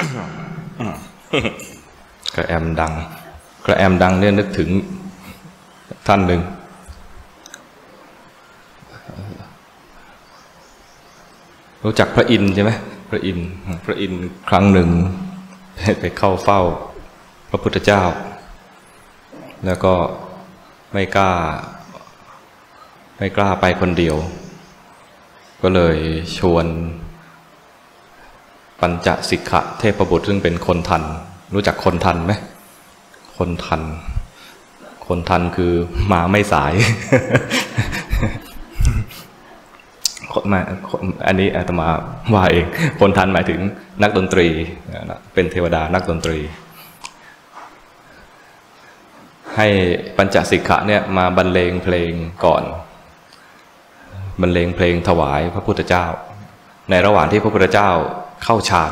กระแอมดังเนี่ยนึกถึงท่านหนึ่งรู้จักพระอินทร์ใช่ไหมพระอินทร์ครั้งหนึ่งไปเข้าเฝ้าพระพุทธเจ้าแล้วก็ไม่กล้าไปคนเดียวก็เลยชวนปัญจสิกขะเทพบุตรซึ่งเป็นคนทันรู้จักคนทันไหมคนทันคือมาไม่สายอันนี้อาตมาว่าเองคนทันหมายถึงนักดนตรีเป็นเทวดานักดนตรีให้ปัญจสิกขะเนี่ยมาบรรเลงเพลงก่อนบรรเลงเพลงถวายพระพุทธเจ้าในระหว่างที่พระพุทธเจ้าเข้าฌาน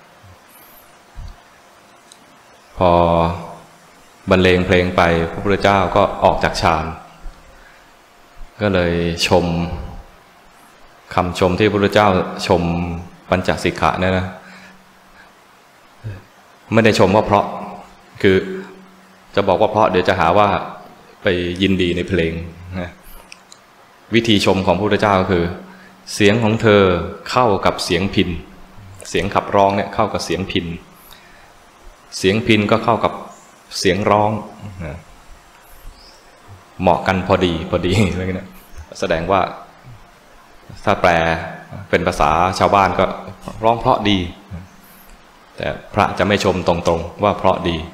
พอบรรเลงเพลงไปพระพุทธเจ้าก็ออกจากฌานก็เลยชมคำชมที่พระพุทธเจ้าชมปัญจสิกขะเนี่ยนะไม่ได้ชมว่าเพราะคือจะบอกว่าเพราะเดี๋ยวจะหาว่าไปยินดีในเพลงนะวิธีชมของพระพุทธเจ้าก็คือเสียงของเธอเข้ากับเสียงพิณเสียงขับร้องเนี่ยเข้ากับเสียงพิณเสียงพิณก็เข้ากับเสียงร้องเหมาะกันพอดีอะไรเงี้ยแสดงว่าถ้าแปลเป็นภาษาชาวบ้านก็ร้องเพราะดีแต่พระจะไม่ชมตรงๆว่าเพราะดี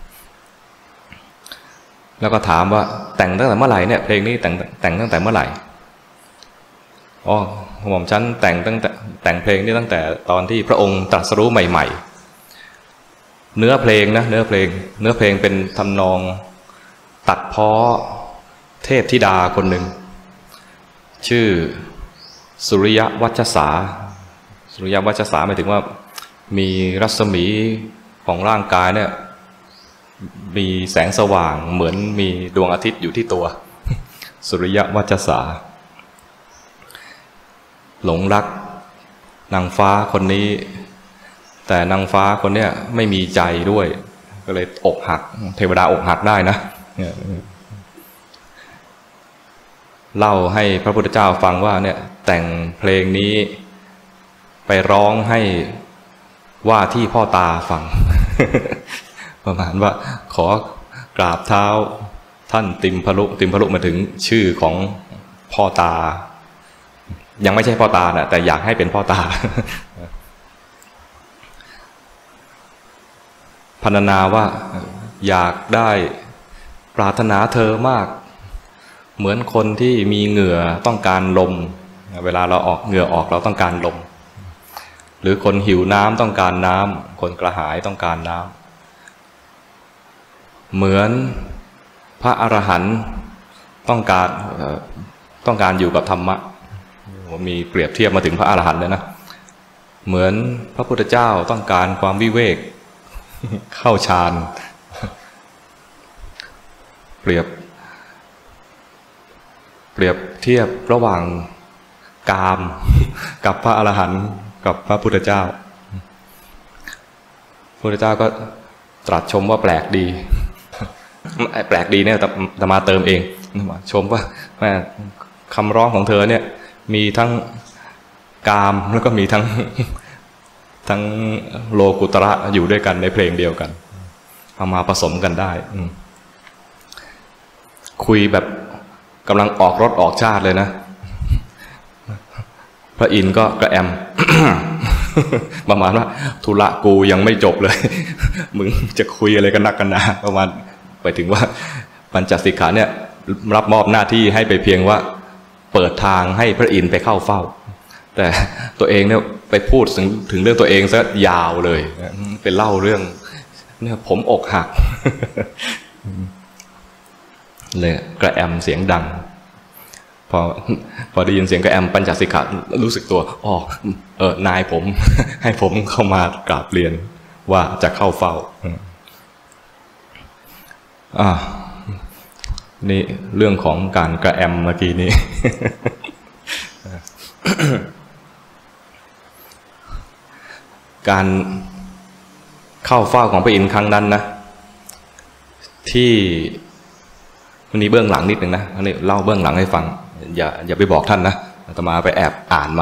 แล้วก็ถามว่าแต่งตั้งแต่เมื่อไหร่เนี่ยเพลงนี้แต่งตั้งแต่เมื่อไหร่อ๋อผมฉันแต่งเพลงนี้ตั้งแต่ตอนที่พระองค์ตรัสรู้ใหม่ๆเนื้อเพลงเป็นทำนองตัดพ้อเทพธิดาคนหนึ่งชื่อสุริยวัชสาหมายถึงว่ามีรัศมีของร่างกายเนี่ยมีแสงสว่างเหมือนมีดวงอาทิตย์อยู่ที่ตัวสุริยวัชสาหลงรักนางฟ้าคนนี้แต่นางฟ้าคนเนี้ยไม่มีใจด้วยก็เลยอกหักเทวดาอกหักได้นะเล่าให้พระพุทธเจ้าฟังว่าเนี่ยแต่งเพลงนี้ไปร้องให้ว่าที่พ่อตาฟัง ประมาณว่าขอกราบเท้าท่านติมพลุมาถึงชื่อของพ่อตายังไม่ใช่พ่อตานะแต่อยากให้เป็นพ่อตา พรรณนาว่าอยากได้ปรารถนาเธอมากเหมือนคนที่มีเหงื่อต้องการลมเวลาเราออกเหงื่อออกเราต้องการลมหรือคนหิวน้ำต้องการน้ำคนกระหายต้องการน้ำเหมือนพระอรหันต์ต้องการอยู่กับธรรมะมีเปรียบเทียบมาถึงพระอรหันต์เลยนะเหมือนพระพุทธเจ้าต้องการความวิเวกเข้าฌานเปรียบเทียบระหว่างกามกับพระอรหันต์กับพระพุทธเจ้าพระพุทธเจ้าก็ตรัสชมว่าแปลกดีแปลกดีเนี่ยแต่มาเติมเองชมว่าแม่คำร้องของเธอเนี่ยมีทั้งกามแล้วก็มีทั้งโลกุตระอยู่ด้วยกันในเพลงเดียวกันเอามาผสมกันได้คุยแบบกำลังออกรถออกชาติเลยนะพระอินทร์ก็กระแอม ประมาณว่าธุระกูยังไม่จบเลย มึงจะคุยอะไรกันนักกันหนาประมาณไปถึงว่าปัญจสิกขาเนี่ยรับมอบหน้าที่ให้ไปเพียงว่าเปิดทางให้พระอินทร์ไปเข้าเฝ้าแต่ตัวเองเนี่ยไปพูดถึงเรื่องตัวเองซะยาวเลยเป็นเล่าเรื่องเนี่ยผมอกหัก เลยกระแอมเสียงดังพอได้ยินเสียงกระแอมปัญจสิกขารู้สึกตัวนายผม ให้ผมเข้ามากราบเรียนว่าจะเข้าเฝ้านี่เรื่องของการกระแอมเมื่อกี้นี้ กเข้าเฝ้าของพระอินทร์ครั้งนั้นนะที่วันนี้เบื้องหลังนิดหนึ่งนะอันนี้เล่าเบื้องหลังให้ฟังอย่าไปบอกท่านนะอาตมาไปแอบอ่านมา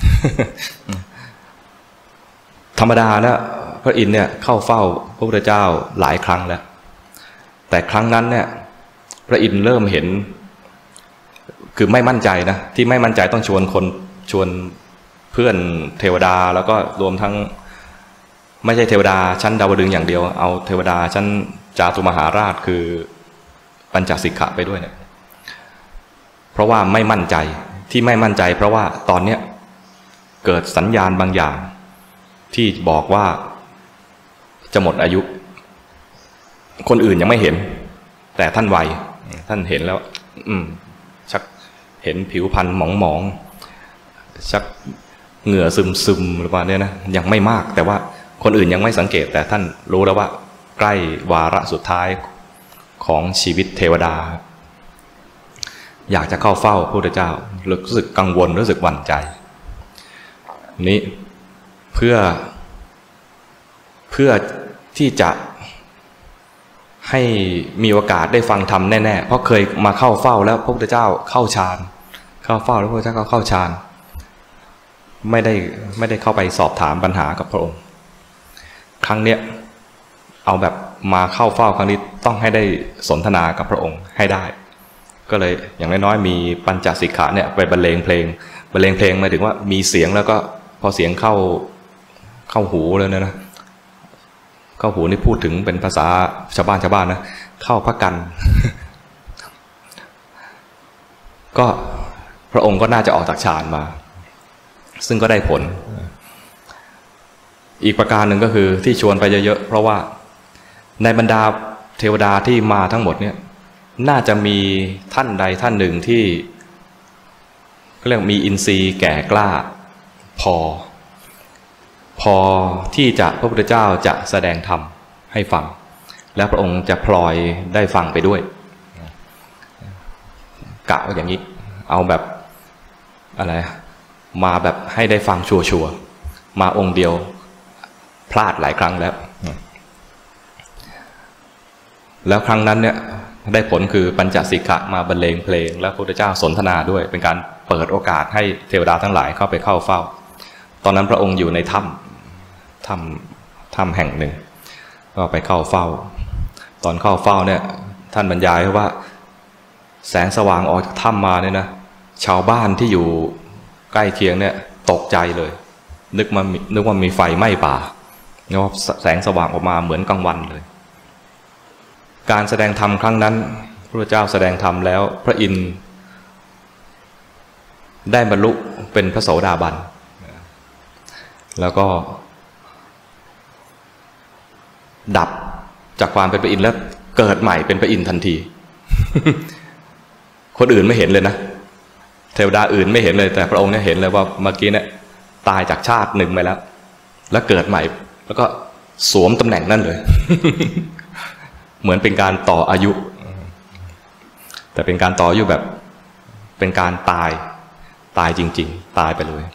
ธรรมดานะพระอินทร์เนี่ยเข้าเฝ้าพระพุทธเจ้าหลายครั้งแล้วแต่ครั้งนั้นเนี่ยพระอินทร์เริ่มเห็นคือไม่มั่นใจนะที่ไม่มั่นใจต้องชวนเพื่อนเทวดาแล้วก็รวมทั้งไม่ใช่เทวดาชั้นดาวดึงส์อย่างเดียวเอาเทวดาชั้นจาตุมหาราชคือปัญจสิกขะไปด้วยเนี่ยเพราะว่าไม่มั่นใจที่ไม่มั่นใจเพราะว่าตอนเนี้ยเกิดสัญญาณบางอย่างที่บอกว่าจะหมดอายุคนอื่นยังไม่เห็นแต่ท่านไวท่านเห็นแล้วชักเห็นผิวพรรณหมองๆชักเหงื่อซึมๆหรือว่าเนี่ยนะยังไม่มากแต่ว่าคนอื่นยังไม่สังเกตแต่ท่านรู้แล้วว่าใกล้วาระสุดท้ายของชีวิตเทวดาอยากจะเข้าเฝ้าพระพุทธเจ้ารู้สึกกังวลรู้สึกหวั่นใจนี้เพื่อที่จะให้มีโอกาสได้ฟังธรรมแน่ๆเพราะเคยมาเข้าเฝ้าแล้วพระพุทธเจ้าเข้าฌานเข้าเฝ้าแล้วพระพุทธเจ้าเข้าฌานไม่ได้เข้าไปสอบถามปัญหากับพระองค์ครั้งเนี้ยเอาแบบมาเข้าเฝ้าครั้งนี้ต้องให้ได้สนทนากับพระองค์ให้ได้ก็เลยอย่างน้อยๆมีปัญจสิกขาเนี่ยไปบรรเลงเพลงหมายถึงว่ามีเสียงแล้วก็พอเสียงเข้าหูเลยนะเข้าหูนี่พูดถึงเป็นภาษาชาวบ้านนะเข้าพระกัน ก็พระองค์ก็น่าจะออกจากฌานมาซึ่งก็ได้ผลอีกประการหนึ่งก็คือที่ชวนไปเยอะๆเพราะว่าในบรรดาเทวดาที่มาทั้งหมดเนี่ยน่าจะมีท่านใดท่านหนึ่งที่เรียกมีอินทรีย์แก่กล้าพอที่จะพระพุทธเจ้าจะแสดงธรรมให้ฟังแล้วพระองค์จะพลอยได้ฟังไปด้วยกะว่าอย่างนี้เอาแบบอะไรมาแบบให้ได้ฟังชัวร์มาองค์เดียวพลาดหลายครั้งแล้วครั้งนั้นเนี่ยได้ผลคือปัญจสิกขะมาบรรเลงเพลงแล้วพระพุทธเจ้าสนทนาด้วยเป็นการเปิดโอกาสให้เทวดาทั้งหลายเข้าไปเข้าเฝ้าตอนนั้นพระองค์อยู่ในถ้ำแห่งหนึ่งก็ไปเข้าเฝ้าตอนเข้าเฝ้าเนี่ยท่านบรรยายว่าแสงสว่างออกจากถ้ำมาเนี่ยนะชาวบ้านที่อยู่ใกล้เคียงเนี่ยตกใจเลยนึกว่ามีไฟไหม้ป่าเพราะแสงสว่างออกมาเหมือนกลางวันเลยการแสดงธรรมครั้งนั้นพระพุทธเจ้าแสดงธรรมแล้วพระอินทร์ได้บรรลุเป็นพระโสดาบันแล้วก็ดับจากความเป็นพระอินทร์แล้วเกิดใหม่เป็นพระอินทร์ทันที คนอื่นไม่เห็นเลยนะเทวดาอื่นไม่เห็นเลยแต่พระองค์เนี่ยเห็นเลยว่าเมื่อกี้เนี่ยตายจากชาติหนึ่งไปแล้วเกิดใหม่แล้วก็สวมตำแหน่งนั่นเลย เหมือนเป็นการต่ออายุแต่เป็นการต่ออายุแบบเป็นการตายจริงๆตายไปเลย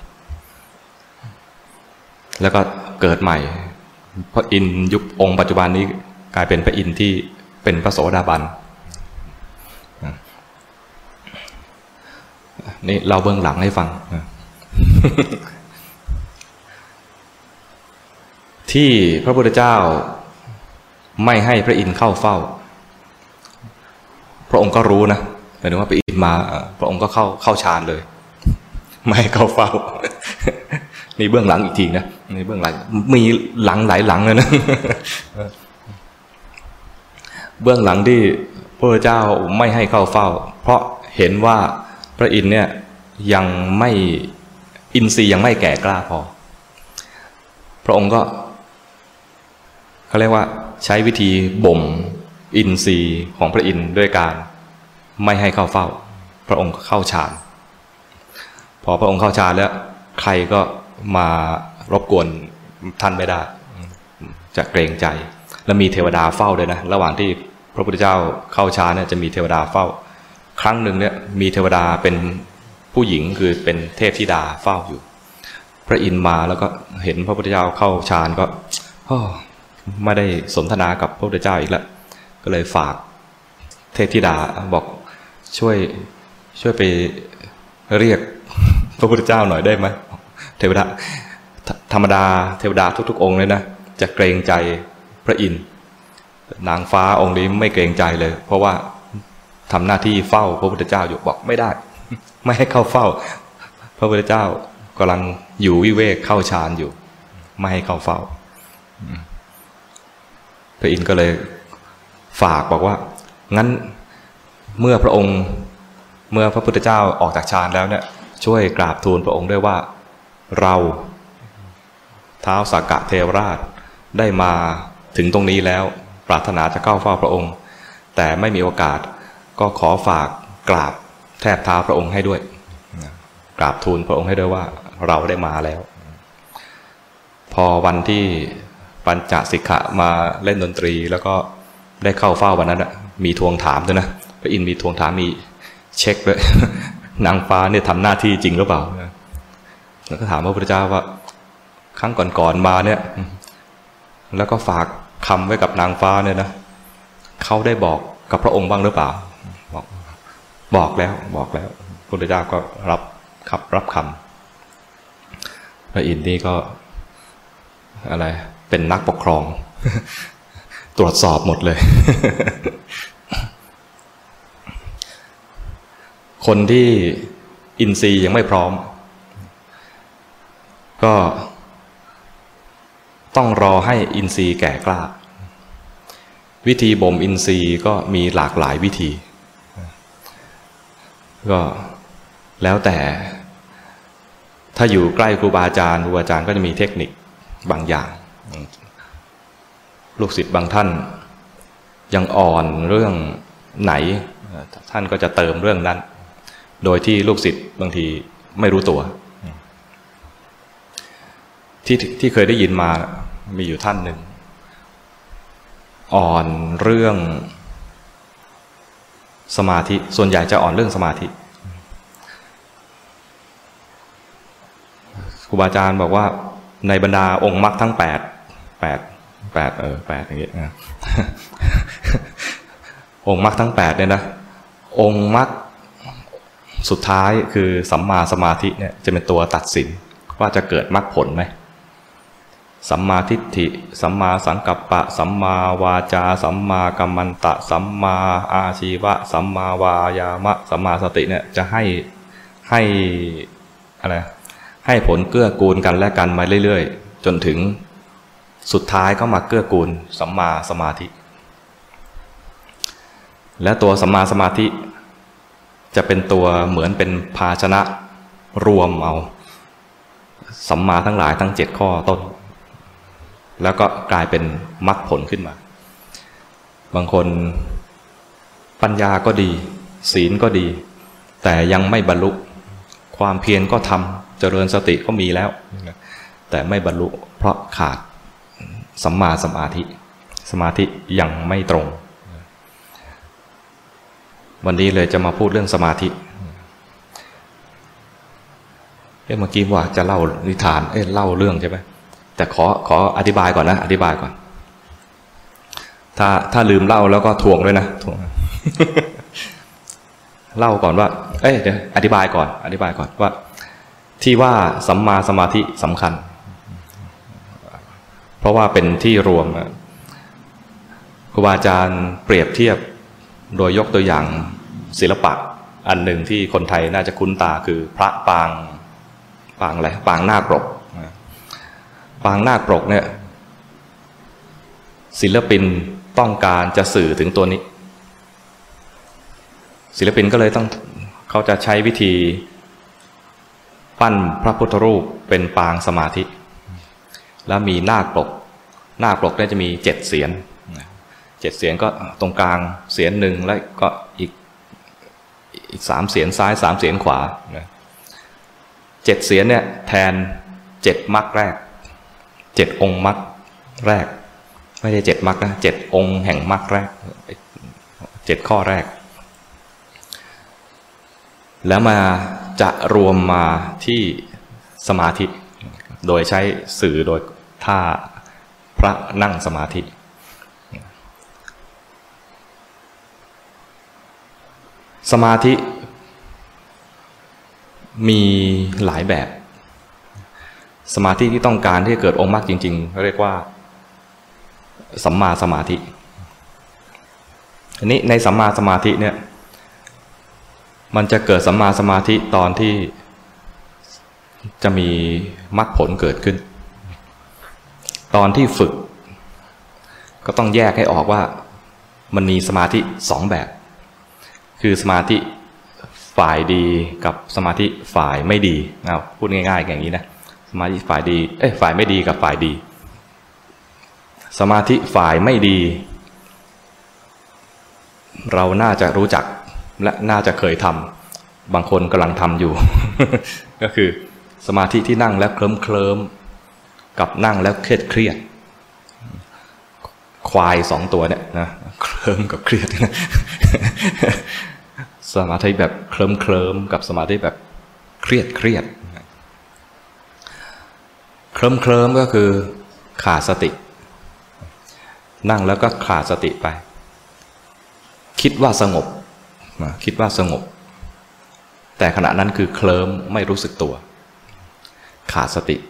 แล้วก็เกิดใหม่พระอินทร์ยุคองค์ปัจจุบันนี้กลายเป็นพระอินทร์ที่เป็นพระโสดาบันนี่เราเบื้องหลังให้ฟัง ที่พระพุทธเจ้าไม่ให้พระอินทร์เข้าเฝ้าพระองค์ก็รู้นะหมายถึงว่าพระอินทร์มาพระองค์ก็เข้าฌานเลยไม่ให้เข้าเฝ้า นี่เบื้องหลังอีกทีนะนี่เบื้องหลังมีหลังหลายหลังเลยนะ เบื้องหลังที่พระพุทธเจ้าไม่ให้เข้าเฝ้าเพราะเห็นว่าพระอินทร์เนี่ยยังไม่อินทรีย์ยังไม่แก่กล้าพอพระองค์ก็เขาเรียกว่าใช้วิธีบ่มอินทรีย์ของพระอินทร์ด้วยการไม่ให้เข้าเฝ้าพระองค์เข้าฌานพอพระองค์เข้าฌานแล้วใครก็มารบกวนท่านไม่ได้จะเกรงใจและมีเทวดาเฝ้าด้วยนะระหว่างที่พระพุทธเจ้าเข้าฌานเนี่ยจะมีเทวดาเฝ้าครั้งหนึ่งเนี่ยมีเทวดาเป็นผู้หญิงคือเป็นเทพธิดาเฝ้าอยู่พระอินทร์มาแล้วก็เห็นพระพุทธเจ้าเข้าฌานก็ไม่ได้สนทนากับพระพุทธเจ้าอีกแล้วก็เลยฝากเทพธิดาบอกช่วยไปเรียกพระพุทธเจ้าหน่อยได้ไหมเทวดาธรรมดาเทวดาทุกๆองค์เลยนะจะเกรงใจพระอินทร์นางฟ้าองค์นี้ไม่เกรงใจเลยเพราะว่าทำหน้าที่เฝ้าพระพุทธเจ้าอยู่บอกไม่ได้ไม่ให้เข้าเฝ้าพระพุทธเจ้ากำลังอยู่วิเวกเข้าฌานอยู่ไม่ให้เข้าเฝ้าพระอินทร์ก็เลยฝากบอกว่างั้นเมื่อพระพุทธเจ้าออกจากฌานแล้วเนี่ยช่วยกราบทูลพระองค์ด้วยว่าเราท้าวสักกะเทวราชได้มาถึงตรงนี้แล้วปรารถนาจะเข้าเฝ้าพระองค์แต่ไม่มีโอกาสก็ขอฝากกราบแทบเท้าพระองค์ให้ด้วยกราบทูลพระองค์ให้ด้วยว่าเราได้มาแล้วพอวันที่ปัญจสิกขะมาเล่นดนตรีแล้วก็ได้เข้าเฝ้าวันนั้นมีทวงถามด้วยนะพระอินทร์มีทวงถามมีเช็คด้วย นางฟ้าเนี่ยทำหน้าที่จริงหรือเปล่าแล้วก็ถามพระพุทธเจ้าว่าครั้งก่อนมาเนี่ยแล้วก็ฝากคำไว้กับนางฟ้าเนี่ยนะเขาได้บอกกับพระองค์บ้างหรือเปล่าบอกแล้วพระพุทธเจ้าก็รับคำพระอินทร์นี่ก็อะไรเป็นนักปกครอง ตรวจสอบหมดเลย คนที่อินทรีย์ยังไม่พร้อมก็ต้องรอให้อินทรีย์แก่กล้าวิธีบ่มอินทรีย์ก็มีหลากหลายวิธีก็แล้วแต่ถ้าอยู่ใกล้ครูบาอาจารย์ก็จะมีเทคนิคบางอย่างลูกศิษย์บางท่านยังอ่อนเรื่องไหนท่านก็จะเติมเรื่องนั้นโดยที่ลูกศิษย์บางทีไม่รู้ตัวที่เคยได้ยินมามีอยู่ท่านหนึ่งอ่อนเรื่องสมาธิส่วนใหญ่จะอ่อนเรื่องสมาธิครูบาอาจารย์บอกว่าในบรรดาองค์มรรคทั้ง8อย่างเงี้ยองค์มรรคทั้ง8เนี่ยนะองค์มรรคสุดท้ายคือสัมมาสมาธิเนี่ยจะเป็นตัวตัดสินว่าจะเกิดมรรคผลไหมสัมมาทิฏฐิสัมมาสังกัปปะสัมมาวาจาสัมมากัมมันตะสัมมาอาชีวะสัมมาวายามะสัมมาสติเนี่ยจะให้อะไรให้ผลเกื้อกูลกันและกันมาเรื่อยๆจนถึงสุดท้ายก็มาเกื้อกูลสัมมาสมาธิและตัวสัมมาสมาธิจะเป็นตัวเหมือนเป็นภาชนะรวมเอาสัมมาทั้งหลายทั้ง7ข้อต้นแล้วก็กลายเป็นมรรคผลขึ้นมาบางคนปัญญาก็ดีศีลก็ดีแต่ยังไม่บรรลุความเพียรก็ทำเจริญสติก็มีแล้วแต่ไม่บรรลุเพราะขาดสัมมาสมาธิยังไม่ตรงวันนี้เลยจะมาพูดเรื่องสมาธิเมื่อกี้ว่าจะเล่านิทานเล่าเรื่องใช่ไหมแต่ขออธิบายก่อนนะอธิบายก่อนถ้าลืมเล่าแล้วก็ทวงด้วยนะทวง เล่าก่อนว่าเดี๋ยวอธิบายก่อนว่าที่ว่าสัมมาสมาธิสำคัญเพราะว่าเป็นที่รวมครูบาอาจารย์เปรียบเทียบโดยยกตัวอย่างศิลปะอันหนึ่งที่คนไทยน่าจะคุ้นตาคือพระปางอะไรปางนาคปรกปางนาคปรกเนี่ยศิลปินต้องการจะสื่อถึงตัวนี้ศิลปินก็เลยเขาจะใช้วิธีปั้นพระพุทธรูปเป็นปางสมาธิแล้วมีนาคปรกเนี่ยจะมี7 เสียน7 เสียนก็ตรงกลางเสียนหนึ่งแล้วก็อีก3 เสียนซ้าย3 เสียนขวา7 เสียนเนี่ยแทน7 มรรคแรก7 องค์มรรคแรกไม่ใช่7 มรรคนะ7 องค์แห่งมรรคแรก7 ข้อแรกแล้วมาจะรวมมาที่สมาธิโดยใช้สื่อโดยท่าพระนั่งสมาธิสมาธิมีหลายแบบสมาธิที่ต้องการที่จะเกิดองค์มรรคจริงๆเรียกว่าสัมมาสมาธิอันนี้ในสัมมาสมาธิเนี่ยมันจะเกิดสัมมาสมาธิตอนที่จะมีมรรคผลเกิดขึ้นตอนที่ฝึกก็ต้องแยกให้ออกว่ามันมีสมาธิสองแบบคือสมาธิฝ่ายดีกับสมาธิฝ่ายไม่ดีพูดง่ายๆอย่างนี้นะสมาธิฝ่ายดีฝ่ายไม่ดีกับฝ่ายดีสมาธิฝ่ายไม่ดีเราน่าจะรู้จักและน่าจะเคยทำบางคนกำลังทำอยู่ ก็คือสมาธิที่นั่งแล้วเคลิ้มกับนั่งแล้วเครียดควายสองตัวเนี่ยนะเคลิ้มกับเครียดนะ สมาธิแบบเคลิ้มกับสมาธิแบบเครียดเครียดเคลิ้มก็คือขาดสตินั่งแล้วก็ขาดสติไปคิดว่าสงบคิดว่าสงบแต่ขณะนั้นคือเคลิ้มไม่รู้สึกตัวขาดสติ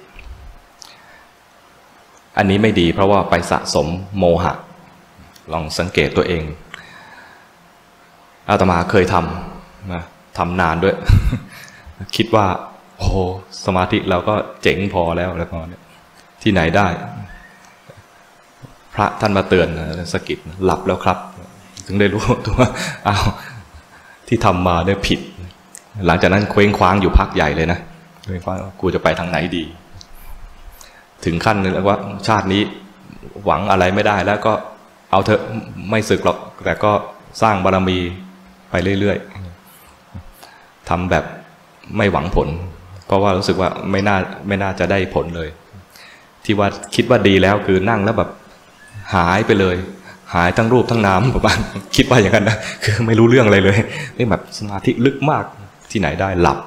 อันนี้ไม่ดีเพราะว่าไปสะสมโมหะลองสังเกตตัวเองอาตมาเคยทำนานด้วย คิดว่าโอ้สมาธิเราก็เจ๋งพอแล้วแล้วก็ที่ไหนได้พระท่านมาเตือนสะกิดหลับแล้วครับถึงได้รู้ตัวว่าอ้าวที่ทำมาได้ผิดหลังจากนั้นเคว้งคว้างอยู่พักใหญ่เลยนะเคว้งคว้างกูจะไปทางไหนดีถึงขั้นนึงแล้วว่าชาตินี้หวังอะไรไม่ได้แล้วก็เอาเถอะไม่สึกหรอกแต่ก็สร้างบารมีไปเรื่อยๆทำแบบไม่หวังผลเพราะว่ารู้สึกว่าไม่น่าจะได้ผลเลยที่ว่าคิดว่าดีแล้วคือนั่งแล้วแบบหายไปเลยหายทั้งรูปทั้งนามประมาณคิดว่าอย่างนั้นนะคือไม่รู้เรื่องอะไรเลยนี่แบบสมาธิลึกมากที่ไหนได้หลับ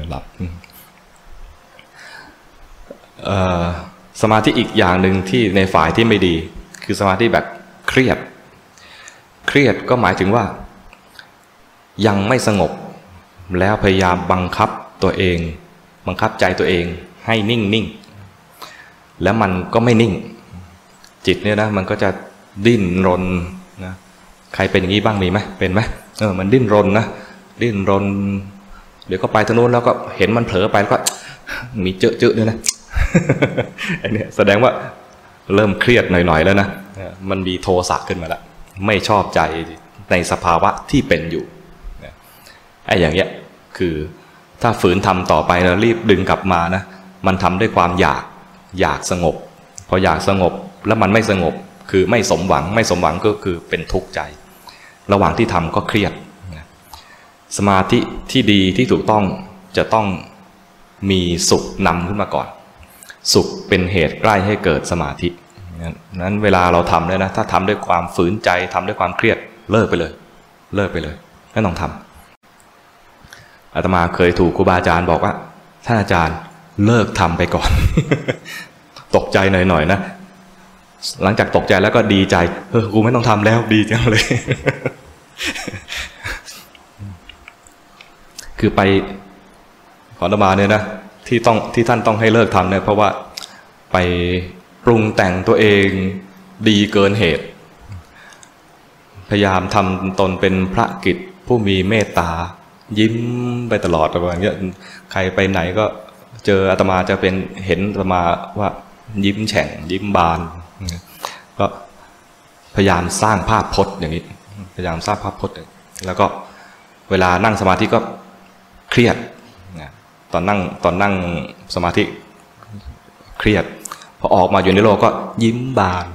สมาธิอีกอย่างหนึ่งที่ในฝ่ายที่ไม่ดีคือสมาธิแบบเครียดก็หมายถึงว่ายังไม่สงบแล้วพยายามบังคับตัวเองบังคับใจตัวเองให้นิ่งแล้วมันก็ไม่นิ่งจิตเนี่ยนะมันก็จะดิ้นรนนะใครเป็นอย่างนี้บ้างมีไหมเป็นไหมมันดิ้นรนนะดิ้นรนเดี๋ยวก็ไปทางโน้นแล้วก็เห็นมันเผลอไปแล้วก็มีเจอะด้วยนะอันนี้แสดงว่าเริ่มเครียดหน่อยๆแล้วนะมันมีโทสะขึ้นมาแล้วไม่ชอบใจในสภาวะที่เป็นอยู่ไอ้อย่างเงี้ยคือถ้าฝืนทำต่อไปแล้วรีบดึงกลับมานะมันทำด้วยความอยากสงบพออยากสงบแล้วมันไม่สงบคือไม่สมหวังก็คือเป็นทุกข์ใจระหว่างที่ทำก็เครียดสมาธิที่ดีที่ถูกต้องจะต้องมีสุขนำขึ้นมาก่อนสุขเป็นเหตุใกล้ให้เกิดสมาธินั้นเวลาเราทำเลยนะถ้าทำด้วยความฝืนใจทำด้วยความเครียดเลิกไปเลยไม่ต้องทำอาตมาเคยถูกครูบาอาจารย์บอกว่าท่านอาจารย์เลิกทำไปก่อน ตกใจหน่อยๆนะหลังจากตกใจแล้วก็ดีใจกูไม่ต้องทำแล้วดีจังเลย คือไปขออาตมาเนี่ยนะที่ท่านต้องให้เลิกทำเนี่ยเพราะว่าไปปรุงแต่งตัวเองดีเกินเหตุพยายามทำตนเป็นพระกิตติผู้มีเมตตายิ้มไปตลอดอะไรอย่างเงี้ยใครไปไหนก็เจออาตมาจะเป็นเห็นอาตมาว่ายิ้มแฉ่งยิ้มบานก็พยายามสร้างภาพพจน์อย่างนี้พยายามสร้างภาพพจน์แล้วก็เวลานั่งสมาธิก็เครียดตอนนั่งสมาธิเครียดพอออกมาอยู่ในโลกก็ยิ้มบาน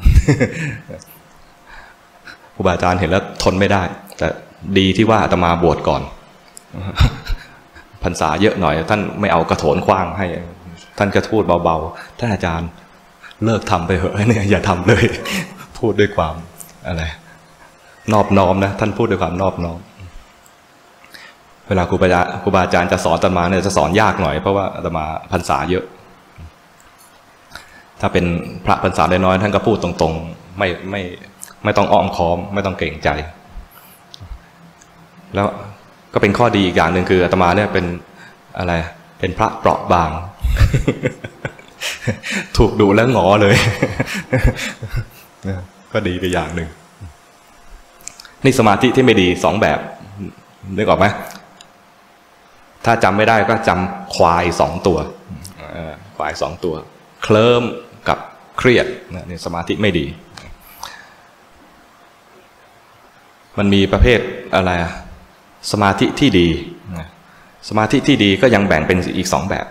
ครูบาอาจารย์เห็นแล้วทนไม่ได้แต่ดีที่ว่าอาตมาบวชก่อนพรรษาเยอะหน่อยท่านไม่เอากระโถนขว้างให้ท่านก็พูดเบาๆท่านอาจารย์เลิกทำไปเถอะเนี่ยอย่าทำเลยพูดด้วยความอะไรนอบน้อมนะท่านพูดด้วยความนอบน้อมเวลาครูบาอาจารย์จะสอนอาตมาเนี่ยจะสอนยากหน่อยเพราะว่าอาตมาพรรษาเยอะถ้าเป็นพระพรรษาน้อยๆท่านก็พูดตรงๆไม่ต้องอ้อมค้อมไม่ต้องเกรงใจแล้วก็เป็นข้อดีอีกอย่างหนึ่งคืออาตมาเนี่ยเป็นอะไรเป็นพระเปราะบาง ถูกดุแล้วหงอเลยก็ดีไปอย่างหนึ่งนี่สมาธิที่ไม่ดีสองแบบนึกออกไหมถ้าจำไม่ได้ก็จำควายสองตัวควายสองตัวเคลิ้มกับเครียดนี่สมาธิไม่ดีมันมีประเภทอะไรสมาธิที่ดีสมาธิที่ดีก็ยังแบ่งเป็นอีกสองแบบ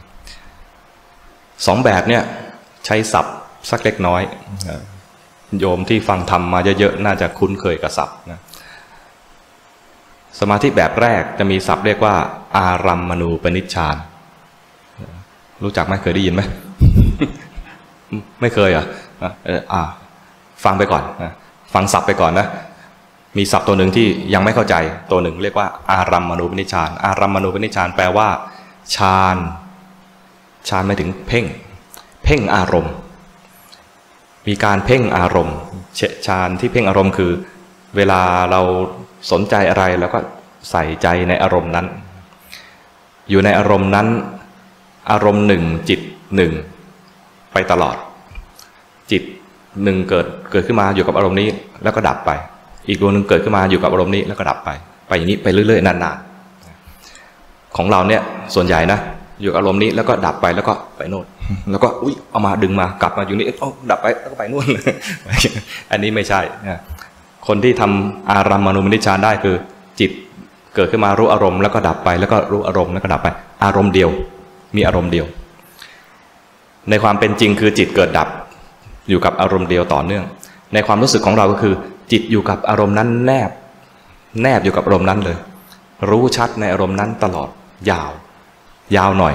สองแบบเนี่ยใช้ศัพท์สักเล็กน้อยโยมที่ฟังธรรมมาเยอะๆน่าจะคุ้นเคยกับศัพท์นะสมาธิแบบแรกจะมีศัพท์เรียกว่าอารัมมณูปนิชฌานรู้จักไหมเคยได้ยินไหม ไม่เคยเหรอฟังไปก่อนนะฟังศัพท์ไปก่อนนะมีศัพท์ตัวหนึ่งที่ยังไม่เข้าใจตัวหนึ่งเรียกว่าอารัมมณูปนิชฌานอารัมมณูปนิชฌานแปลว่าฌานหมายถึงเพ่งอารมณ์มีการเพ่งอารมณ์ฌานที่เพ่งอารมณ์คือเวลาเราสนใจอะไรแล้วก็ใส่ใจในอารมณ์นั้นอยู่ในอารมณ์นั้นอารมณ์หนึ่งจิตหนึ่งไปตลอดจิตหนึ่งเกิดขึ้นมาอยู่กับอารมณ์นี้แล้วก็ดับไปอีกดวงหนึ่งเกิดขึ้นมาอยู่กับอารมณ์นี้แล้วก็ดับไปอย่างนี้ไปเรื่อยๆนานๆของเราเนี่ยส่วนใหญ่นะอยู่อารมณ์นี้แล้วก็ดับไปแล้วก็ไปโน่นแล้วก็อุ๊ยเอามาดึงมากลับมาอยู่นี่ดับไปแล้วก็ไปโน่น อันนี้ไม่ใช่คนที่ทำอารัมมณูปนิชฌานได้คือจิตเกิดขึ้นมารู้อารมณ์แล้วก็ดับไปแล้วก็รู้อารมณ์แล้วก็ดับไปอารมณ์เดียวมีอารมณ์เดียวในความเป็นจริงคือจิตเกิดดับอยู่กับอารมณ์เดียวต่อเนื่องในความรู้สึกของเราก็คือจิตอยู่กับอารมณ์นั้นแนบอยู่กับอารมณ์นั้นเลยรู้ชัดในอารมณ์นั้นตลอดยาวหน่อย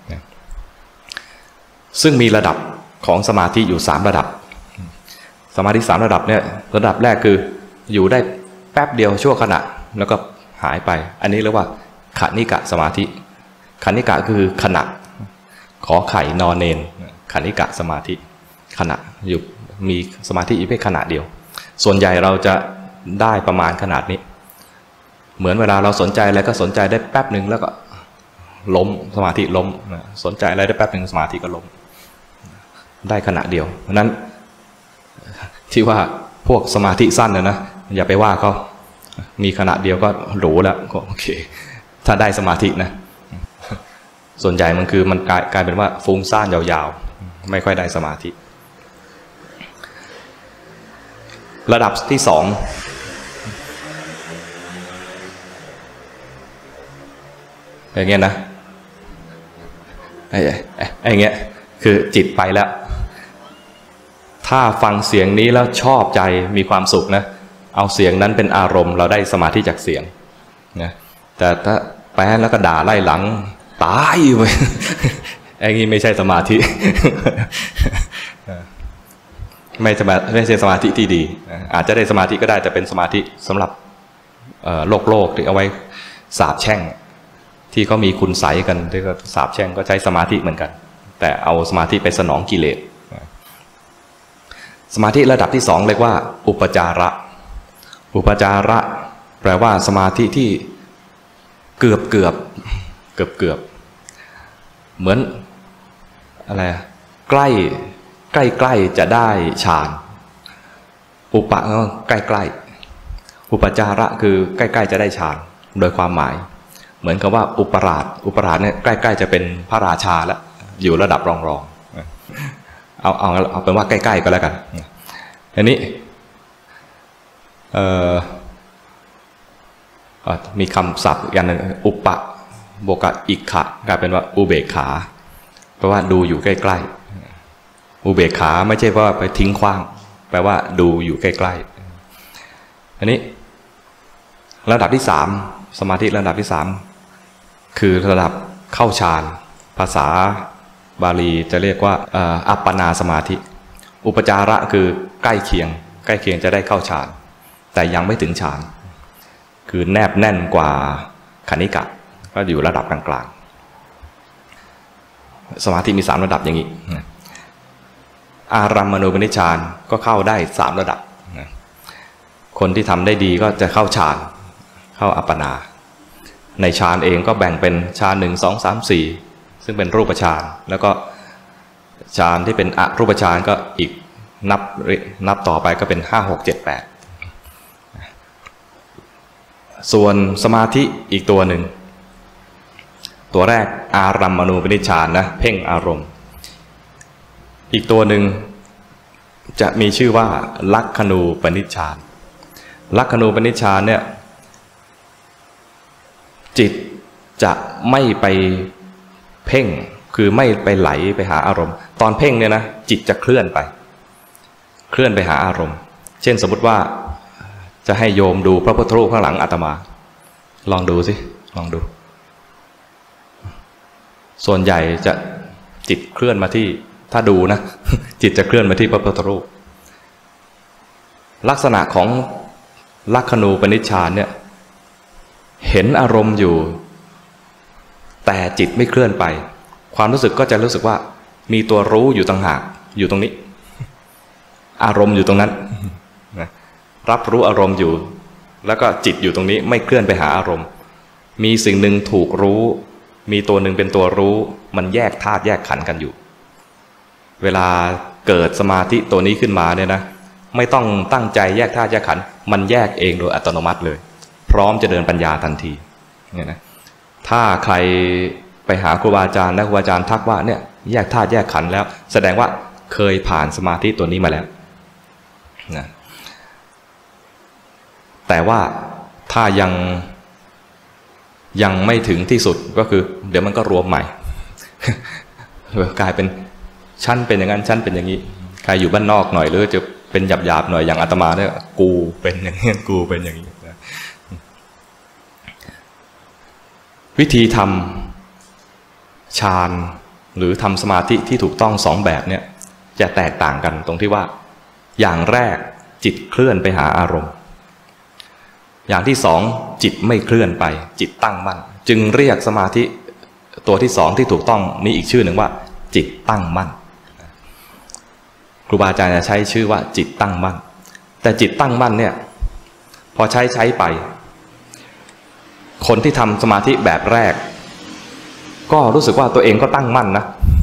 ซึ่งมีระดับของสมาธิอยู่3ระดับสมาธิ3ระดับเนี่ยระดับแรกคืออยู่ได้แป๊บเดียวชั่วขณะแล้วก็หายไปอันนี้เรียกว่าขณิกะสมาธิขณิกะคือขณะขอไข่นอนเนนขณิกะสมาธิขณะอยู่มีสมาธิอยู่แค่ขณะเดียวส่วนใหญ่เราจะได้ประมาณขนาดนี้เหมือนเวลาเราสนใจอะไรก็สนใจได้แป๊บหนึ่งแล้วก็ล้มสมาธิล้มสนใจอะไรได้แป๊บหนึ่งสมาธิก็ล้มได้ขณะเดียวเพราะนั้นที่ว่าพวกสมาธิสั้นนะอย่าไปว่าเขามีขณะเดียวก็หรูแล้วก็โอเคถ้าได้สมาธินะส่วนใหญ่มันคือมันกลายเป็นว่าฟุ้งซ่านยาวๆไม่ค่อยได้สมาธิระดับที่2อย่างเงี้ยนะไอ้เงี้ยคือจิตไปแล้วถ้าฟังเสียงนี้แล้วชอบใจมีความสุขนะเอาเสียงนั้นเป็นอารมณ์เราได้สมาธิจากเสียงนะแต่ถ้าแป้นแล้วก็ด่าไล่หลังตายไปไอ้งี้ไม่ใช่สมาธิ ไม่ใช่สมาธิที่ดีอาจจะได้สมาธิก็ได้แต่เป็นสมาธิสำหรับโลกที่เอาไว้สาปแช่งที่เขามีคุณไสกันที่ก็สาปแช่งก็ใช้สมาธิเหมือนกันแต่เอาสมาธิไปสนองกิเลสสมาธิระดับที่2เรียกว่าอุปจาระแปลว่าสมาธิที่เกือบเหมือนอะไรใกล้จะได้ฌานอุปะใกล้อุปจาระคือใกล้จะได้ฌานโดยความหมายเหมือนกับว่าอุปราชเนี่ยใกล้จะเป็นพระราชาแล้วอยู่ระดับรองเอาเป็นว่าใกล้ๆก็แล้วกันอันนี้มีคำศัพท์อย่างหนึ่งอุปะบวกกับอิกขะกลายเป็นว่าอุเบกขาแปลว่าดูอยู่ใกล้ๆอุเบกขาไม่ใช่ว่าไปทิ้งขว้างแปลว่าดูอยู่ใกล้ๆอันนี้ระดับที่3สมาธิระดับที่3คือระดับเข้าฌานภาษาบาลีจะเรียกว่าอัปปนาสมาธิอุปจาระคือใกล้เคียงจะได้เข้าฌานแต่ยังไม่ถึงฌานคือแนบแน่นกว่าขณิกะก็อยู่ระดับกลางๆสมาธิมี3ระดับอย่างนี้อารัมมณูปนิชฌานก็เข้าได้3ระดับนะคนที่ทำได้ดีก็จะเข้าฌานเข้าอัปปนาในฌานเองก็แบ่งเป็นฌาน1 2 3 4ซึ่งเป็นรูปฌานแล้วก็ฌานที่เป็นอรูปฌานก็อีกนับต่อไปก็เป็น5 6 7 8ส่วนสมาธิอีกตัวหนึ่งตัวแรกอารัมมณูปนิชฌานนะเพ่งอารมณ์อีกตัวหนึ่งจะมีชื่อว่าลักขณูปนิชฌานลักขณูปนิชฌานเนี่ยจิตจะไม่ไปเพ่งคือไม่ไปไหลไปหาอารมณ์ตอนเพ่งเนี่ยนะจิตจะเคลื่อนไปหาอารมณ์เช่นสมมติว่าจะให้โยมดูพระพุทธรูปข้างหลังอาตมาลองดูสิลองดูส่วนใหญ่จะจิตเคลื่อนมาที่ถ้าดูนะจิตจะเคลื่อนมาที่พระพุทธรูปลักษณะของลักขณูปนิชฌานเนี่ยเห็นอารมณ์อยู่แต่จิตไม่เคลื่อนไปความรู้สึกก็จะรู้สึกว่ามีตัวรู้อยู่ต่างหากอยู่ตรงนี้อารมณ์อยู่ตรงนั้นรับรู้อารมณ์อยู่แล้วก็จิตอยู่ตรงนี้ไม่เคลื่อนไปหาอารมณ์มีสิ่งหนึ่งถูกรู้มีตัวหนึ่งเป็นตัวรู้มันแยกธาตุแยกขันธ์กันอยู่เวลาเกิดสมาธิตัวนี้ขึ้นมาเนี่ยนะไม่ต้องตั้งใจแยกธาตุแยกขันธ์มันแยกเองโดยอัตโนมัติเลยพร้อมจะเดินปัญญาทันทีเนี่ยนะถ้าใครไปหาครูบาอาจารย์และครูบาอาจารย์ทักว่าเนี่ยแยกธาตุแยกขันธ์แล้วแสดงว่าเคยผ่านสมาธิตัวนี้มาแล้วนะแต่ว่าถ้ายังไม่ถึงที่สุดก็คือเดี๋ยวมันก็รวมใหม่ กลายเป็นชั้นเป็นอย่างนั้นชั้นเป็นอย่างนี้ใครอยู่บ้านนอกหน่อยหรือจะเป็นหยาบๆหน่อยอย่างอาตมาเนี่ยกูเป็นอย่างนี้กูเป็นอย่างนี้วิธีทำฌานหรือทำสมาธิที่ถูกต้อง2แบบเนี่ยจะแตกต่างกันตรงที่ว่าอย่างแรกจิตเคลื่อนไปหาอารมณ์อย่างที่2จิตไม่เคลื่อนไปจิตตั้งมั่นจึงเรียกสมาธิตัวที่2ที่ถูกต้องมีอีกชื่อหนึ่งว่าจิตตั้งมั่นครูบาอาจารย์จะใช้ชื่อว่าจิตตั้งมั่นแต่จิตตั้งมั่นเนี่ยพอใช้ไปคนที่ทำสมาธิแบบแรกก็รู้สึกว่าตัวเองก็ตั้งมั่นนะ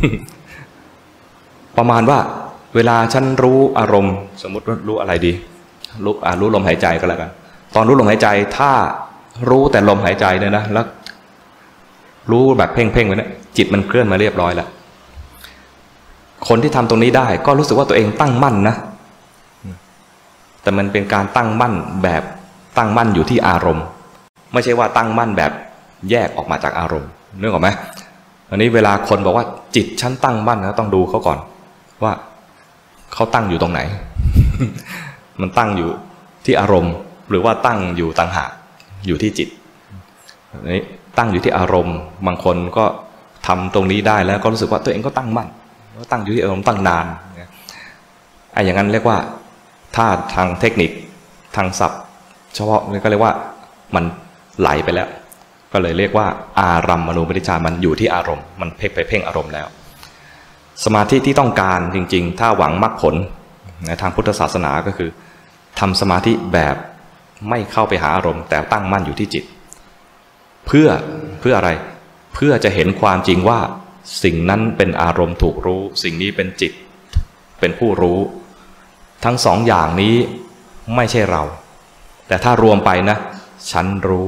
ประมาณว่าเวลาฉันรู้อารมณ์สมมติว่ารู้อะไรดีรู้ลมหายใจก็แล้วกันตอนรู้ลมหายใจถ้ารู้แต่ลมหายใจเนี่ยนะแล้วรู้แบบเพ่งไปเนี่ยจิตมันเคลื่อนมาเรียบร้อยแล้วคนที่ทำตรงนี้ได้ก็รู้สึกว่าตัวเองตั้งมั่นนะแต่มันเป็นการตั้งมั่นแบบตั้งมั่นอยู่ที่อารมณ์ไม่ใช่ว่าตั้งมั่นแบบแยกออกมาจากอารมณ์นึกออกไหมอันนี้เวลาคนบอกว่าจิตฉันตั้งมั่นนะต้องดูเขาก่อนว่าเขาตั้งอยู่ตรงไหน มันตั้งอยู่ที่อารมณ์หรือว่าตั้งอยู่ต่างหากอยู่ที่จิตอันนี้ตั้งอยู่ที่อารมณ์บางคนก็ทำตรงนี้ได้แล้วก็รู้สึกว่าตัวเองก็ตั้งมั่นตั้งอยู่ที่อารมณ์ตั้งนานไอ้อย่างนั้นเรียกว่าถ้าทางเทคนิคทางศัพท์เฉพาะก็เรียกว่ามันไหลไปแล้วก็เลยเรียกว่าอารัมมณูปนิชฌานมันอยู่ที่อารมณ์มันไปเพ่งอารมณ์แล้วสมาธิที่ต้องการจริงๆถ้าหวังมรรคผลในทางพุทธศาสนาก็คือทำสมาธิแบบไม่เข้าไปหาอารมณ์แต่ตั้งมั่นอยู่ที่จิตเพื่ออะไรเพื่อจะเห็นความจริงว่าสิ่งนั้นเป็นอารมณ์ถูกรู้สิ่งนี้เป็นจิตเป็นผู้รู้ทั้งสองอย่างนี้ไม่ใช่เราแต่ถ้ารวมไปนะฉันรู้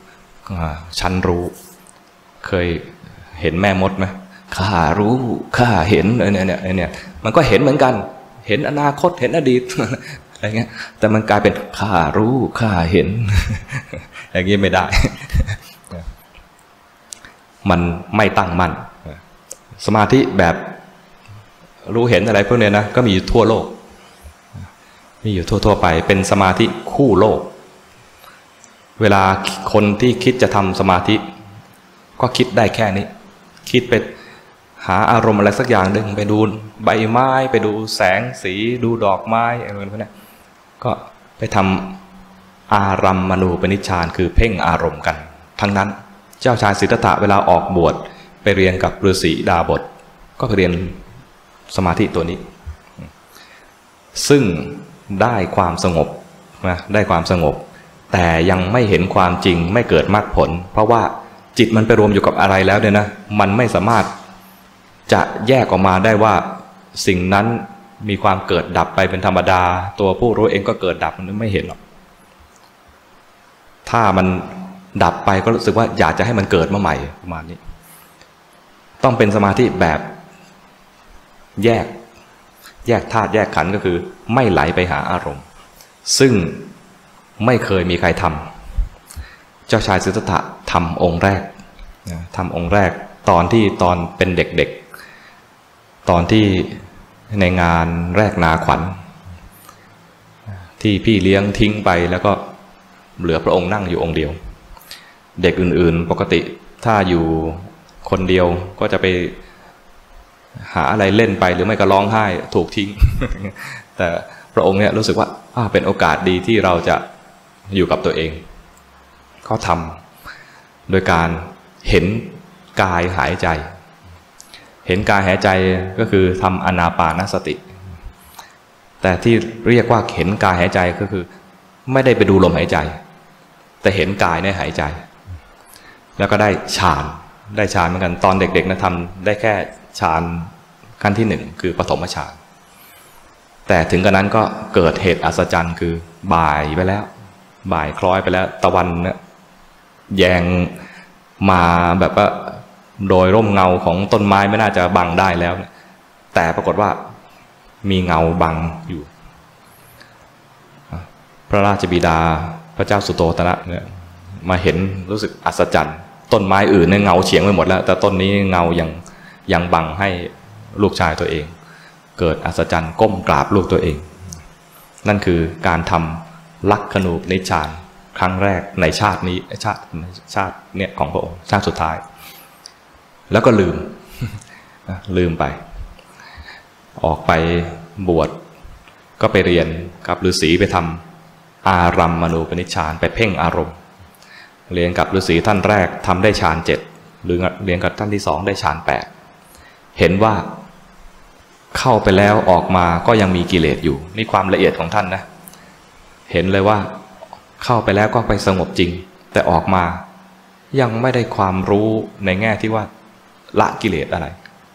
เคยเห็นแม่มดไหมข้ารู้ข้าเห็นเนี่ยมันก็เห็นเหมือนกันเห็นอนาคตเห็นอดีตอะไรเงี้ยแต่มันกลายเป็นข้ารู้ข้าเห็น อย่างนี้ไม่ได้ มันไม่ตั้งมั่นสมาธิแบบรู้เห็นอะไรพวกนี้นะก็มีอยู่ทั่วโลกมีอยู่ทั่วไปเป็นสมาธิคู่โลกเวลาคนที่คิดจะทำสมาธิก็คิดได้แค่นี้คิดไปหาอารมณ์อะไรสักอย่างหนึ่งไปดูใบไม้ไปดูแสงสีดูดอกไม้อะไรพวกนี้ก็ไปทำอารัมมณูปนิชฌานคือเพ่งอารมณ์กันทั้งนั้นเจ้าชายสิทธัตถะเวลาออกบวชไปเรียนกับฤาษีดาบสก็ไปเรียนสมาธิตัวนี้ซึ่งได้ความสงบนะได้ความสงบแต่ยังไม่เห็นความจริงไม่เกิดมรรคผลเพราะว่าจิตมันไปรวมอยู่กับอะไรแล้วเนี่ยนะมันไม่สามารถจะแยกออกมาได้ว่าสิ่งนั้นมีความเกิดดับไปเป็นธรรมดาตัวผู้รู้เองก็เกิดดับมันไม่เห็นหรอกถ้ามันดับไปก็รู้สึกว่าอยากจะให้มันเกิดมาใหม่ประมาณนี้ต้องเป็นสมาธิแบบแยกธาตุแยกขันธ์ก็คือไม่ไหลไปหาอารมณ์ซึ่งไม่เคยมีใครทำเจ้าชายสิทธัตถะทำองค์แรกทำองค์แรกตอนเป็นเด็กๆตอนที่ในงานแรกนาขวัญที่พี่เลี้ยงทิ้งไปแล้วก็เหลือพระองค์นั่งอยู่องค์เดียวเด็กอื่นๆปกติถ้าอยู่คนเดียวก็จะไปหาอะไรเล่นไปหรือไม่ก็ร้องไห้ถูกทิ้ง แต่พระองค์เนี่ยรู้สึกว่าเป็นโอกาสดีที่เราจะอยู่กับตัวเองก็ทำโดยการเห็นกายหายใจเห็นกายหายใจก็คือทำอานาปานสติแต่ที่เรียกว่าเห็นกายหายใจก็คือไม่ได้ไปดูลมหายใจแต่เห็นกายในหายใจแล้วก็ได้ฌานเหมือนกันตอนเด็กๆนะทำได้แค่ฌานขั้นที่หนึ่งคือปฐมฌานแต่ถึงกระนั้นก็เกิดเหตุอัศจรรย์คือบ่ายไปแล้วบ่ายคล้อยไปแล้วตะวันเนี่ยแยงมาแบบว่าโดยร่มเงาของต้นไม้ไม่น่าจะบังได้แล้วแต่ปรากฏว่ามีเงาบังอยู่พระราชบิดาพระเจ้าสุโธทนะเนี่ยมาเห็นรู้สึกอัศจรรย์ต้นไม้อื่นเนี่ยเงาเฉียงไปหมดแล้วแต่ต้นนี้เงายังบังให้ลูกชายตัวเองเกิดอัศจรรย์ก้มกราบลูกตัวเองนั่นคือการทำลักขณูปนิชฌานครั้งแรกในชาตินี้ชาติเนี่ยของพระองค์ชาติสุดท้ายแล้วก็ลืมไปออกไปบวชก็ไปเรียนกับฤาษีไปทำอารัมมณูปนิชฌานไปเพ่งอารมณ์เรียนกับฤาษีท่านแรกทำได้ฌาน7หรือเรียนกับท่านที่2ได้ฌาน8เห็นว่าเข้าไปแล้วออกมาก็ยังมีกิเลสอยู่นี่ความละเอียดของท่านนะเห็นเลยว่าเข้าไปแล้วก็ไปสงบจริงแต่ออกมายังไม่ได้ความรู้ในแง่ที่ว่าละกิเลสอะไร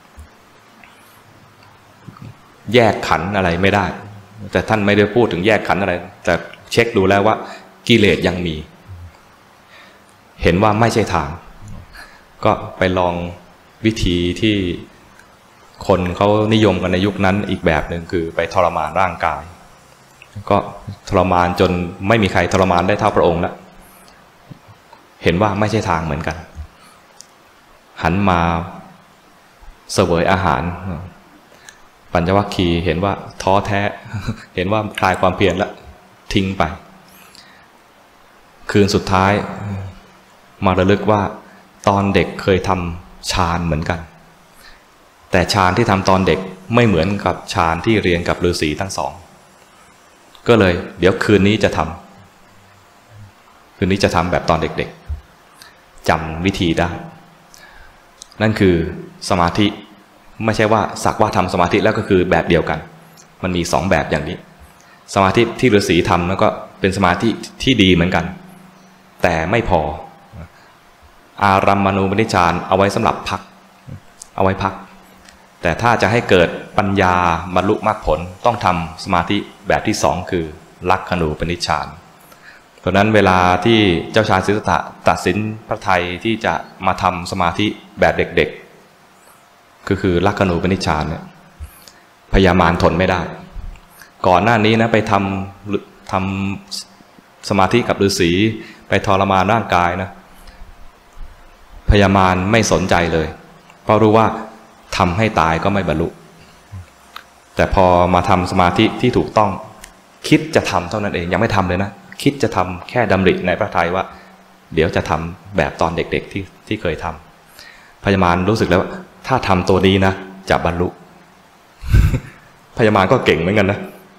แยกขันธ์อะไรไม่ได้แต่ท่านไม่ได้พูดถึงแยกขันธ์อะไรแต่เช็คดูแล้วว่ากิเลสยังมีเห็นว่าไม่ใช่ทางก็ไปลองวิธีที่คนเขานิยมกันในยุคนั้นอีกแบบหนึ่งคือไปทรมานร่างกายก็ทรมานจนไม่มีใครทรมานได้เท่าพระองค์แล้วเห็นว่าไม่ใช่ทางเหมือนกันหันมาเสวยอาหารปัญจวัคคีย์เห็นว่าท้อแท้เห็นว่าคลายความเพียรแล้วทิ้งไปคืนสุดท้ายมาระลึกว่าตอนเด็กเคยทำฌานเหมือนกันแต่ฌานที่ทำตอนเด็กไม่เหมือนกับฌานที่เรียนกับฤาษีทั้งสองก็เลยเดี๋ยวคืนนี้จะทำแบบตอนเด็กๆจำวิธีได้นั่นคือสมาธิไม่ใช่ว่าสักว่าทำสมาธิแล้วก็คือแบบเดียวกันมันมี2แบบอย่างนี้สมาธิที่ฤาษีทำแล้วก็เป็นสมาธิที่ดีเหมือนกันแต่ไม่พออารัมมณูปนิชฌานเอาไว้สำหรับพักเอาไว้พักแต่ถ้าจะให้เกิดปัญญาบรรลุมรรคผลต้องทำสมาธิแบบที่2คือลักขณูปนิชฌานเพราะนั้นเวลาที่เจ้าชายสิทธัตถะตัดสินพระทัยที่จะมาทำสมาธิแบบเด็กๆคือลักขณูปนิชฌานเนี่ยพญามารทนไม่ได้ก่อนหน้านี้นะไปทำสมาธิกับฤาษีไปทรมานร่างกายนะพญามารไม่สนใจเลยเพราะรู้ว่าทำให้ตายก็ไม่บรรลุแต่พอมาทำสมาธิที่ถูกต้องคิดจะทำเท่านั้นเองยังไม่ทำเลยนะคิดจะทำแค่ดำริในพระทัยว่าเดี๋ยวจะทำแบบตอนเด็กๆที่เคยทำพญามารรู้สึกแล้วว่าถ้าทำตัวนี้นะจะบรรลุ พญามารก็เก่งเหมือนกันนะ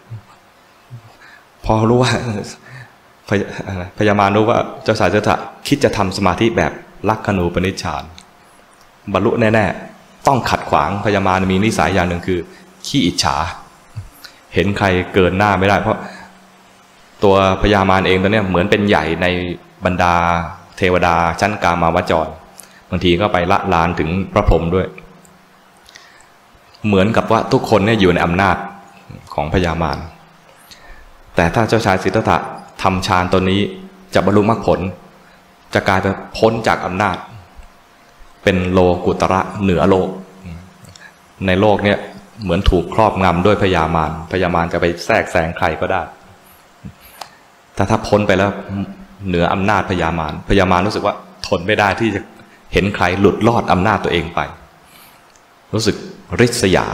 พอรู้ว่าพญามารรู้ว่าเจ้าชายสิทธัตถะคิดจะทำสมาธิแบบลักขณูปนิชฌานบรรลุแน่ๆต้องขัดขวางพญามารมีนิสัยอย่างหนึ่งคือขี้อิจฉาเห็นใครเกินหน้าไม่ได้เพราะตัวพญามารเองตัวเนี้ยเหมือนเป็นใหญ่ในบรรดาเทวดาชั้นกามาวจรบางทีก็ไปละลานถึงพระพรหมด้วยเหมือนกับว่าทุกคนเนี่ยอยู่ในอำนาจของพญามารแต่ถ้าเจ้าชายสิทธัตถะทำฌานตัวนี้จะบรรลุมรรคผลจะกลายเป็นพ้นจากอำนาจเป็นโลกุตระเหนือโลกในโลกเนี่ยเหมือนถูกครอบงำด้วยพญามารพญามารจะไปแทรกแซงใครก็ได้ถ้าพ้นไปแล้วเหนืออำนาจพญามารพญามารรู้สึกว่าทนไม่ได้ที่จะเห็นใครหลุดรอดอำนาจตัวเองไปรู้สึกริษยา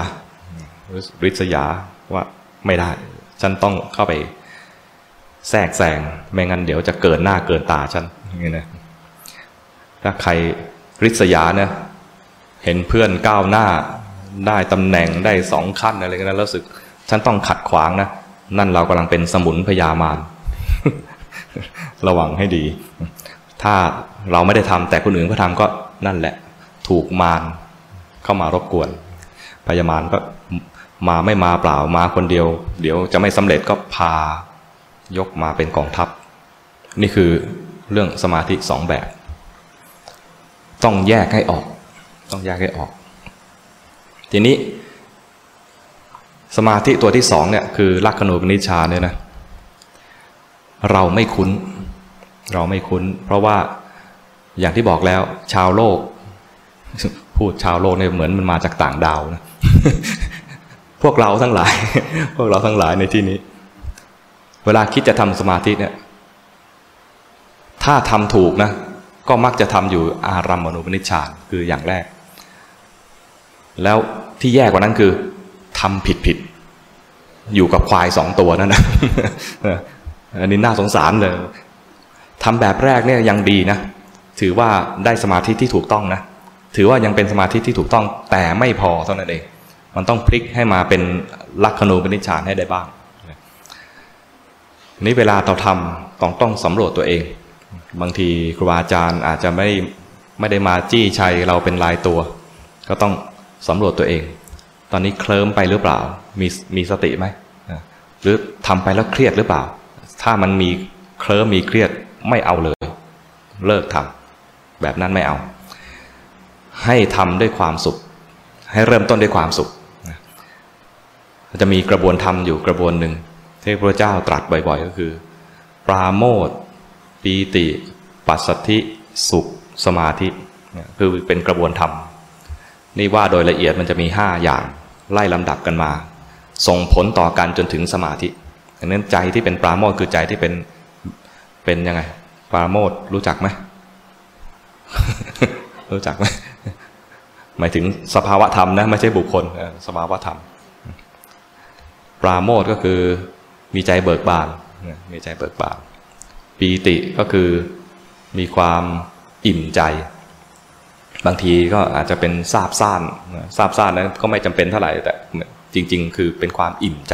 ว่าไม่ได้ฉันต้องเข้าไปแทรกแซงไม่งั้นเดี๋ยวจะเกินหน้าเกินตาฉันอย่างนี้นะถ้าใครริษยาเนี่ยเห็นเพื่อนก้าวหน้าได้ตำแหน่งได้2 ขั้นอะไรกันนะรู้สึกฉันต้องขัดขวางนะนั่นเรากำลังเป็นสมุนพญามาร ระวังให้ดีถ้าเราไม่ได้ทำแต่คนอื่นก็ทำก็นั่นแหละถูกมารเข้ามารบกวนพญามารก็มาไม่มาเปล่ามาคนเดียวเดี๋ยวจะไม่สำเร็จก็พายกมาเป็นกองทัพนี่คือเรื่องสมาธิ2 แบบต้องแยกให้ออกทีนี้สมาธิตัวที่2เนี่ยคือลักขณูปนิชฌานเนี่ยนะเราไม่คุ้นเพราะว่าอย่างที่บอกแล้วชาวโลกพูดชาวโลกเนี่ยเหมือนมันมาจากต่างดาวนะ พวกเราทั้งหลายในที่นี้เวลาคิดจะทำสมาธิเนี่ยถ้าทำถูกนะก็มักจะทำอยู่อารัมมณูปนิชฌานคืออย่างแรกแล้วที่แย่กว่านั้นคือทำผิดอยู่กับควาย2 ตัวนั่นนะ อันนี้น่าสงสารเลยทำแบบแรกเนี่ยยังดีนะถือว่าได้สมาธิที่ถูกต้องนะถือว่ายังเป็นสมาธิที่ถูกต้องแต่ไม่พอเท่านั้นเองมันต้องพลิกให้มาเป็นลักขณูปนิชฌานให้ได้บ้างนี้เวลาเราทำต้องสำรวจตัวเองบางทีครูบาอาจารย์อาจจะไม่ได้มาจี้ชัยเราเป็นรายตัวก็ต้องสำรวจตัวเองตอนนี้เคลิ้มไปหรือเปล่ามีสติไหมหรือทำไปแล้วเครียดหรือเปล่าถ้ามันมีเคลิ้มมีเครียดไม่เอาเลยเลิกทำแบบนั้นไม่เอาให้ทำด้วยความสุขให้เริ่มต้นด้วยความสุขจะมีกระบวนธรรมอยู่กระบวนหนึ่งที่พระเจ้าตรัสบ่อยๆก็คือปราโมทย์ปีติปัสสัทธิสุขสมาธิคือเป็นกระบวนธรรมนี่ว่าโดยละเอียดมันจะมี5 อย่างไล่ลำดับกันมาส่งผลต่อกันจนถึงสมาธิดังนั้นใจที่เป็นปราโมทย์คือใจที่เป็นยังไงปราโมทย์รู้จักไหม รู้จักไหมหมายถึงสภาวะธรรมนะไม่ใช่บุคคลสภาวะธรรมปราโมทย์ก็คือมีใจเบิกบานปีติก็คือมีความอิ่มใจบางทีก็อาจจะเป็นซาบซ่านนั้นก็ไม่จำเป็นเท่าไหร่แต่จริงๆคือเป็นความอิ่มใจ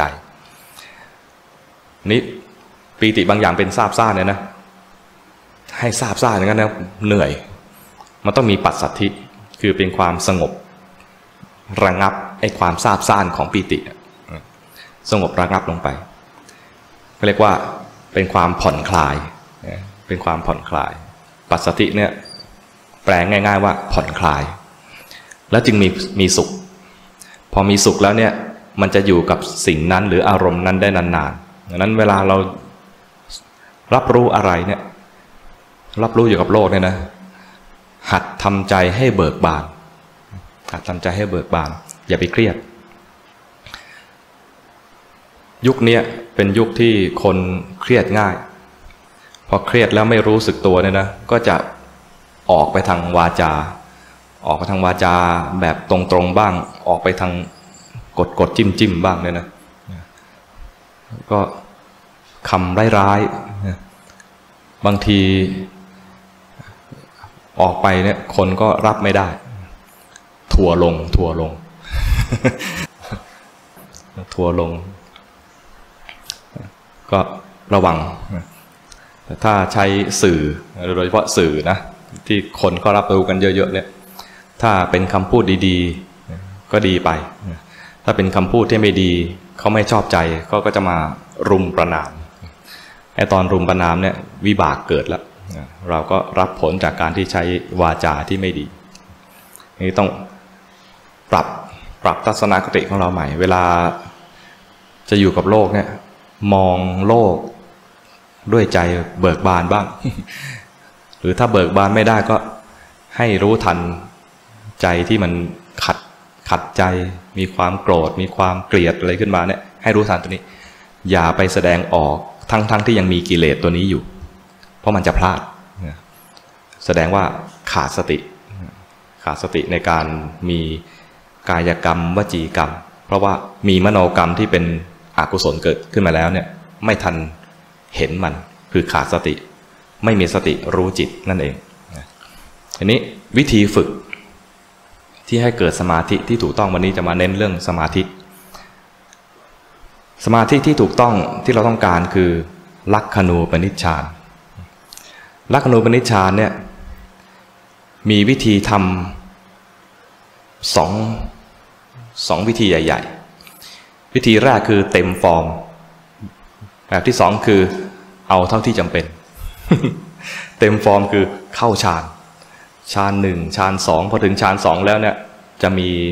นี่ปีติบางอย่างเป็นซาบซ่านเนี่ยนะให้ซาบซ่านอย่างนั้นนะเหนื่อยมันต้องมีปัสสัทธิคือเป็นความสงบระงับไอ้ความซาบซ่านของปีติสงบระงับลงไปก็เรียกว่าเป็นความผ่อนคลายปัสสัทธิเนี่ยแปลง่ายๆว่าผ่อนคลายแล้วจึงมีสุขพอมีสุขแล้วเนี่ยมันจะอยู่กับสิ่งนั้นหรืออารมณ์นั้นได้นานๆดังนั้นเวลาเรารับรู้อะไรเนี่ยรับรู้อยู่กับโลกเนี่ยนะหัดทำใจให้เบิกบานอย่าไปเครียดยุคนี้เป็นยุคที่คนเครียดง่ายพอเครียดแล้วไม่รู้สึกตัวเนี่ยนะก็จะออกไปทางวาจาแบบตรงๆบ้างออกไปทางกดจิ้มบ้างเนี่ยนะก็คำร้ายๆบางทีออกไปเนี่ยคนก็รับไม่ได้ทัวร์ลง ก็ระวังถ้าใช้สื่อโดยเฉพาะสื่อนะที่คนเขารับรู้กันเยอะๆเนี่ยถ้าเป็นคำพูดดีๆก็ดีไปถ้าเป็นคำพูดที่ไม่ดีเขาไม่ชอบใจเขาก็จะมารุมประณามไอ้ตอนรุมประณามเนี่ยวิบากเกิดแล้วเราก็รับผลจากการที่ใช้วาจาที่ไม่ดีนี่ต้องปรับทัศนคติของเราใหม่เวลาจะอยู่กับโลกเนี่ยมองโลกด้วยใจเบิกบานบ้าง หรือถ้าเบิกบานไม่ได้ก็ให้รู้ทันใจที่มันขัดใจมีความโกรธมีความเกลียดอะไรขึ้นมาเนี่ยให้รู้ทันตัวนี้อย่าไปแสดงออกทั้งที่ยังมีกิเลสตัวนี้อยู่เพราะมันจะพลาดแสดงว่าขาดสติในการมีกายกรรมวจีกรรมเพราะว่ามีมโนกรรมที่เป็นอกุศลเกิดขึ้นมาแล้วเนี่ยไม่ทันเห็นมันคือขาดสติไม่มีสติรู้จิตนั่นเองทีนี้วิธีฝึกที่ให้เกิดสมาธิที่ถูกต้องวันนี้จะมาเน้นเรื่องสมาธิที่ถูกต้องที่เราต้องการคือลักขณูปนิชฌานลักขณูปนิชฌานเนี่ยมีวิธีทำสองวิธีใหญ่ๆวิธีแรกคือเต็มฟอร์มแบบที่สองคือเอาเท่าที่จำเป็น เต็มฟอร์มคือเข้าฌานหนึ่งฌานสองพอถึงฌานสองแล้วเนี่ยจะ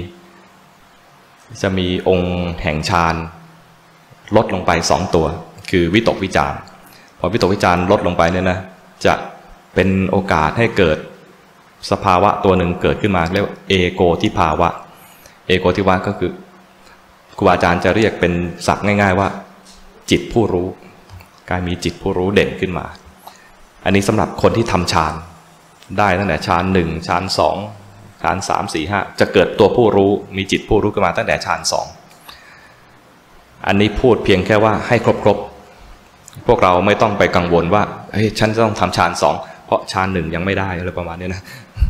มีองค์แห่งฌานลดลงไป2ตัวคือวิตกวิจารพอวิตกวิจารลดลงไปเนี่ยนะจะเป็นโอกาสให้เกิดสภาวะตัวหนึ่งเกิดขึ้นมาเรียกว่าเอโกทิภาวะเอโกทิภาวะก็คือครูอาจารย์จะเรียกเป็นศัพท์ง่ายๆว่าจิตผู้รู้การมีจิตผู้รู้เด่นขึ้นมาอันนี้สำหรับคนที่ทำฌานได้ตั้งแต่ฌานหนึ่งฌานสองฌานสามสี่ห้าจะเกิดตัวผู้รู้มีจิตผู้รู้ขึ้นมาตั้งแต่ฌานสองอันนี้พูดเพียงแค่ว่าให้ครบพวกเราไม่ต้องไปกังวลว่าเฮ้ยฉันจะต้องทำฌานสองเพราะฌานหนึ่งยังไม่ได้อะไรประมาณนี้นะ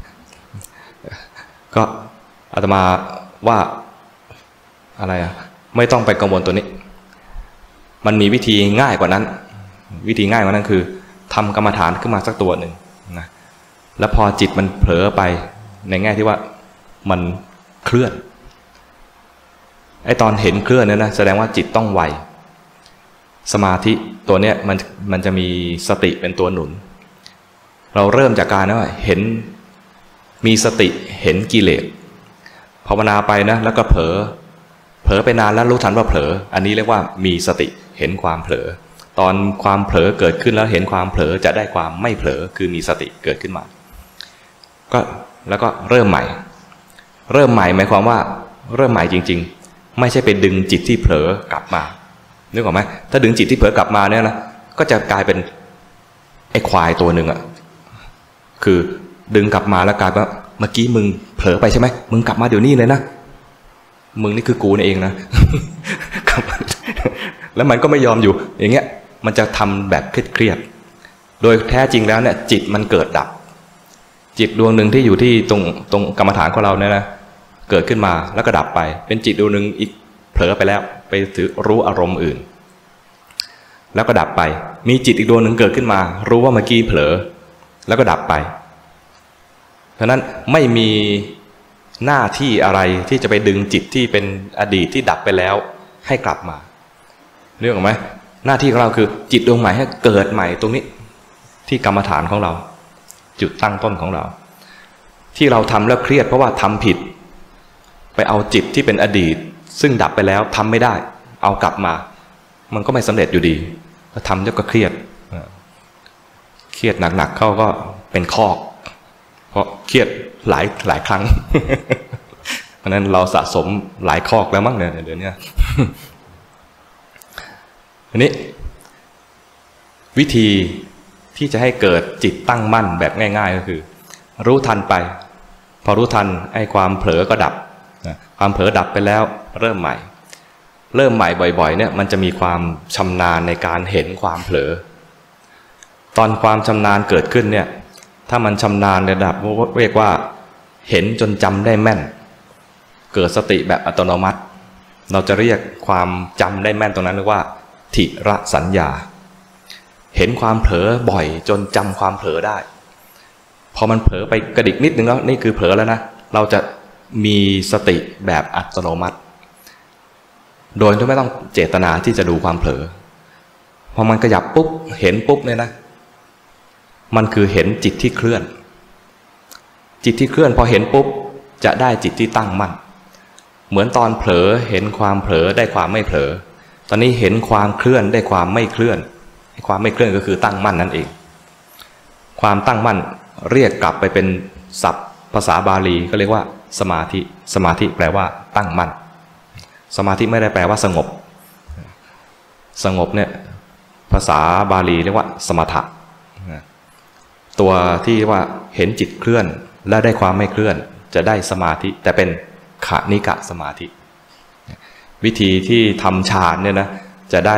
ก็อาตมาว่าอะไรไม่ต้องไปกังวลตัวนี้มันมีวิธีง่ายกว่านั้นคือทำกรรมฐานขึ้นมาสักตัวหนึ่งนะแล้วพอจิตมันเผลอไปในแง่ที่ว่ามันเคลื่อนไอตอนเห็นเคลื่อนเนี่ยนะแสดงว่าจิตต้องไวสมาธิตัวเนี้ยมันจะมีสติเป็นตัวหนุนเราเริ่มจากการนะว่าเห็นมีสติเห็นกิเลสภาวนาไปนะแล้วก็เผลอไปนานแล้วรู้ทันว่าเผลออันนี้เรียกว่ามีสติเห็นความเผลอตอนความเผลอเกิดขึ้นแล้วเห็นความเผลอจะได้ความไม่เผลอคือมีสติเกิดขึ้นมาแล้วก็เริ่มใหม่หมายความว่าเริ่มใหม่จริงๆไม่ใช่ไปดึงจิตที่เผลอกลับมานึกออกไหมถ้าดึงจิตที่เผลอกลับมาเนี่ยนะก็จะกลายเป็นไอ้ควายตัวหนึ่งอ่ะคือดึงกลับมาแล้วกลายว่าเมื่อกี้มึงเผลอไปใช่ไหมมึงกลับมาเดี๋ยวนี้เลยนะมึงนี่คือกูเองนะ แล้วมันก็ไม่ยอมอยู่อย่างเงี้ยมันจะทำแบบเครียดโดยแท้จริงแล้วเนี่ยจิตมันเกิดดับจิตดวงหนึ่งที่อยู่ที่ตรงกรรมฐานของเราเนี่ยนะเกิดขึ้นมาแล้วก็ดับไปเป็นจิตดวงหนึ่งอีกเผลอไปแล้วไปถือรู้อารมณ์อื่นแล้วก็ดับไปมีจิตอีกดวงหนึ่งเกิดขึ้นมารู้ว่าเมื่อกี้เผลอแล้วก็ดับไปเพราะนั้นไม่มีหน้าที่อะไรที่จะไปดึงจิตที่เป็นอดีตที่ดับไปแล้วให้กลับมาเรื่องไหมหน้าที่ของเราคือจิตดวงใหม่ให้เกิดใหม่ตรงนี้ที่กรรมฐานของเราจุดตั้งต้นของเราที่เราทำแล้วเครียดเพราะว่าทำผิดไปเอาจิตที่เป็นอดีตซึ่งดับไปแล้วทำไม่ได้เอากลับมามันก็ไม่สำเร็จอยู่ดีแล้วทำแล้วก็เครียดหนักๆเข้าก็เป็นคอกเพราะเครียดหลายครั้ง เพราะนั้นเราสะสมหลายคอกแล้วมั้งเนี่ยเดี๋ยวนี้ อันนี้วิธีที่จะให้เกิดจิตตั้งมั่นแบบง่ายๆก็คือรู้ทันไปพอรู้ทันไอ้ความเผลอก็ดับความเผลอดับไปแล้วเริ่มใหม่บ่อยๆเนี่ยมันจะมีความชำนาญในการเห็นความเผลอตอนความชำนาญเกิดขึ้นเนี่ยถ้ามันชำนาญระดับเรียกว่าเห็นจนจำได้แม่นเกิดสติแบบอัตโนมัติเราจะเรียกความจำได้แม่นตรงนั้นเรียกว่าทิรสัญญาเห็นความเผลอบ่อยจนจำความเผลอได้พอมันเผลอไปกระดิกนิดนึงแล้วนี่คือเผลอแล้วนะเราจะมีสติแบบอัตโนมัติโดยที่ไม่ต้องเจตนาที่จะดูความเผลอพอมันขยับปุ๊บเห็นปุ๊บเนี่ยนะมันคือเห็นจิตที่เคลื่อนจิตที่เคลื่อนพอเห็นปุ๊บจะได้จิตที่ตั้งมั่นเหมือนตอนเผลอเห็นความเผลอได้ความไม่เผลอตอนนี้เห็นความเคลื่อนได้ความไม่เคลื่อนความไม่เคลื่อนก็คือตั้งมั่นนั่นเองความตั้งมั่นเรียกกลับไปเป็นศัพท์ภาษาบาลีก็เรียกว่าสมาธิสมาธิแปลว่าตั้งมั่นสมาธิไม่ได้แปลว่าสงบสงบเนี่ยภาษาบาลีเรียกว่าสมถะตัวที่ว่าเห็นจิตเคลื่อนและได้ความไม่เคลื่อนจะได้สมาธิแต่เป็นขณิกะสมาธิวิธีที่ทำฌานเนี่ยนะจะได้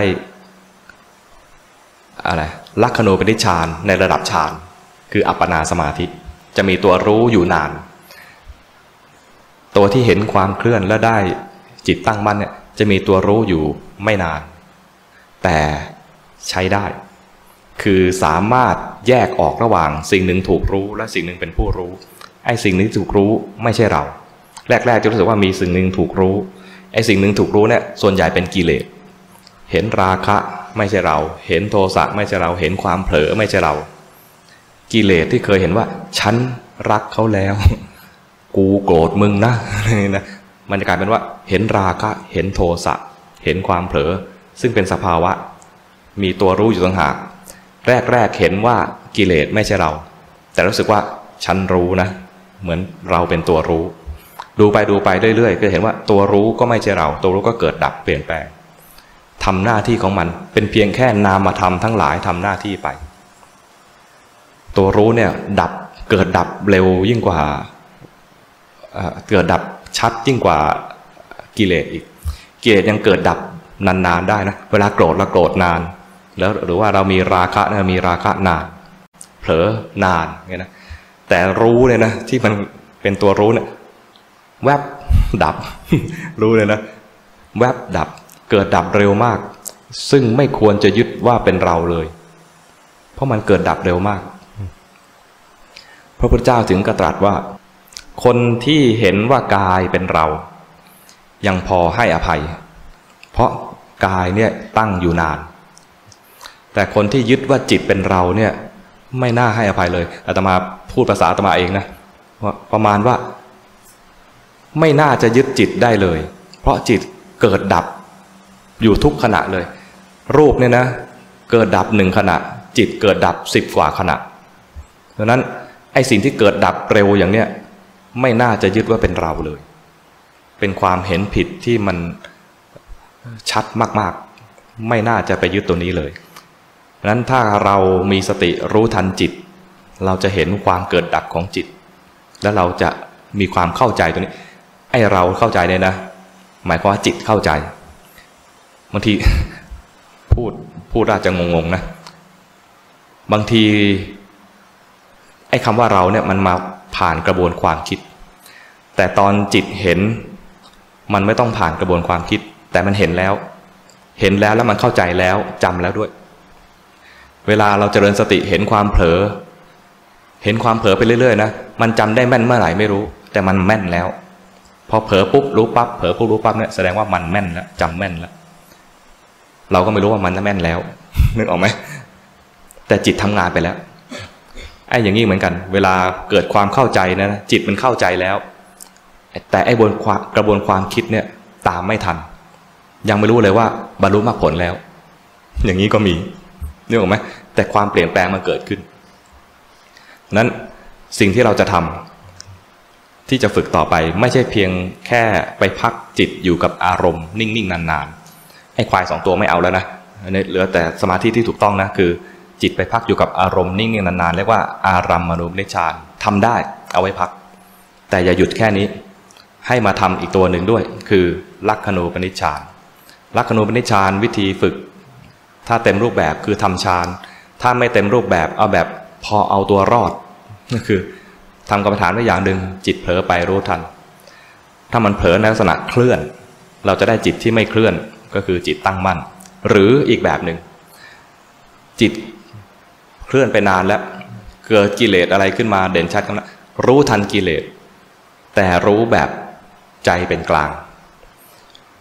อะไรลักขณูปนิชฌานในระดับฌานคืออัปปนาสมาธิจะมีตัวรู้อยู่นานตัวที่เห็นความเคลื่อนและได้จิตตั้งมั่นเนี่ยจะมีตัวรู้อยู่ไม่นานแต่ใช้ได้คือสามารถแยกออกระหว่างสิ่งหนึ่งถูกรู้และสิ่งหนึ่งเป็นผู้รู้ไอ้สิ่งนี้ถูกรู้ไม่ใช่เราแรกๆจะรู้สึกว่ามีสิ่งหนึ่งถูกรู้ไอ้สิ่งหนึ่งถูกรู้เนี่ยส่วนใหญ่เป็นกิเลสเห็นราคะไม่ใช่เราเห็นโทสะไม่ใช่เราเห็นความเผลอไม่ใช่เรากิเลสที่เคยเห็นว่าฉันรักเขาแล้วกูโกรธมึงนะมันจะกลายเป็นว่าเห็นราคะเห็นโทสะเห็นความเผลอซึ่งเป็นสภาวะมีตัวรู้อยู่ต่างหากแรกเห็นว่ากิเลสไม่ใช่เราแต่รู้สึกว่าฉันรู้นะเหมือนเราเป็นตัวรู้ดูไปเรื่อยๆก็เห็นว่าตัวรู้ก็ไม่ใช่เราตัวรู้ก็เกิดดับเปลี่ยนแปลงทำหน้าที่ของมันเป็นเพียงแค่นามธรรมทั้งหลายทำหน้าที่ไปตัวรู้เนี่ยดับเกิดดับเร็วยิ่งกว่าเกิดดับชัดยิ่งกว่ากิเลสอีกกิเลสยังเกิดดับนานๆได้นะเวลาโกรธเราโกรธนานแล้วหรือว่าเรามีราคะนะมีราคะนานเผลอนานเงี้ยนะแต่รู้เนี่ยนะที่มันเป็นตัวรู้เนี่ยแวบดับ รู้เลยนะแวบดับเกิดดับเร็วมากซึ่งไม่ควรจะยึดว่าเป็นเราเลยเพราะมันเกิดดับเร็วมากพระพุทธเจ้าถึงกระตรัสว่าคนที่เห็นว่ากายเป็นเรายังพอให้อภัยเพราะกายเนี่ยตั้งอยู่นานแต่คนที่ยึดว่าจิตเป็นเราเนี่ยไม่น่าให้อภัยเลยอาตมาพูดภาษาอาตมาเองนะว่าประมาณว่าไม่น่าจะยึดจิตได้เลยเพราะจิตเกิดดับอยู่ทุกขณะเลยรูปเนี่ยนะเกิดดับ1 ขณะจิตเกิดดับ10 กว่าขณะดังนั้นไอ้สิ่งที่เกิดดับเร็วอย่างเนี้ยไม่น่าจะยึดว่าเป็นเราเลยเป็นความเห็นผิดที่มันชัดมากๆไม่น่าจะไปยึดตัวนี้เลยดังนั้นถ้าเรามีสติรู้ทันจิตเราจะเห็นความเกิดดับของจิตแล้วเราจะมีความเข้าใจตัวนี้ไอ้เราเข้าใจเนี่ยนะหมายความว่าจิตเข้าใจบางที พูดอาจจะงงๆนะบางทีไอ้คำว่าเราเนี่ยมันมาผ่านกระบวนความคิดแต่ตอนจิตเห็นมันไม่ต้องผ่านกระบวนความคิดแต่มันเห็นแล้วแล้วมันเข้าใจแล้วจำแล้วด้วยเวลาเราเจริญสติเห็นความเผลอไปเรื่อยๆนะมันจำได้แม่นเมื่อไหร่ไม่รู้แต่มันแม่นแล้วพอเผลอปุ๊บรู้ปั๊บเผลอปุ๊บรู้ปั๊บเนี่ยแสดงว่ามันแม่นแล้วจำแม่นแล้วเราก็ไม่รู้ว่ามันแม่นแล้วนึกออกไหมแต่จิตทำงานไปแล้วไอ้อย่างนี้เหมือนกันเวลาเกิดความเข้าใจนะจิตมันเข้าใจแล้วแต่ไอ้กระบวนความคิดเนี่ยตามไม่ทันยังไม่รู้เลยว่าบรรลุมรรคผลแล้วอย่างนี้ก็มีนึกออกไหมแต่ความเปลี่ยนแปลงมันเกิดขึ้นนั้นสิ่งที่เราจะทำที่จะฝึกต่อไปไม่ใช่เพียงแค่ไปพักจิตอยู่กับอารมณ์นิ่งๆนานๆไอ้ควาย2 ตัวไม่เอาแล้วนะเหลือแต่สมาธิที่ถูกต้องนะคือจิตไปพักอยู่กับอารมณ์นิ่งๆนานๆเรียกว่าอารัมมณูปนิชฌานทำได้เอาไว้พักแต่อย่าหยุดแค่นี้ให้มาทำอีกตัวหนึ่งด้วยคือลักขณูปนิชฌานลักขณูปนิชฌานวิธีฝึกถ้าเต็มรูปแบบคือทำฌานถ้าไม่เต็มรูปแบบเอาแบบพอเอาตัวรอดก็คือทำกรรมฐานไว้อย่างหนึ่งจิตเผลอไปรู้ทันถ้ามันเผลอในลักษณะเคลื่อนเราจะได้จิตที่ไม่เคลื่อนก็คือจิตตั้งมั่นหรืออีกแบบหนึ่งจิตเคลื่อนไปนานแล้วเกิดกิเลสอะไรขึ้นมาเด่นชัดขึ้นแล้วรู้ทันกิเลสแต่รู้แบบใจเป็นกลาง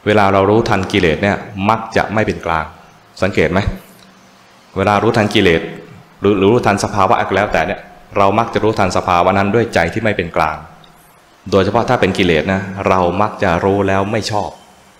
เวลาเรารู้ทันกิเลสเนี่ยมักจะไม่เป็นกลางสังเกตไหมเวลารู้ทันกิเลสหรือรู้ทันสภาวะอะไรแล้วแต่เนี่ยเรามักจะรู้ทันสภาวะนั้นด้วยใจที่ไม่เป็นกลางโดยเฉพาะถ้าเป็นกิเลสนะเรามักจะรู้แล้วไม่ชอบ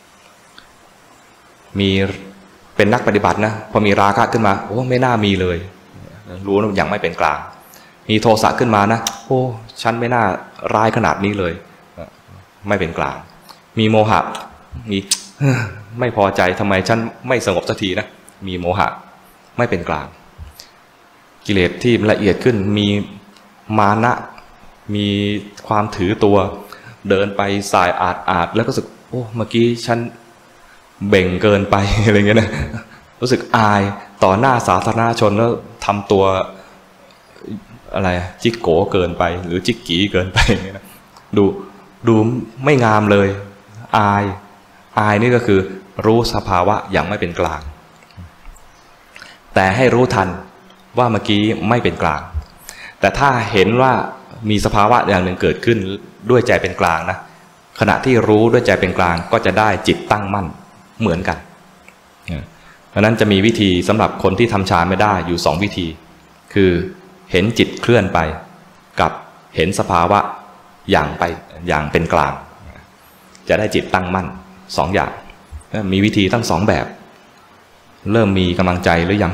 มีเป็นนักปฏิบัตินะพอมีราคะขึ้นมาโอ้ไม่น่ามีเลยรู้อย่างไม่เป็นกลางมีโทสะขึ้นมานะโอ้ฉันไม่น่าร้ายขนาดนี้เลยไม่เป็นกลางมีโมหะมีไม่พอใจทำไมฉันไม่สงบสักทีนะมีโมหะไม่เป็นกลางกิเลสที่ละเอียดขึ้นมีมานะมีความถือตัวเดินไปสายอาดแล้วก็รู้สึกโอ้เมื่อกี้ฉันเบ่งเกินไปอะไรเงี้ยนะรู้สึกอายต่อหน้าสาธารณชนแล้วทำตัวอะไรจิกโกเกินไปหรือจิกกีเกินไปอย่างเงี้ยนะดูไม่งามเลยอายนี่ก็คือรู้สภาวะอย่างไม่เป็นกลางแต่ให้รู้ทันว่าเมื่อกี้ไม่เป็นกลางแต่ถ้าเห็นว่ามีสภาวะอย่างหนึ่งเกิดขึ้นด้วยใจเป็นกลางนะขณะที่รู้ด้วยใจเป็นกลางก็จะได้จิตตั้งมั่นเหมือนกันเพราะนั้นจะมีวิธีสำหรับคนที่ทำฌานไม่ได้อยู่2วิธีคือเห็นจิตเคลื่อนไปกับเห็นสภาวะอย่างเป็นกลางจะได้จิตตั้งมั่น2อย่างมีวิธีตั้ง2แบบเริ่มมีกำลังใจหรือยัง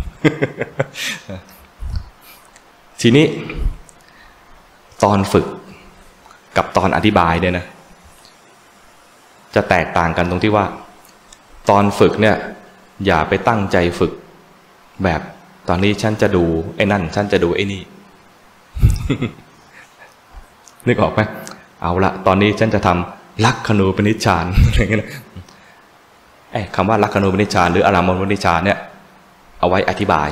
ทีนี้ตอนฝึกกับตอนอธิบายเนี่ยนะจะแตกต่างกันตรงที่ว่าตอนฝึกเนี่ยอย่าไปตั้งใจฝึกแบบตอนนี้ฉันจะดูไอ้นั่นฉันจะดูไอ้นี่ นึกออกไหมเอาละตอนนี้ฉันจะทำลักขณูปนิชฌานอะไรเงี้ยคำว่าลักขณูปนิชฌานหรืออารามณูปนิชฌานเนี่ยเอาไว้อธิบาย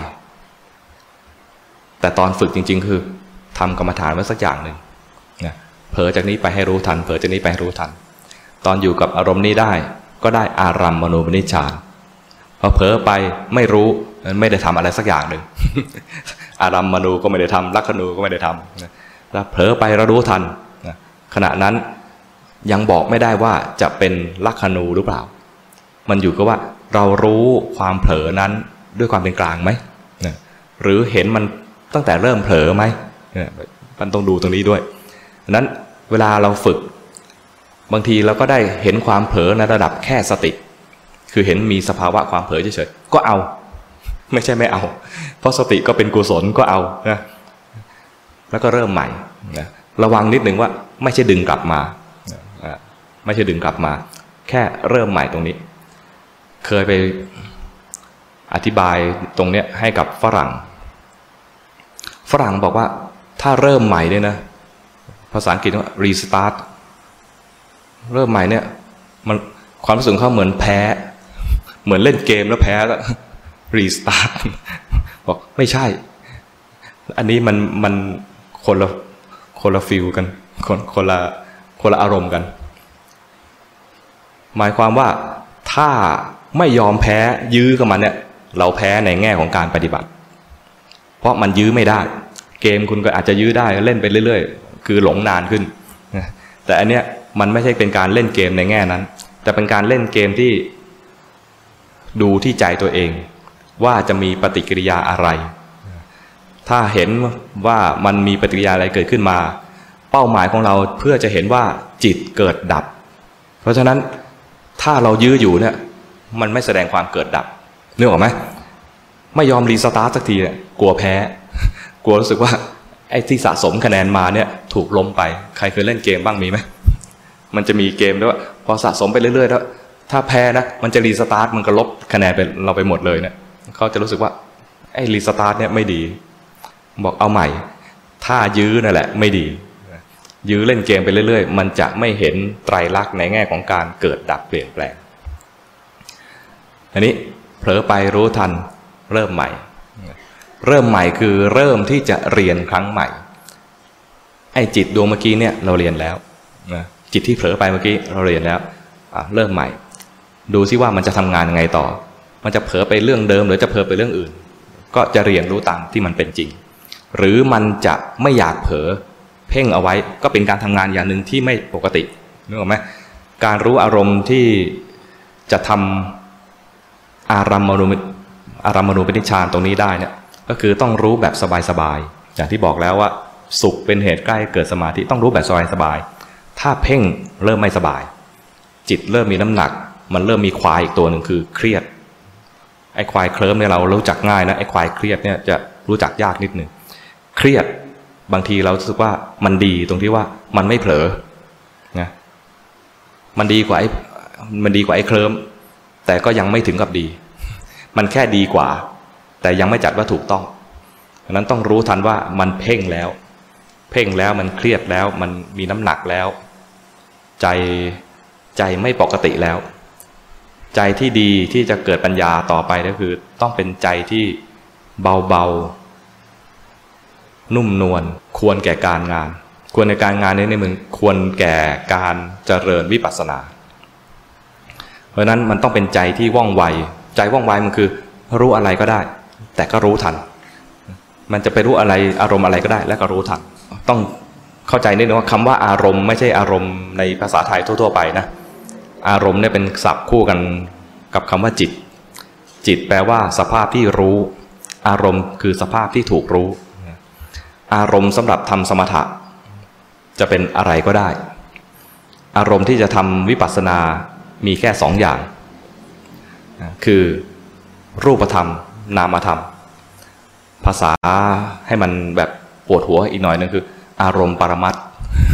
แต่ตอนฝึกจริงๆคือทำกรรมฐานไว้สักอย่างหนึ่งนะเผลอจากนี้ไปให้รู้ทันเผลอจากนี้ไปให้รู้ทันตอนอยู่กับอารมณ์นี้ได้ก็ได้อารามณูปนิชฌานพอเผลอไปไม่รู้ไม่ได้ทำอะไรสักอย่างหนึ่ง อารามณูก็ไม่ได้ทำลักขณูก็ไม่ได้ทำแล้วเผลอไปเรารู้ทันขณะนั้นยังบอกไม่ได้ว่าจะเป็นลักขณูหรือเปล่ามันอยู่กับว่าเรารู้ความเผลอนั้นด้วยความเป็นกลางไหมหรือเห็นมันตั้งแต่เริ่มเผลอไหมมันต้องดูตรงนี้ด้วยนั้นเวลาเราฝึกบางทีเราก็ได้เห็นความเผลอในระดับแค่สติคือเห็นมีสภาวะความเผลอเฉยๆก็เอาไม่ใช่ไม่เอาเพราะสติก็เป็นกุศลก็เอานะแล้วก็เริ่มใหม่นะระวังนิดหนึ่งว่าไม่ใช่ดึงกลับมาไม่ใช่ดึงกลับมาแค่เริ่มใหม่ตรงนี้เคยไปอธิบายตรงเนี้ยให้กับฝรั่งบอกว่าถ้าเริ่มใหม่เนี่ยนะภาษาอังกฤษว่า restart เริ่มใหม่เนี่ยมันความรู้สึกเขาเหมือนแพ้เหมือนเล่นเกมแล้วแพ้แล้ว restart บอกไม่ใช่อันนี้มันคนละฟีลกันคนละอารมณ์กันหมายความว่าถ้าไม่ยอมแพ้ยื้อกับมันเนี่ยเราแพ้ในแง่ของการปฏิบัติเพราะมันยื้อไม่ได้เกมคุณก็อาจจะยื้อได้เล่นไปเรื่อยๆคือหลงนานขึ้นแต่อันเนี้ยมันไม่ใช่เป็นการเล่นเกมในแง่นั้นแต่เป็นการเล่นเกมที่ดูที่ใจตัวเองว่าจะมีปฏิกิริยาอะไรถ้าเห็นว่ามันมีปฏิกิริยาอะไรเกิดขึ้นมาเป้าหมายของเราเพื่อจะเห็นว่าจิตเกิดดับเพราะฉะนั้นถ้าเรายื้ออยู่เนี่ยมันไม่แสดงความเกิดดับนึกออกไหมไม่ยอมรีสตาร์ทสักทีเนี่ยกลัวแพ้กลัวรู้สึกว่าไอ้ที่สะสมคะแนนมาเนี่ยถูกล้มไปใครเคยเล่นเกมบ้างมีไหมมันจะมีเกมด้วยว่าพอสะสมไปเรื่อยๆแล้วถ้าแพ้นะมันจะรีสตาร์ทมันก็ลบคะแนนไปเราไปหมดเลยเนี่ยเขาจะรู้สึกว่าไอ้รีสตาร์ทเนี่ยไม่ดีบอกเอาใหม่ถ้ายื้อนั่นแหละไม่ดียื้อเล่นเกมไปเรื่อยๆมันจะไม่เห็นไตรลักษณ์ในแง่ของการเกิดดับเปลี่ยนแปลงอันนี้เผลอไปรู้ทันเริ่มใหม่คือเริ่มที่จะเรียนครั้งใหม่ไอ้จิตดวงเมื่อกี้เนี่ยเราเรียนแล้วจิตที่เผลอไปเมื่อกี้เราเรียนแล้วเริ่มใหม่ดูซิว่ามันจะทำงานยังไงต่อมันจะเผลอไปเรื่องเดิมหรือจะเผลอไปเรื่องอื่นก็จะเรียนรู้ตามที่มันเป็นจริงหรือมันจะไม่อยากเผลอเพ่งเอาไว้ก็เป็นการทำงานอย่างหนึ่งที่ไม่ปกตินึกออกไหมการรู้อารมณ์ที่จะทำอารัมมณูปนิชฌานตรงนี้ได้เนี่ยก็คือต้องรู้แบบสบายๆอย่างที่บอกแล้วว่าสุขเป็นเหตุใกล้เกิดสมาธิต้องรู้แบบสบายๆถ้าเพ่งเริ่มไม่สบายจิตเริ่มมีน้ำหนักมันเริ่มมีควายอีกตัวหนึ่งคือเครียดไอ้ควายเคลิ้มเนี่ยเรารู้จักง่ายนะไอ้ควายเครียดเนี่ยจะรู้จักยากนิดหนึ่งเครียดบางทีเรารู้สึกว่ามันดีตรงที่ว่ามันไม่เผลอนะมันดีกว่าไอ้เคลิ้มแต่ก็ยังไม่ถึงกับดีมันแค่ดีกว่าแต่ยังไม่จัดว่าถูกต้องดังนั้นต้องรู้ทันว่ามันเพ่งแล้วมันเครียดแล้วมันมีน้ำหนักแล้วใจไม่ปกติแล้วใจที่ดีที่จะเกิดปัญญาต่อไปก็คือต้องเป็นใจที่เบาๆนุ่มนวลควรแก่การงานควรในการงานนี้ในมึงควรแก่การเจริญวิปัสสนาเพราะฉะนั้นมันต้องเป็นใจที่ว่องไวใจว่องไวมันคือรู้อะไรก็ได้แต่ก็รู้ทันมันจะไปรู้อะไรอารมณ์อะไรก็ได้และก็รู้ทันต้องเข้าใจนิดนึงว่าคำว่าอารมณ์ไม่ใช่อารมณ์ในภาษาไทยทั่วๆไปนะอารมณ์เนี่ยเป็นศัพท์คู่กันกับคำว่าจิตแปลว่าสภาพที่รู้อารมณ์คือสภาพที่ถูกรู้อารมณ์สำหรับทำสมถะจะเป็นอะไรก็ได้อารมณ์ที่จะทำวิปัสสนามีแค่สองอย่างคือรูปธรรมนามธรรมภาษาให้มันแบบปวดหัวอีกหน่อยนึงคืออารมณ์ปรมัตถ์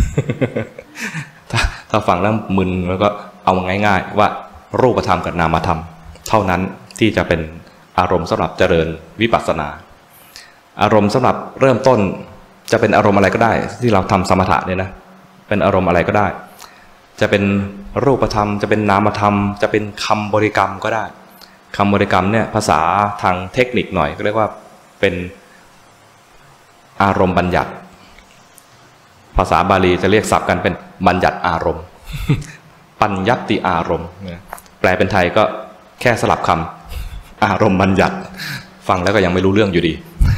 ถ้าฟังแล้วมึนแล้วก็เอาง่ายๆว่ารูปธรรมกับนามธรรมเท่านั้นที่จะเป็นอารมณ์สำหรับเจริญวิปัสสนาอารมณ์สำหรับเริ่มต้นจะเป็นอารมณ์อะไรก็ได้ที่เราทำสมถะเนี่ยนะเป็นอารมณ์อะไรก็ได้จะเป็นรูปธรรมจะเป็นนามธรรมจะเป็นคำบริกรรมก็ได้คำบริกรรมเนี่ยภาษาทางเทคนิคหน่อยก็เรียกว่าเป็นอารมณ์บัญญัติภาษาบาลีจะเรียกศัพท์กันเป็นบัญญัติอารมณ์ ปัญญัติอารมณ์แปลเป็นไทยก็แค่สลับคำอารมณ์บัญญัติฟังแล้วก็ยังไม่รู้เรื่องอยู่ดี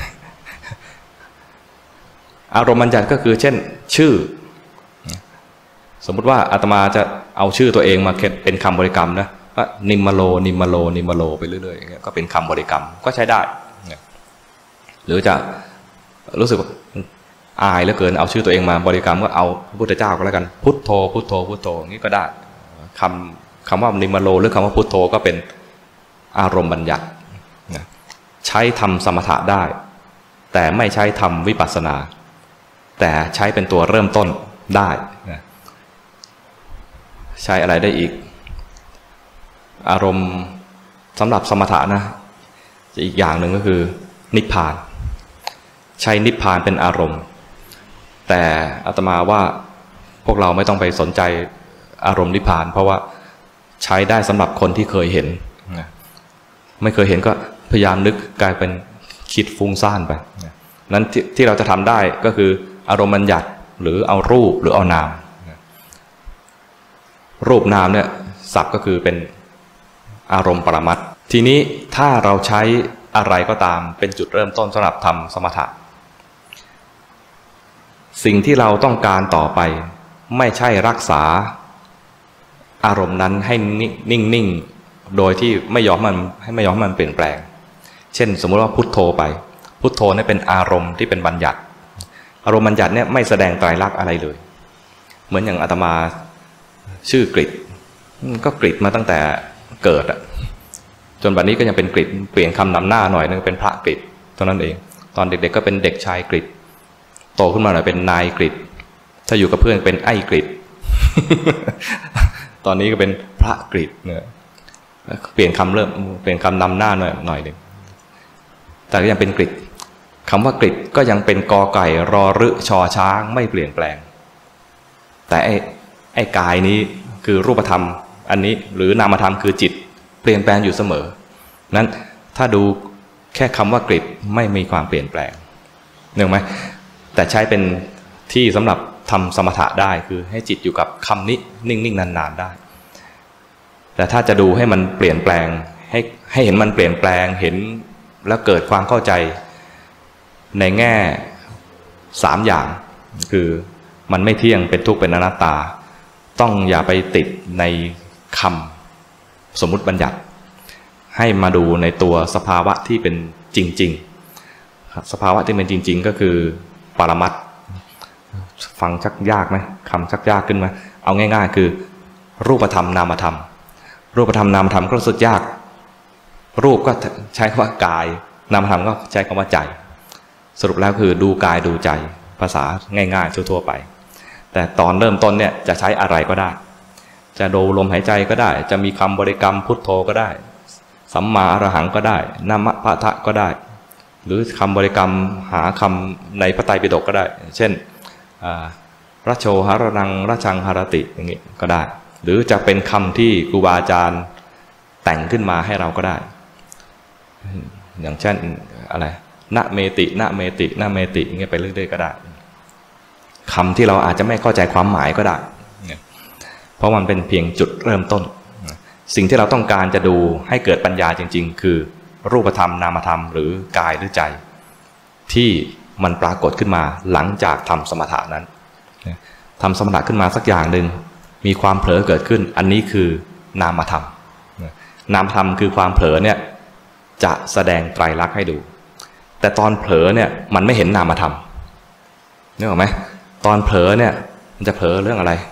อารมณ์บัญญัติก็คือเช่นชื่อสมมุติว่าอาตมาจะเอาชื่อตัวเองมาเป็นคำบริกรรมนะว่านิมมโลนิมมโลนิมมโลไปเรื่อยๆอย่างเงี้ยก็เป็นคำบริกรรมก็ใช้ได้หรือจะรู้สึกอายเหลือเกินเอาชื่อตัวเองมาบริกรรมก็เอาพระพุทธเจ้าก็แล้วกันพุทโธพุทโธพุทโธอย่างนี้ก็ได้คำว่านิมมโลหรือคำว่าพุทโธก็เป็นอารมณ์บัญญัติใช้ทำสมถะได้แต่ไม่ใช้ทำวิปัสสนาแต่ใช้เป็นตัวเริ่มต้นได้ใช้อะไรได้อีกอารมณ์สำหรับสมถะนะอีกอย่างหนึ่งก็คือนิพพานใช้นิพพานเป็นอารมณ์แต่อาตมาว่าพวกเราไม่ต้องไปสนใจอารมณ์นิพพานเพราะว่าใช้ได้สำหรับคนที่เคยเห็นไม่เคยเห็นก็พยายามนึกกลายเป็นคิดฟุ้งซ่านไปนั้นที่เราจะทำได้ก็คืออารมณ์บัญญัติหรือเอารูปหรือเอานามรูปนามเนี่ยศัพท์ก็คือเป็นอารมณ์ปรมัตถ์ทีนี้ถ้าเราใช้อะไรก็ตามเป็นจุดเริ่มต้นสำหรับทำสมถะสิ่งที่เราต้องการต่อไปไม่ใช่รักษาอารมณ์นั้นให้นิ่งๆโดยที่ไม่ยอมมันเปลี่ยนแปลงเช่นสมมติว่าพุทโธไปพุทโธนี่เป็นอารมณ์ที่เป็นบัญญัติอารมณ์บัญญัติเนี่ยไม่แสดงไตรลักษณ์อะไรเลยเหมือนอย่างอาตมาชื่อกฤษก็กฤษมาตั้งแต่เกิดจนบัดนี้ก็ยังเป็นกฤษเปลี่ยนคำนำหน้าหน่อยนึงเป็นพระกฤษเท่านั้นเองตอนเด็กๆก็เป็นเด็กชายกฤษโตขึ้นมาหน่อยเป็นนายกฤษถ้าอยู่กับเพื่อนเป็นไอ้กฤษ ตอนนี้ก็เป็นพระกฤษเนี่ยเปลี่ยนคำนำหน้าหน่อยนึงแต่ก็ยังเป็นกฤษคำว่ากฤษก็ยังเป็นกอไก่รอรึชอช้างไม่เปลี่ยนแปลงแต่ไอ้กายนี้คือรูปธรรมอันนี้หรือนามธรรมคือจิตเปลี่ยนแปลงอยู่เสมอนั้นถ้าดูแค่คำว่ากฤษไม่มีความเปลี่ยนแปลงนึกไหมแต่ใช้เป็นที่สำหรับทำสมถะได้คือให้จิตอยู่กับคำนี้นิ่งๆนานๆได้แต่ถ้าจะดูให้มันเปลี่ยนแปลงให้เห็นมันเปลี่ยนแปลงเห็นแล้วเกิดความเข้าใจในแง่3อย่างคือมันไม่เที่ยงเป็นทุกข์เป็นอนัตตาต้องอย่าไปติดในคสมมุติบัญญัติให้มาดูในตัวสภาวะที่เป็นจริงๆสภาวะที่เป็นจริงๆก็คือปรมัตถ์ฟังชักยากไหมคำชักยากขึ้นไหมเอาง่ายๆคือรูปธรรมนามธรรมรูปธรรมนามธรรมก็รู้สึกยากรูปก็ใช้คำว่ากายนามธรรมก็ใช้คำว่าใจสรุปแล้วคือดูกายดูใจภาษาง่ายๆทั่วๆไปแต่ตอนเริ่มต้นเนี่ยจะใช้อะไรก็ได้จะดูลมหายใจก็ได้จะมีคำบริกรรมพุทโธก็ได้สัมมาอรหังก็ได้นะมะพะทะก็ได้หรือคำบริกรรมหาคำในพระไตรปิฎกก็ได้เช่นรัชโชหรนังรัชังหรติอย่างนี้ก็ได้หรือจะเป็นคำที่ครูบาอาจารย์แต่งขึ้นมาให้เราก็ได้อย่างเช่นอะไรนะเมตินะเมตินะเมติอย่างเงี้ยไปเรื่อยๆก็ได้คำที่เราอาจจะไม่เข้าใจความหมายก็ได้เพราะมันเป็นเพียงจุดเริ่มต้นสิ่งที่เราต้องการจะดูให้เกิดปัญญาจริงๆคือรูปธรรมนามธรรมหรือกายหรือใจที่มันปรากฏขึ้นมาหลังจากทำสมถะนั้นทำสมถะขึ้นมาสักอย่างหนึ่งมีความเผลอเกิดขึ้นอันนี้คือนามธรรมนามธรรมคือความเผลอเนี่ยจะแสดงไตรลักษณ์ให้ดูแต่ตอนเผลอเนี่ยมันไม่เห็นนามธรรมนึกออกไหมตอนเผลอเนี่ยมันจะเผลอเรื่องอะไร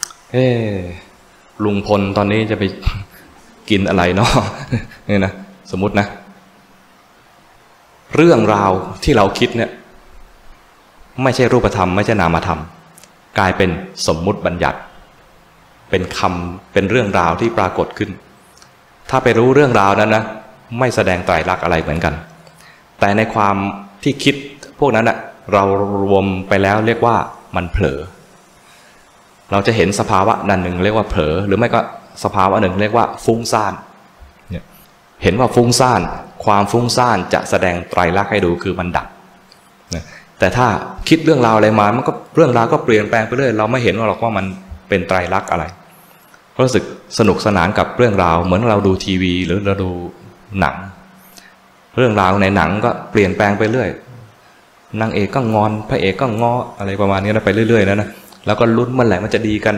ลุงพลตอนนี้จะไปกินอะไรเนาะนี่นะสมมุตินะเรื่องราวที่เราคิดเนี่ยไม่ใช่รูปธรรมไม่ใช่นามธรรมกลายเป็นสมมุติบัญญัติเป็นคำเป็นเรื่องราวที่ปรากฏขึ้นถ้าไปรู้เรื่องราวนั้นนะไม่แสดงไตรลักษณ์อะไรเหมือนกันแต่ในความที่คิดพวกนั้นอ่ะเรารวมไปแล้วเรียกว่ามันเผลอเราจะเห็นสภาวะนั้นหนึ่งเรียกว่าเผลอหรือไม่ก็สภาวะหนึ่งเรียกว่าฟุ้งซ่านเห็นว่าฟุ้งซ่านความฟุ้งซ่านจะแสดงไตรลักษณ์ให้ดูคือมันดับแต่ถ้าคิดเรื่องราวอะไรมามันก็เรื่องราวก็เปลี่ยนแปลงไปเรื่อยเราไม่เห็นหรอกว่ามันเป็นไตรลักษณ์อะไรรู้สึกสนุกสนานกับเรื่องราวเหมือนเราดูทีวีหรือเราดูหนังเรื่องราวในหนังก็เปลี่ยนแปลงไปเรื่อยนางเอกก็งอนพระเอกก็ง้ออะไรประมาณนี้นะไปเรื่อยๆนะแล้วก็ลุ้นเมื่อไหร่มันจะดีกัน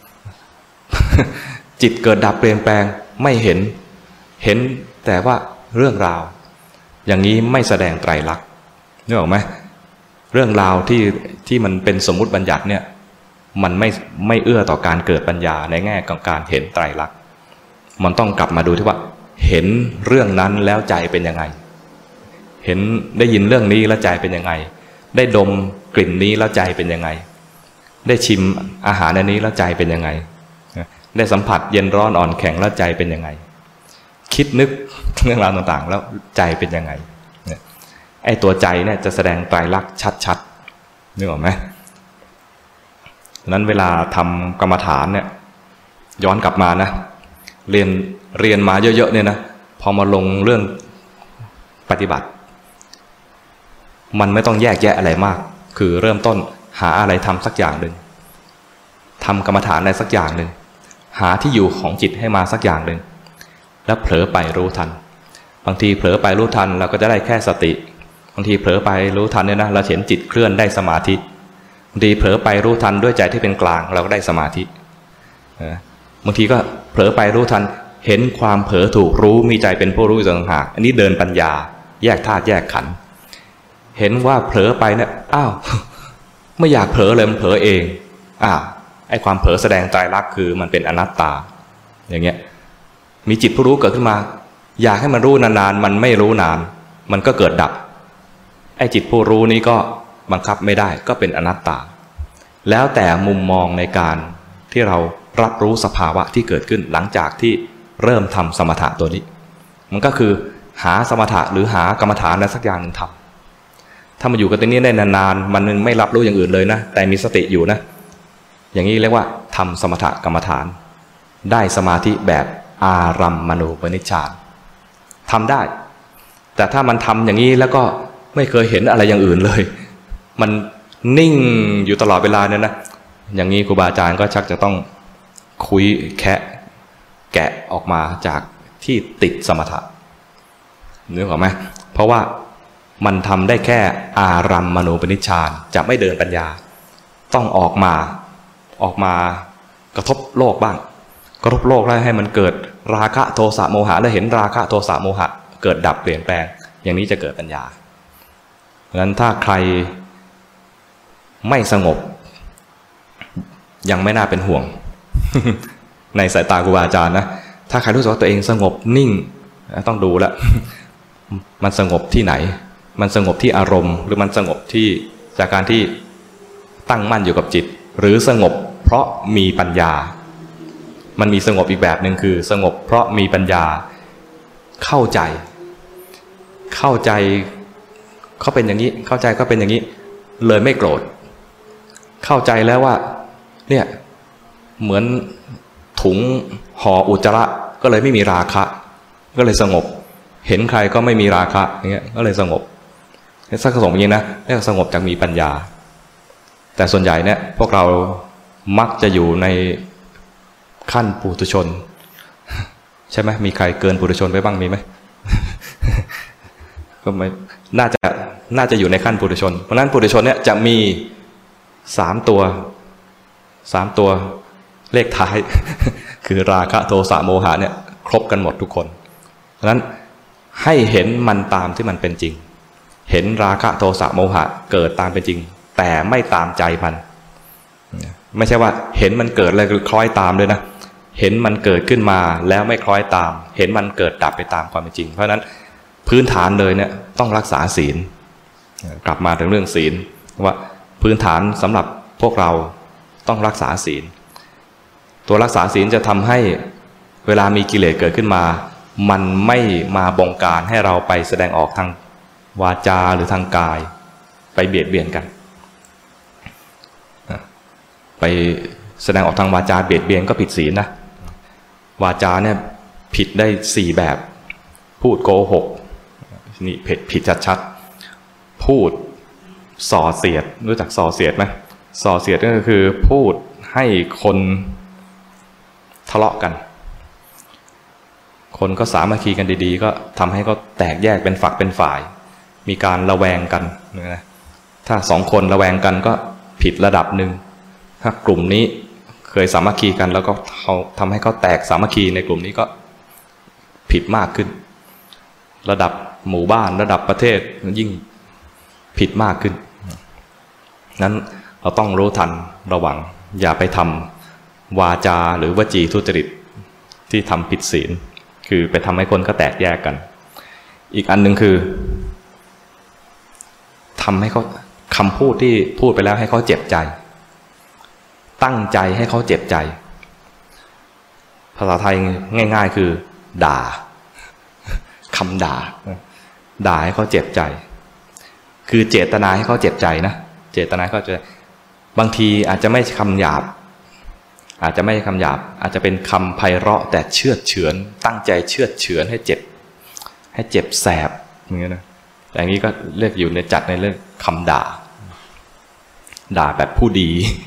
จิตเกิดดับเปลี่ยนแปลงไม่เห็นแต่ว่าเรื่องราวอย่างนี้ไม่แสดงไตรลักษณ์นึกออกไหมเรื่องราวที่มันเป็นสมมุติบัญญัติเนี่ยมันไม่เอื้อต่อการเกิดปัญญาในแง่ของการเห็นไตรลักษณ์มันต้องกลับมาดูที่ว่าเห็นเรื่องนั้นแล้วใจเป็นยังไงเห็นได้ยินเรื่องนี้แล้วใจเป็นยังไงได้ดมกลิ่นนี้แล้วใจเป็นยังไงได้ชิมอาหารอันนี้แล้วใจเป็นยังไงได้สัมผัสเย็นร้อนอ่อนแข็งแล้วใจเป็นยังไงคิดนึกเรื่องราวต่างๆแล้วใจเป็นยังไงไอ้ตัวใจเนี่ยจะแสดงไตรลักษณ์ชัดๆนึกออกไหมนั้นเวลาทำกรรมฐานเนี่ยย้อนกลับมานะเรียนมาเยอะๆเนี่ยนะพอมาลงเรื่องปฏิบัติมันไม่ต้องแยกแยะอะไรมากคือเริ่มต้นหาอะไรทำสักอย่างหนึ่งทำกรรมฐานอะไรสักอย่างหนึ่งหาที่อยู่ของจิตให้มาสักอย่างหนึ่งแล้วเผลอไปรู้ทันบางทีเผลอไปรู้ทันเราก็จะได้แค่สติบางทีเผลอไปรู้ทันเนี่ยนะเราเห็นจิตเคลื่อนได้สมาธิบางทีเผลอไปรู้ทันด้วยใจที่เป็นกลางเราก็ได้สมาธิบางทีก็เผลอไปรู้ทันเห็นความเผลอถูกรู้มีใจเป็นผู้รู้ต่างหากอันนี้เดินปัญญาแยกธาตุแยกขันธ์เห็นว่าเผลอไปเนี่ยอ้าวไม่อยากเผลอเลยมันเผลอเองไอ้ความเผลอแสดงไตรลักษณ์คือมันเป็นอนัตตาอย่างเงี้ยมีจิตผู้รู้เกิดขึ้นมาอยากให้มันรู้นานๆมันไม่รู้นานมันก็เกิดดับไอ้จิตผู้รู้นี้ก็บังคับไม่ได้ก็เป็นอนัตตาแล้วแต่มุมมองในการที่เรารับรู้สภาวะที่เกิดขึ้นหลังจากที่เริ่มทำสมถะตัวนี้มันก็คือหาสมถะหรือหากรรมฐานอะไรสักอย่างหนึ่งทำถ้ามาอยู่กับตรงนี้ได้นานๆมันไม่รับรู้อย่างอื่นเลยนะแต่มีสติอยู่นะอย่างนี้เรียกว่าทำสมถะกรรมฐานได้สมาธิแบบอารัมมณูปนิชฌานทำได้แต่ถ้ามันทำอย่างนี้แล้วก็ไม่เคยเห็นอะไรอย่างอื่นเลยมันนิ่งอยู่ตลอดเวลาเนี่ยนะอย่างนี้ครูบาอาจารย์ก็ชักจะต้องคุยแกะออกมาจากที่ติดสมถะนึกออกไหมเพราะว่ามันทำได้แค่อารัมมณูปนิชฌานจะไม่เดินปัญญาต้องออกมากระทบโลกบ้างกระทบโลกแล้วให้มันเกิดราคะโทสะโมหะแล้วเห็นราคะโทสะโมหะเกิดดับเปลี่ยนแปลงอย่างนี้จะเกิดปัญญาเพราะฉะนั้นถ้าใครไม่สงบยังไม่น่าเป็นห่วง ในสายตาครูบาอาจารย์นะถ้าใครรู้สึกว่าตัวเองสงบนิ่งต้องดูแล้ว มันสงบที่ไหนมันสงบที่อารมณ์หรือมันสงบที่จากการที่ตั้งมั่นอยู่กับจิตหรือสงบเพราะมีปัญญามันมีสงบอีกแบบหนึ่งคือสงบเพราะมีปัญญาเข้าใจเขาเป็นอย่างนี้เข้าใจก็เป็นอย่างนี้เลยไม่โกรธเข้าใจแล้วว่าเนี่ยเหมือนถุงห่ออุจจาระก็เลยไม่มีราคะก็เลยสงบเห็นใครก็ไม่มีราคะอย่างเงี้ยก็เลยสงบสักสงบอย่างนี้นะเรียกสงบจากมีปัญญาแต่ส่วนใหญ่เนี่ยพวกเรามักจะอยู่ในขั้นปุถุชนใช่ไหมมีใครเกินปุถุชนไปบ้างมีไหม ก็ไม่น่าจะอยู่ในขั้นปุถุชนเพราะนั้นปุถุชนเนี่ยจะมี3 ตัวเลขท้าย คือราคะโทสะโมหะเนี่ยครบกันหมดทุกคนเพราะนั้นให้เห็นมันตามที่มันเป็นจริงเห็นราคะโทสะโมหะเกิดตามเป็นจริงแต่ไม่ตามใจมันไม่ใช่ว่าเห็นมันเกิดแล้วคล้อยตามด้วยนะเห็นมันเกิดขึ้นมาแล้วไม่คล้อยตามเห็นมันเกิดดับไปตามความเป็นจริงเพราะฉะนั้นพื้นฐานเลยเนี่ยต้องรักษาศีลกลับมาถึงเรื่องศีลว่าพื้นฐานสำหรับพวกเราต้องรักษาศีลตัวรักษาศีลจะทำให้เวลามีกิเลสเกิดขึ้นมามันไม่มาบงการให้เราไปแสดงออกทางวาจาหรือทางกายไปเบียดเบียนกันไปแสดงออกทางวาจาเบียดเบียนก็ผิดศีลนะวาจาเนี่ยผิดได้4แบบพูดโกหกนี่ผิดชัดๆพูดส่อเสียดรู้จักส่อเสียดไหมส่อเสียดก็คือพูดให้คนทะเลาะกันคนก็สามัคคีกันดีๆก็ทำให้เขาแตกแยกเป็นฝักเป็นฝ่ายมีการระแวงกันนะถ้า2 คนระแวงกันก็ผิดระดับหนึ่งถ้ากลุ่มนี้เคยสามัคคีกันแล้วก็ทำให้เขาแตกสามัคคีในกลุ่มนี้ก็ผิดมากขึ้นระดับหมู่บ้านระดับประเทศยิ่งผิดมากขึ้นนั้นเราต้องรู้ทันระวังอย่าไปทำวาจาหรือวจีทุจริตที่ทำผิดศีลคือไปทำให้คนก็แตกแยกกันอีกอันหนึ่งคือทำให้เขาคำพูดที่พูดไปแล้วให้เขาเจ็บใจตั้งใจให้เขาเจ็บใจภาษาไทยง่ายๆคือด่าคำด่าให้เขาเจ็บใจคือเจตนาให้เขาเจ็บใจนะเจตนาก็จะบางทีอาจจะไม่คำหยาบอาจจะไม่คำหยาบอาจจะเป็นคำไพเราะแต่เชือดเฉือนตั้งใจเชือดเฉือนให้เจ็บแสบอย่างนี้นะแต่อย่างนี้ก็เรียกอยู่ในจัดในเรื่องคำด่าแบบผู้ดี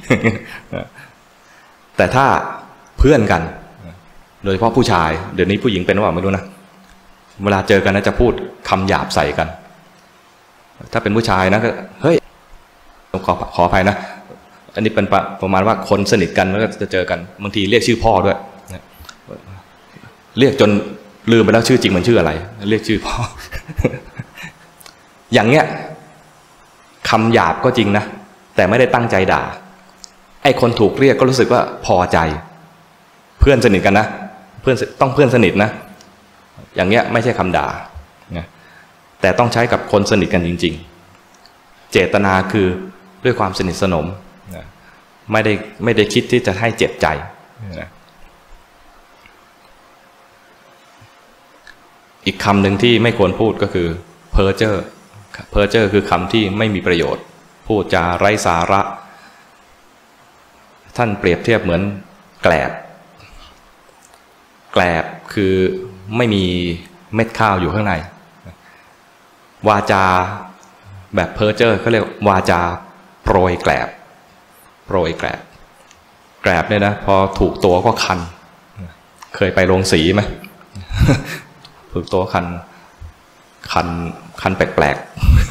แต่ถ้าเพื่อนกันโดยเฉพาะผู้ชายเดี๋ยวนี้ผู้หญิงเป็นหรือเปล่าไม่รู้นะเวลาเจอกันนะจะพูดคำหยาบใส่กันถ้าเป็นผู้ชายนะก็เฮ้ยขออภัยนะอันนี้เป็นประมาณว่าคนสนิทกันแล้วก็จะเจอกันบางทีเรียกชื่อพ่อด้วยเรียกจนลืมไปแล้วชื่อจริงมันชื่ออะไรเรียกชื่อพ่อ อย่างเงี้ยคำหยาบก็จริงนะแต่ไม่ได้ตั้งใจด่าไอ้คนถูกเรียกก็รู้สึกว่าพอใจเพื่อนสนิทกันนะเพื่อนต้องเพื่อนสนิทนะอย่างเงี้ยไม่ใช่คำด่าแต่ต้องใช้กับคนสนิทกันจริงๆเจตนาคือด้วยความสนิทสนมไม่ได้คิดที่จะให้เจ็บใจอีกคำหนึ่งที่ไม่ควรพูดก็คือเพ้อเจ้อคือคำที่ไม่มีประโยชน์พูดจาไร้สาระท่านเปรียบเทียบเหมือนแกลบคือไม่มีเม็ดข้าวอยู่ข้างในวาจาแบบเพ้อเจ้อเขาเรียกวาจาโปรยแกลบเนี่ยนะพอถูกตัวก็คันเคยไปโรงสีไหม ถูกตัวคันแปลก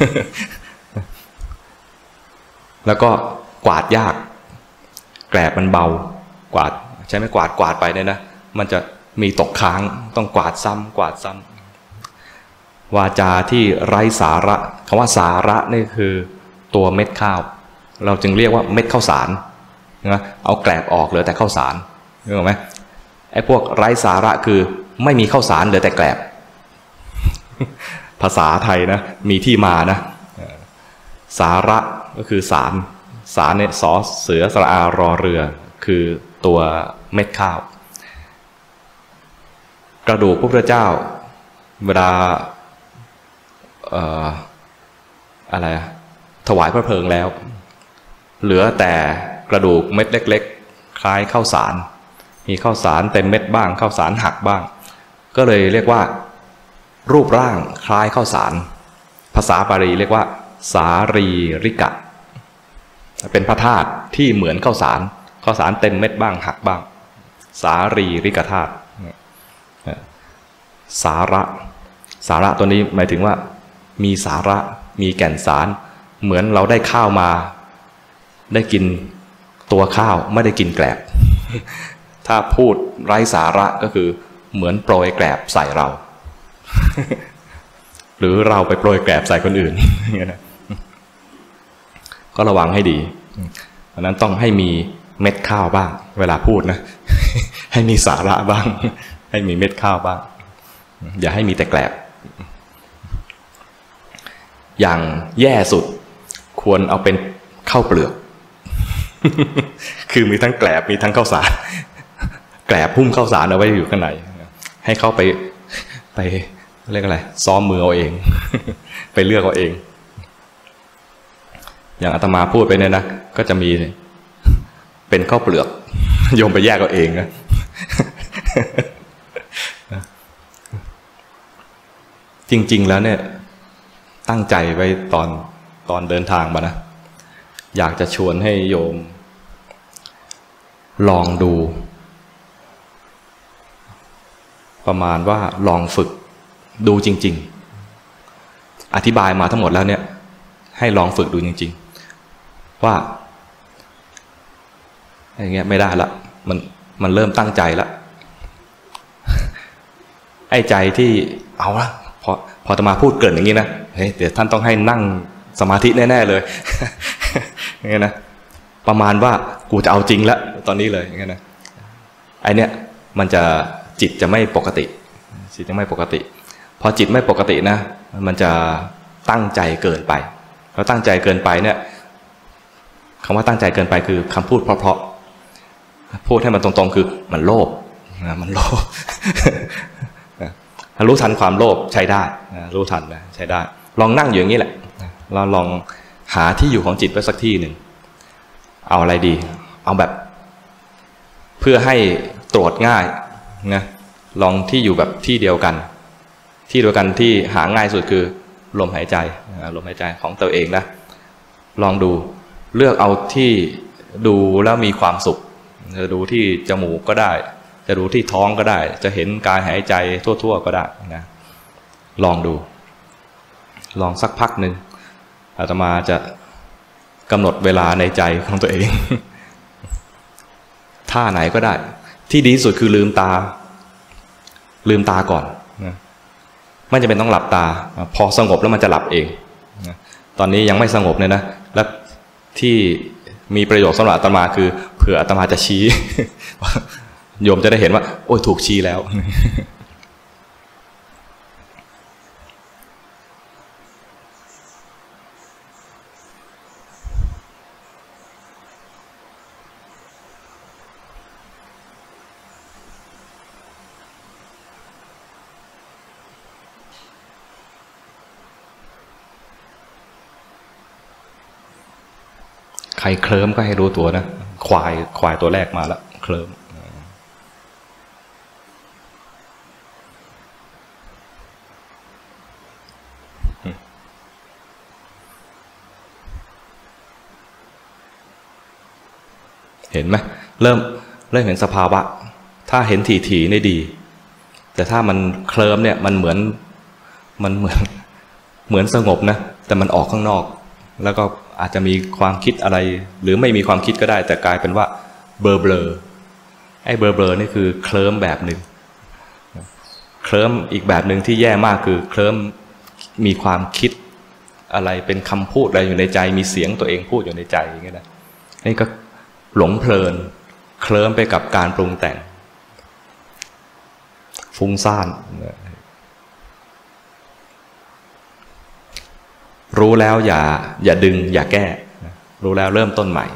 ๆ แล้วก็กวาดยากแกลบมันเบากวาดใช่ไหมกวาดไปเนี่ยนะมันจะมีตกค้างต้องกวาดซ้ำกวาดซ้ำวาจาที่ไร้สาระคำว่าสาระนี่คือตัวเม็ดข้าวเราจึงเรียกว่าเม็ดข้าวสารนะเอาแกลบออกเหลือแต่ข้าวสารรู้ไหมไอ้พวกไร้สาระคือไม่มีข้าวสารเหลือแต่แกลบภาษาไทยนะมีที่มานะสาระก็คือสารสารเนี่ยสอเสือสระอารอเรือคือตัวเม็ดข้าวกระดูกพระพุทธเจ้าเวลาอะไรถวายพระเพลิงแล้วเหลือแต่กระดูกเม็ดเล็กๆคล้ายข้าวสารมีข้าวสารเต็มเม็ดบ้างข้าวสารหักบ้างก็เลยเรียกว่ารูปร่างคล้ายข้าวสารภาษาบาลีเรียกว่าสารีริกะเป็นพระธาตุที่เหมือนข้าวสารข้าวสารเต็มเม็ดบ้างหักบ้างสารีริกธาตุสาระตัวนี้หมายถึงว่ามีสาระมีแก่นสารเหมือนเราได้ข้าวมาได้กินตัวข้าวไม่ได้กินแกลบถ้าพูดไร้สาระก็คือเหมือนโปรยแกลบใส่เรา หรือเราไปโปรยแกลบใส่คนอื่น ก็ระวังให้ดีเพราะนั้นต้องให้มีเม็ดข้าวบ้างเวลาพูดนะ ให้มีสาระบ้าง ให้มีเม็ดข้าวบ้างอย่าให้มีแต่แกลบอย่างแย่สุดควรเอาเป็นข้าวเปลือก คือมีทั้งแกลบมีทั้งข้าวสารแกลบหุ้มข้าวสารเอาไว้อยู่ข้างในให้เข้าไปเรียกอะไรซ้อมมือเอาเอง ไปเลือกเอาเองอย่างอาตมาพูดไปเนี่ยนะก็จะมีเป็นข้าวเปลือกโยมไปแยกเอาเองนะจริงๆแล้วเนี่ยตั้งใจไว้ตอนเดินทางมานะอยากจะชวนให้โยมลองดูประมาณว่าลองฝึกดูจริงๆอธิบายมาทั้งหมดแล้วเนี่ยให้ลองฝึกดูจริงๆว่าอย่างเงี้ยไม่ได้ละมันเริ่มตั้งใจละไอ้ใจที่เอาละพออาตมาพูดเกินอย่างนี้นะเฮ้ยเดี๋ยวท่านต้องให้นั่งสมาธิแน่ๆเลยอย่างเงี้ยนะประมาณว่ากูจะเอาจริงแล้วตอนนี้เลยอย่างเงี้ยนะไอเนี้ยมันจะจิตจะไม่ปกติจิตจะไม่ปกติพอจิตไม่ปกตินะมันจะตั้งใจเกินไปแล้วตั้งใจเกินไปเนี่ยคำว่าตั้งใจเกินไปคือคำพูดเพราะๆพูดให้มันตรงๆคือมันโลภมันโลภรู้ทันความโลภใช้ได้รู้ทันนะใช้ได้ลองนั่งอยู่อย่างนี้แหละเราลองหาที่อยู่ของจิตไว้สักที่หนึ่งเอาอะไรดีเอาแบบเพื่อให้ตรวจง่ายนะลองที่อยู่แบบที่เดียวกันที่หาง่ายสุดคือลมหายใจของตัวเองนะลองดูเลือกเอาที่ดูแล้วมีความสุขจะดูที่จมูกก็ได้จะดูที่ท้องก็ได้จะเห็นการหายใจทั่วๆก็ได้นะลองดูลองสักพักหนึ่งอาตมาจะกำหนดเวลาในใจของตัวเอง ท่าไหนก็ได้ที่ดีที่สุดคือลืมตาก่อนนะไม่จำเป็นต้องหลับตาพอสงบแล้วมันจะหลับเองนะตอนนี้ยังไม่สงบเลยนะและที่มีประโยชน์สำหรับอาตมาคือเผื่ออาตมาจะชี้ โยมจะได้เห็นว่าโอ้ยถูกชี้แล้วใครเคลิ้มก็ให้รู้ตัวนะควายตัวแรกมาแล้วเคลิ้มเห็นไหมเริ่มเห็นสภาวะถ้าเห็นถี่ๆนี่ดีแต่ถ้ามันเคลิ้มเนี่ยมันเหมือนสงบนะแต่มันออกข้างนอกแล้วก็อาจจะมีความคิดอะไรหรือไม่มีความคิดก็ได้แต่กลายเป็นว่าเบลอไอ้เบลอนี่คือเคลิ้มแบบหนึ่งเคลิ้มอีกแบบหนึ่งที่แย่มากคือเคลิ้มมีความคิดอะไรเป็นคำพูดอะไรอยู่ในใจมีเสียงตัวเองพูดอยู่ในใจอย่างเงี้ยนะนี่ก็หลงเพลินเคลิ้มไปกับการปรุงแต่งฟุ้งซ่านรู้แล้วอย่าดึงอย่าแก้รู้แล้วเริ่มต้นใหม่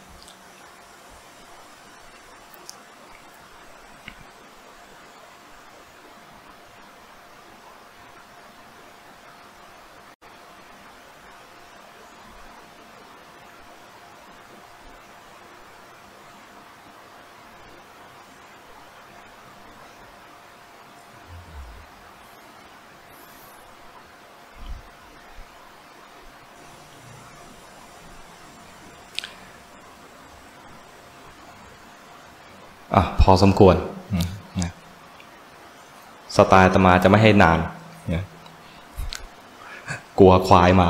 พอสมควรสไตล์อาตมาจะไม่ให้นานกลัวควายมา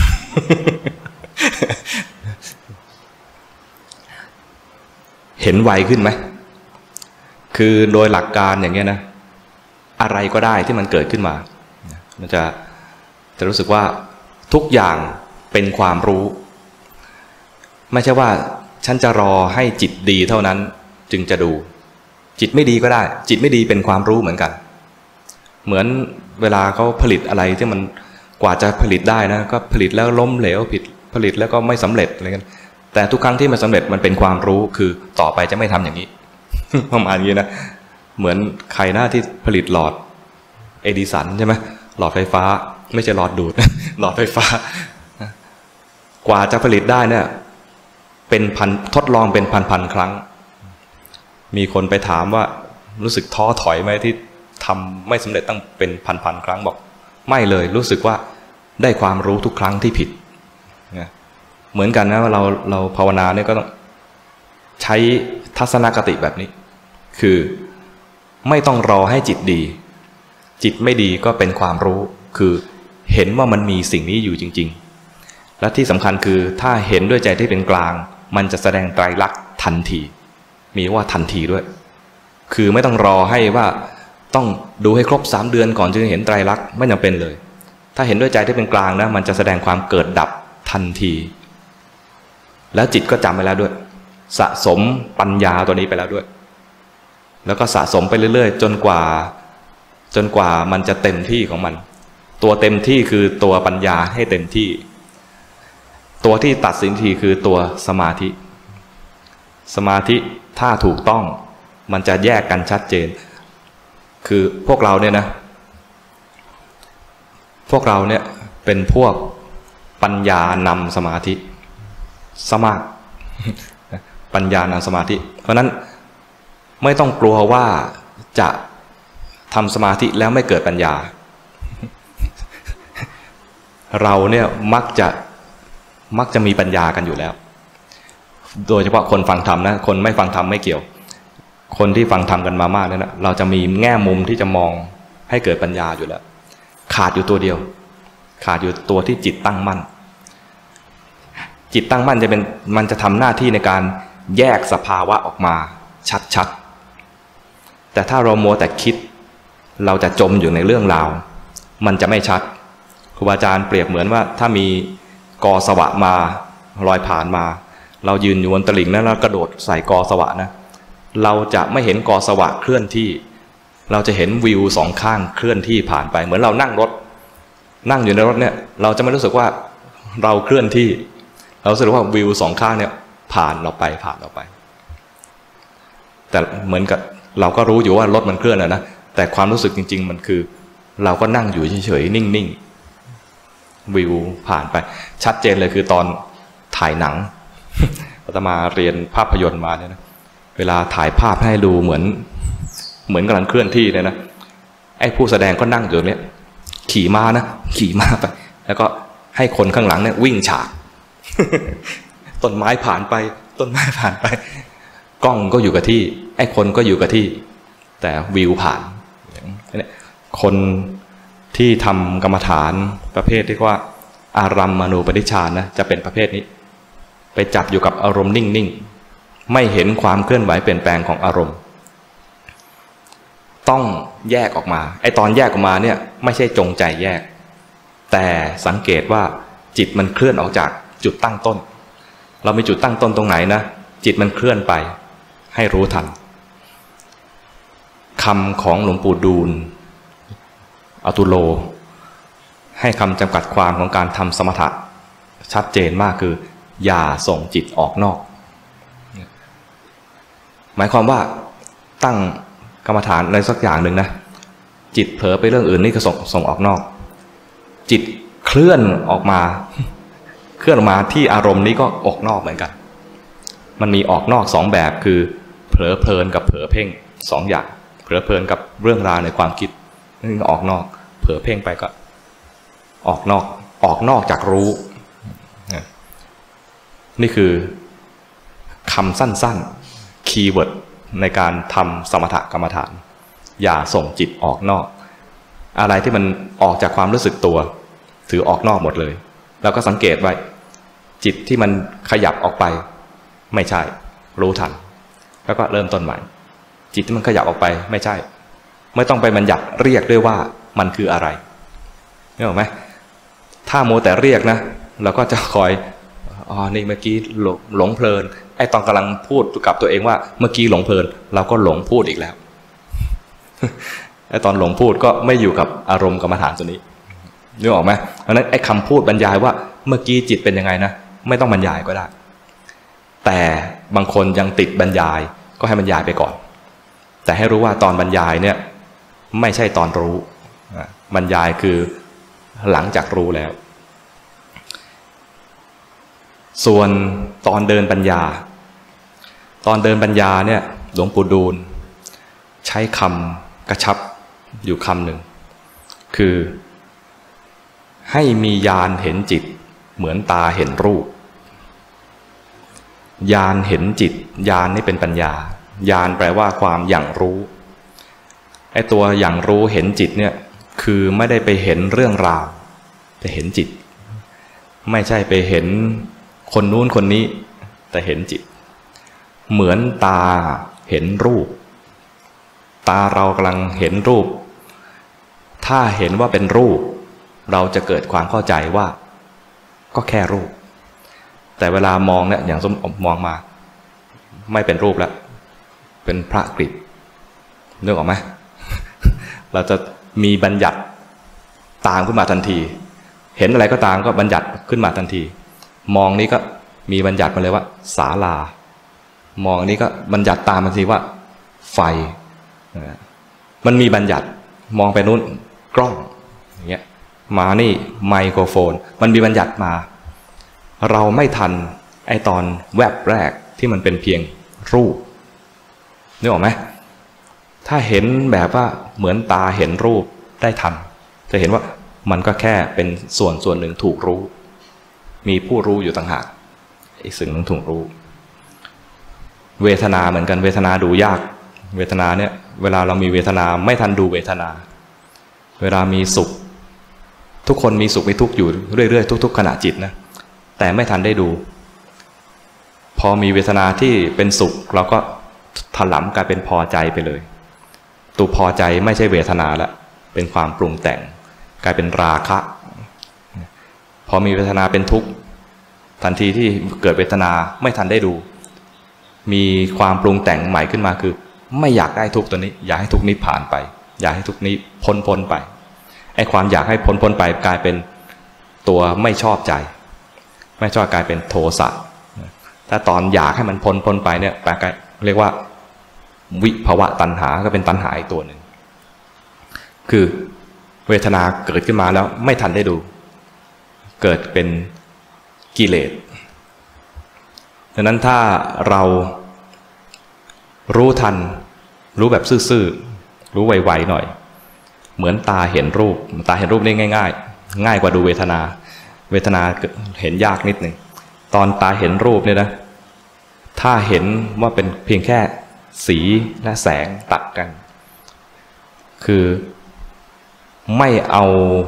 เห็นไวขึ้นไหมคือโดยหลักการอย่างเงี้ยนะอะไรก็ได้ที่มันเกิดขึ้นมามันจะรู้สึกว่าทุกอย่างเป็นความรู้ไม่ใช่ว่าฉันจะรอให้จิตดีเท่านั้นจึงจะดูจิตไม่ดีก็ได้จิตไม่ดีเป็นความรู้เหมือนกันเหมือนเวลาเขาผลิตอะไรที่มันกว่าจะผลิตได้นะก็ผลิตแล้วล้มเหลวผิดผลิตแล้วก็ไม่สำเร็จอะไรกันแต่ทุกครั้งที่มันสำเร็จมันเป็นความรู้คือต่อไปจะไม่ทำอย่างนี้ ประมาณนี้นะเหมือนใครหน้าที่ผลิตหลอดเอดิสันใช่ไหมหลอดไฟฟ้าไม่ใช่หลอดดูด หลอดไฟฟ้ากว่าจะผลิตได้เนี่ยเป็นทดลองเป็นพันครั้งมีคนไปถามว่ารู้สึกท้อถอยไหมที่ทำไม่สำเร็จตั้งเป็นพันครั้งบอกไม่เลยรู้สึกว่าได้ความรู้ทุกครั้งที่ผิดเหมือนกันนะว่าเราภาวนาเนี่ยก็ต้องใช้ทัศนคติแบบนี้คือไม่ต้องรอให้จิตดีจิตไม่ดีก็เป็นความรู้คือเห็นว่ามันมีสิ่งนี้อยู่จริงๆและที่สำคัญคือถ้าเห็นด้วยใจที่เป็นกลางมันจะแสดงไตรลักษณ์ทันทีมีว่าทันทีด้วยคือไม่ต้องรอให้ว่าต้องดูให้ครบ3 เดือนก่อนจึงเห็นไตรลักษณ์ไม่จำเป็นเลยถ้าเห็นด้วยใจที่เป็นกลางนะมันจะแสดงความเกิดดับทันทีแล้วจิตก็จำไปแล้วด้วยสะสมปัญญาตัวนี้ไปแล้วด้วยแล้วก็สะสมไปเรื่อยๆจนกว่ามันจะเต็มที่ของมันตัวเต็มที่คือตัวปัญญาให้เต็มที่ตัวที่ตัดสินทีคือตัวสมาธิถ้าถูกต้องมันจะแยกกันชัดเจนคือพวกเราเนี่ยเป็นพวกปัญญานำสมาธิสมากปัญญานำสมาธิเพราะนั้นไม่ต้องกลัวว่าจะทำสมาธิแล้วไม่เกิดปัญญาเราเนี่ยมักจะมีปัญญากันอยู่แล้วโดยเฉพาะคนฟังธรรมนะคนไม่ฟังธรรมไม่เกี่ยวคนที่ฟังธรรมกันมามากเนี่ยนะเราจะมีแง่มุมที่จะมองให้เกิดปัญญาอยู่แล้วขาดอยู่ตัวเดียวขาดอยู่ตัวที่จิตตั้งมั่นจิตตั้งมั่นมันจะทำหน้าที่ในการแยกสภาวะออกมาชัดๆแต่ถ้าเรามัวแต่คิดเราจะจมอยู่ในเรื่องราวมันจะไม่ชัดครูบาอาจารย์เปรียบเหมือนว่าถ้ามีกอสวะมาลอยผ่านมาเรายืนอยู่บนตลิ่งนั้นแล้วกระโดดใส่กอสวะนะเราจะไม่เห็นกอสวะเคลื่อนที่เราจะเห็นวิว2 ข้างเคลื่อนที่ผ่านไปเหมือนเรานั่งอยู่ในรถเนี่ยเราจะไม่รู้สึกว่าเราเคลื่อนที่เรารู้สึกว่าวิว2 ข้างเนี่ยผ่านเราไปแต่เหมือนกับเราก็รู้อยู่ว่ารถมันเคลื่อนนะแต่ความรู้สึกจริงๆมันคือเราก็นั่งอยู่เฉยๆนิ่งๆวิวผ่านไปชัดเจนเลยคือตอนถ่ายหนังอาตมาเรียนภาพยนตร์มาเนี่ยนะเวลาถ่ายภาพให้ดูเหมือนกำลังเคลื่อนที่เนี่ยนะไอ้ผู้แสดงก็นั่งอยู่เนี่ยขี่ม้าไปแล้วก็ให้คนข้างหลังเนี่ยวิ่งฉาก ต้นไม้ผ่านไปกล้องก็อยู่กับที่ไอ้คนก็อยู่กับที่แต่วิวผ่านคนที่ทำกรรมฐานประเภทที่ว่าอารัมมณูปนิชฌานนะจะเป็นประเภทนี้ไปจับอยู่กับอารมณ์นิ่งๆไม่เห็นความเคลื่อนไหวเปลี่ยนแปลงของอารมณ์ต้องแยกออกมาไอ้ตอนแยกออกมาเนี่ยไม่ใช่จงใจแยกแต่สังเกตว่าจิตมันเคลื่อนออกจากจุดตั้งต้นเรามีจุดตั้งต้นตรงไหนนะจิตมันเคลื่อนไปให้รู้ทันคำของหลวงปู่ดูลอตุโลให้คำจำกัดความของการทำสมถะชัดเจนมากคืออย่าส่งจิตออกนอกหมายความว่าตั้งกรรมฐานอะไรสักอย่างหนึ่งนะจิตเผลอไปเรื่องอื่นนี่ก็ส่งออกนอกจิตเคลื่อนออกมาที่อารมณ์นี้ก็ออกนอกเหมือนกันมันมีออกนอกสองแบบคือเผลอเพลินกับเผลอเพ่งสองอย่างเผลอเพลินกับเรื่องราวในความคิดนี่ก็ออกนอกเผลอเพ่งไปก็ออกนอกจากรู้นี่คือคำสั้นๆคีย์เวิร์ดในการทำสมถกรรมฐานอย่าส่งจิตออกนอกอะไรที่มันออกจากความรู้สึกตัวถือออกนอกหมดเลยแล้วก็สังเกตไว้จิตที่มันขยับออกไปไม่ใช่รู้ทันแล้วก็เริ่มต้นใหม่จิตที่มันขยับออกไปไม่ใช่ไม่ต้องไปบัญญัติเรียกด้วยว่ามันคืออะไรนึกออกไหมถ้าโมแต่เรียกนะเราก็จะคอยนี่เมื่อกี้หลงเพลินไอ้ตอนกำลังพูดกับตัวเองว่าเมื่อกี้หลงเพลินเราก็หลงพูดอีกแล้วไอ้ตอนหลงพูดก็ไม่อยู่กับอารมณ์กรรมฐานตัวนี้นึกออกไหมเพราะนั้นไอ้คำพูดบรรยายว่าเมื่อกี้จิตเป็นยังไงนะไม่ต้องบรรยายก็ได้แต่บางคนยังติดบรรยายก็ให้บรรยายไปก่อนแต่ให้รู้ว่าตอนบรรยายเนี่ยไม่ใช่ตอนรู้บรรยายคือหลังจากรู้แล้วส่วนตอนเดินปัญญาเนี่ยหลวงปู่ดูลใช้คำกระชับอยู่คำหนึ่งคือให้มีญาณเห็นจิตเหมือนตาเห็นรูปญาณเห็นจิตญาณนี่เป็นปัญญาญาณแปลว่าความอย่างรู้ไอ้ตัวอย่างรู้เห็นจิตเนี่ยคือไม่ได้ไปเห็นเรื่องราวไปเห็นจิตไม่ใช่ไปเห็นคนนู้นคนนี้แต่เห็นจิตเหมือนตาเห็นรูปตาเรากำลังเห็นรูปถ้าเห็นว่าเป็นรูปเราจะเกิดความเข้าใจว่าก็แค่รูปแต่เวลามองเนี่ยอย่างสมมองมาไม่เป็นรูปแล้วเป็นพระกฤษนึกออกไหมเราจะมีบัญญัติตามขึ้นมาทันทีเห็นอะไรก็ตามก็บัญญัติขึ้นมาทันทีมองนี้ก็มีบัญญัติมาเลยว่าศาลามองนี้ก็บัญญัติตามทันทีว่าไฟมันมีบัญญัติมองไปนู้นกล้องอย่างเงี้ยมานี่ไมโครโฟนมันมีบัญญัติมาเราไม่ทันไอตอนแวบแรกที่มันเป็นเพียงรูปนึกออกไหมถ้าเห็นแบบว่าเหมือนตาเห็นรูปได้ทันจะเห็นว่ามันก็แค่เป็นส่วนหนึ่งถูกรู้มีผู้รู้อยู่ต่างหากอีกสิ่งหนึ่งถูกรู้เวทนาเหมือนกันเวทนาดูยากเวทนาเนี่ยเวลาเรามีเวทนาไม่ทันดูเวทนาเวลามีสุขทุกคนมีสุขมีทุกข์อยู่เรื่อยๆทุกๆขณะจิตนะแต่ไม่ทันได้ดูพอมีเวทนาที่เป็นสุขเราก็ถลำกลายเป็นพอใจไปเลยตัวพอใจไม่ใช่เวทนาละเป็นความปรุงแต่งกลายเป็นราคะพอมีเวทนาเป็นทุกข์ทันทีที่เกิดเวทนาไม่ทันได้ดูมีความปรุงแต่งใหม่ขึ้นมาคือไม่อยากได้ทุกข์ตัวนี้อยากให้ทุกข์นี้ผ่านไปอยากให้ทุกข์นี้พ้นไปไอ้ความอยากให้พ้นไปกลายเป็นตัวไม่ชอบใจไม่ชอบกลายเป็นโทสะถ้าตอนอยากให้มันพ้นไปเนี่ยแปลว่าเรียกว่าวิภวะตัณหาก็เป็นตัณหาอีกตัวหนึ่งคือเวทนาเกิดขึ้นมาแล้วไม่ทันได้ดูเกิดเป็นกิเลสดังนั้นถ้าเรารู้ทันรู้แบบซื่อๆรู้ไวๆหน่อยเหมือนตาเห็นรูปตาเห็นรูปนี่ง่ายกว่าดูเวทนาเวทนาเห็นยากนิดหนึ่งตอนตาเห็นรูปเนี่ยนะถ้าเห็นว่าเป็นเพียงแค่สีและแสงตัดกันคือไม่เอา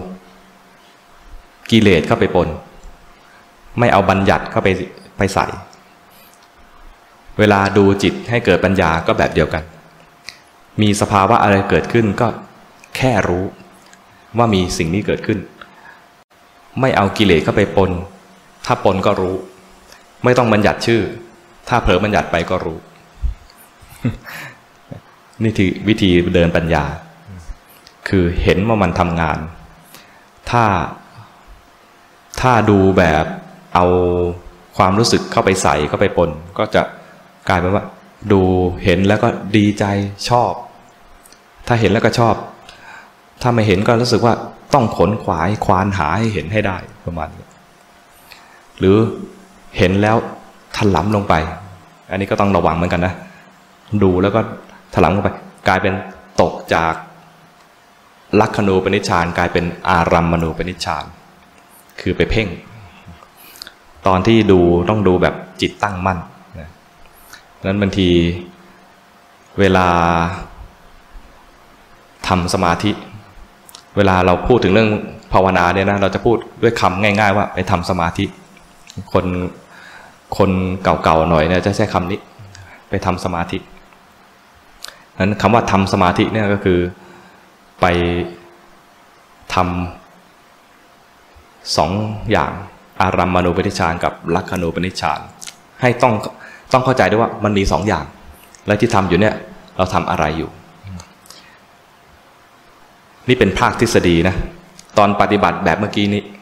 กิเลสเข้าไปปนไม่เอาบัญญัติเข้าไปใส่เวลาดูจิตให้เกิดปัญญาก็แบบเดียวกันมีสภาวะอะไรเกิดขึ้นก็แค่รู้ว่ามีสิ่งนี้เกิดขึ้นไม่เอากิเลสเข้าไปปนถ้าปนก็รู้ไม่ต้องบัญญัติชื่อถ้าเผลอบัญญัติไปก็รู้ นี่คือวิธีเดินปัญญาคือเห็นว่ามันทำงานถ้าดูแบบเอาความรู้สึกเข้าไปใส่เข้าไปปนก็จะกลายเป็นว่าดูเห็นแล้วก็ดีใจชอบถ้าเห็นแล้วก็ชอบถ้าไม่เห็นก็รู้สึกว่าต้องขนขวายควานหาให้เห็นให้ได้ประมาณนี้หรือเห็นแล้วถลำลงไปอันนี้ก็ต้องระวังเหมือนกันนะดูแล้วก็ถลำลงไปกลายเป็นตกจากลักขณูปนิชฌานกลายเป็นอารัมมณูปนิชฌานคือไปเพ่งตอนที่ดูต้องดูแบบจิตตั้งมั่นนะนั้นบางทีเวลาทำสมาธิเวลาเราพูดถึงเรื่องภาวนาเนี่ยนะเราจะพูดด้วยคำง่ายๆว่าไปทำสมาธิคนเก่าๆหน่อยเนี่ยจะใช้คำนี้ไปทำสมาธินั้นคำว่าทำสมาธิเนี่ยก็คือไปทำสองอย่างอารัมมณูปนิชฌานกับลักขณูปนิชฌานให้ต้องเข้าใจด้วยว่ามันมีสองอย่างและที่ทำอยู่เนี่ยเราทำอะไรอยู่นี่เป็นภาคทฤษฎีนะตอนปฏิบัติแบบเมื่อกี้นี้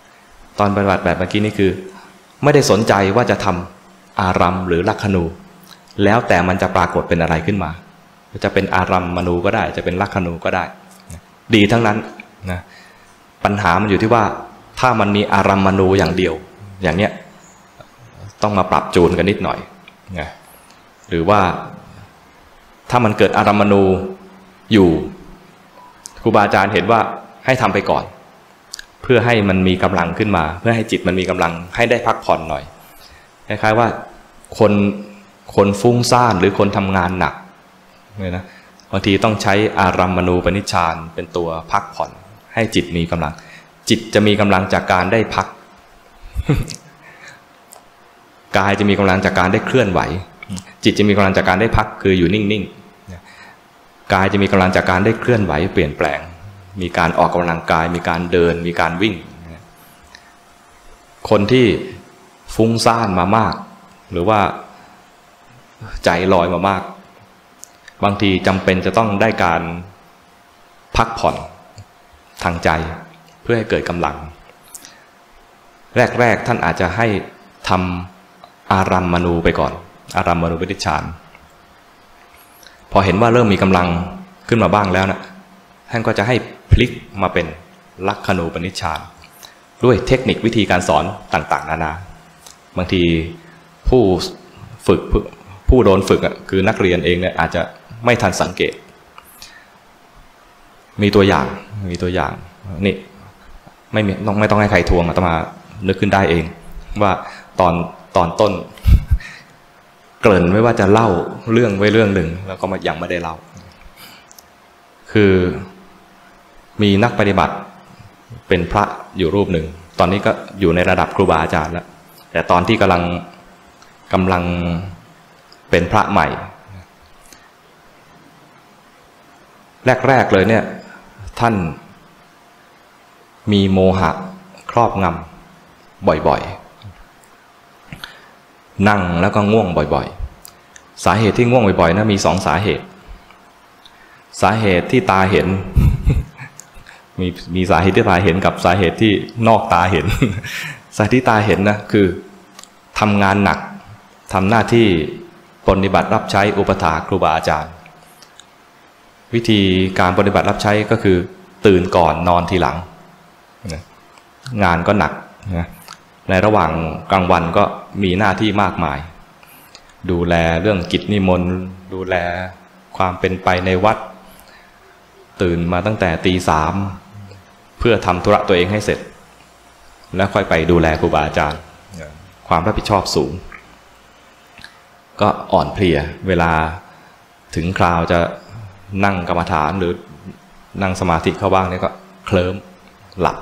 คือไม่ได้สนใจว่าจะทำอารัมหรือลักขณูแล้วแต่มันจะปรากฏเป็นอะไรขึ้นมาจะเป็นอารัมมณูก็ได้จะเป็นลักขณูก็ได้ดีทั้งนั้นนะปัญหามันอยู่ที่ว่าถ้ามันมีอารัมมณูอย่างเดียวอย่างเนี้ยต้องมาปรับจูนกันนิดหน่อยนะหรือว่าถ้ามันเกิดอารัมมณูอยู่ครูบาอาจารย์เห็นว่าให้ทำไปก่อนเพื่อให้มันมีกำลังขึ้นมาเพื่อให้จิตมันมีกำลังให้ได้พักผ่อนหน่อยคล้ายๆว่าคนฟุ้งซ่านหรือคนทำงานหนักเนี่ยนะบางทีต้องใช้อารัมมณูปนิชฌานเป็นตัวพักผ่อนให้จิตมีกำลังจิตจะมีกำลังจากการได้พัก กายจะมีกำลังจากการได้เคลื่อนไหวจิตจะมีกำลังจากการได้พักคืออยู่นิ่งๆกายจะมีกำลังจากการได้เคลื่อนไหวเปลี่ยนแปลงมีการออกกำลังกายมีการเดินมีการวิ่งคนที่ฟุ้งซ่านมามากหรือว่าใจลอยมามากบางทีจำเป็นจะต้องได้การพักผ่อนทางใจเพื่อให้เกิดกำลังแรกๆท่านอาจจะให้ทำอารัมมณูไปก่อนอารัมมณูปนิชฌานพอเห็นว่าเริ่มมีกำลังขึ้นมาบ้างแล้วนะท่านก็จะให้พลิกมาเป็นลักขณูปนิชฌานด้วยเทคนิควิธีการสอนต่างๆนานาบางทีผู้โดนฝึกคือนักเรียนเองเนี่ยอาจจะไม่ทันสังเกตมีตัวอย่างนี่ไม่ต้องให้ใครทวงอาตมานึกขึ้นได้เองว่าตอนต้นเกริ่นไว้ว่าจะเล่าเรื่องไว้เรื่องหนึ่งแล้วก็ยังไม่ได้เล่าคือมีนักปฏิบัติเป็นพระอยู่รูปหนึ่งตอนนี้ก็อยู่ในระดับครูบาอาจารย์แล้วแต่ตอนที่กำลังเป็นพระใหม่แรกเลยเนี่ยท่านมีโมหะครอบงำบ่อยๆนั่งแล้วก็ง่วงบ่อยๆสาเหตุที่ง่วงบ่อยๆนะมี2สาเหตุที่ตาเห็น มีสาเหตุที่ตาเห็นกับสาเหตุที่นอกตาเห็น สาเหตุที่ตาเห็นนะคือทำงานหนักทำหน้าที่ปฏิบัติรับใช้อุปถากครูบาอาจารย์วิธีการปฏิบัติรับใช้ก็คือตื่นก่อนนอนทีหลังงานก็หนักในระหว่างกลางวันก็มีหน้าที่มากมายดูแลเรื่องกิจนิมนต์ดูแลความเป็นไปในวัดตื่นมาตั้งแต่ตี 3เพื่อทำธุระตัวเองให้เสร็จแล้วค่อยไปดูแลครูบาอาจารย์ความรับผิดชอบสูงก็อ่อนเพลียเวลาถึงคราวจะนั่งกรรมฐานหรือนั่งสมาธิเข้าบ้างเนี่ยก็เคลิ้มหลับ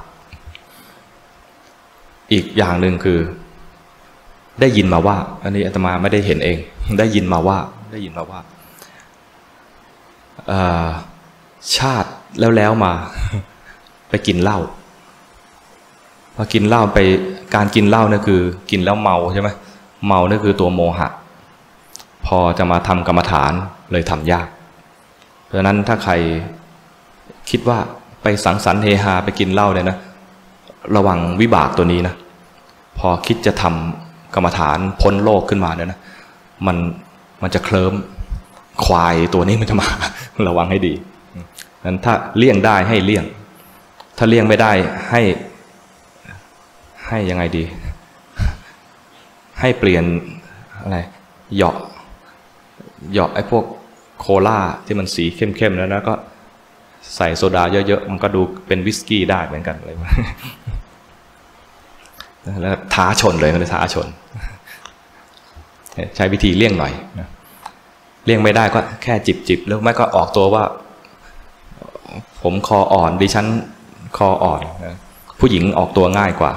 อีกอย่างหนึ่งคือได้ยินมาว่าอันนี้อาตมาไม่ได้เห็นเองได้ยินมาว่าชาติแล้วมา ไปกินเหล้าพอกินเหล้าไปการกินเหล้าเนี่ยคือกินแล้วเมาใช่ไหมเมาเนี่ยคือตัวโมหะพอจะมาทำกรรมฐานเลยทำยากเพราะฉะนั้นถ้าใครคิดว่าไปสังสรรค์เฮฮาไปกินเหล้าเนี่ยนะระวังวิบากตัวนี้นะพอคิดจะทำกรรมฐานพ้นโลกขึ้นมาเนี่ยนะมันจะเคลิ้มควายตัวนี้มันจะมาระวังให้ดีนั้นถ้าเลี่ยงได้ให้เลี่ยงถ้าเลี่ยงไม่ได้ให้ยังไงดีให้เปลี่ยนอะไรเหยาะไอ้พวกโคลาที่มันสีเข้มๆแล้วนะก็ใส่โซดาเยอะๆมันก็ดูเป็นวิสกี้ได้เหมือนกันเลยแล้วท้าชนเลยท้าชนใช้วิธีเลี่ยงหน่อยเลี่ยงไม่ได้ก็แค่จิบแล้วไม่ก็ออกตัวว่าผมคออ่อนดิฉันคออ่อนผู้หญิงออกตัวง่ายกว่า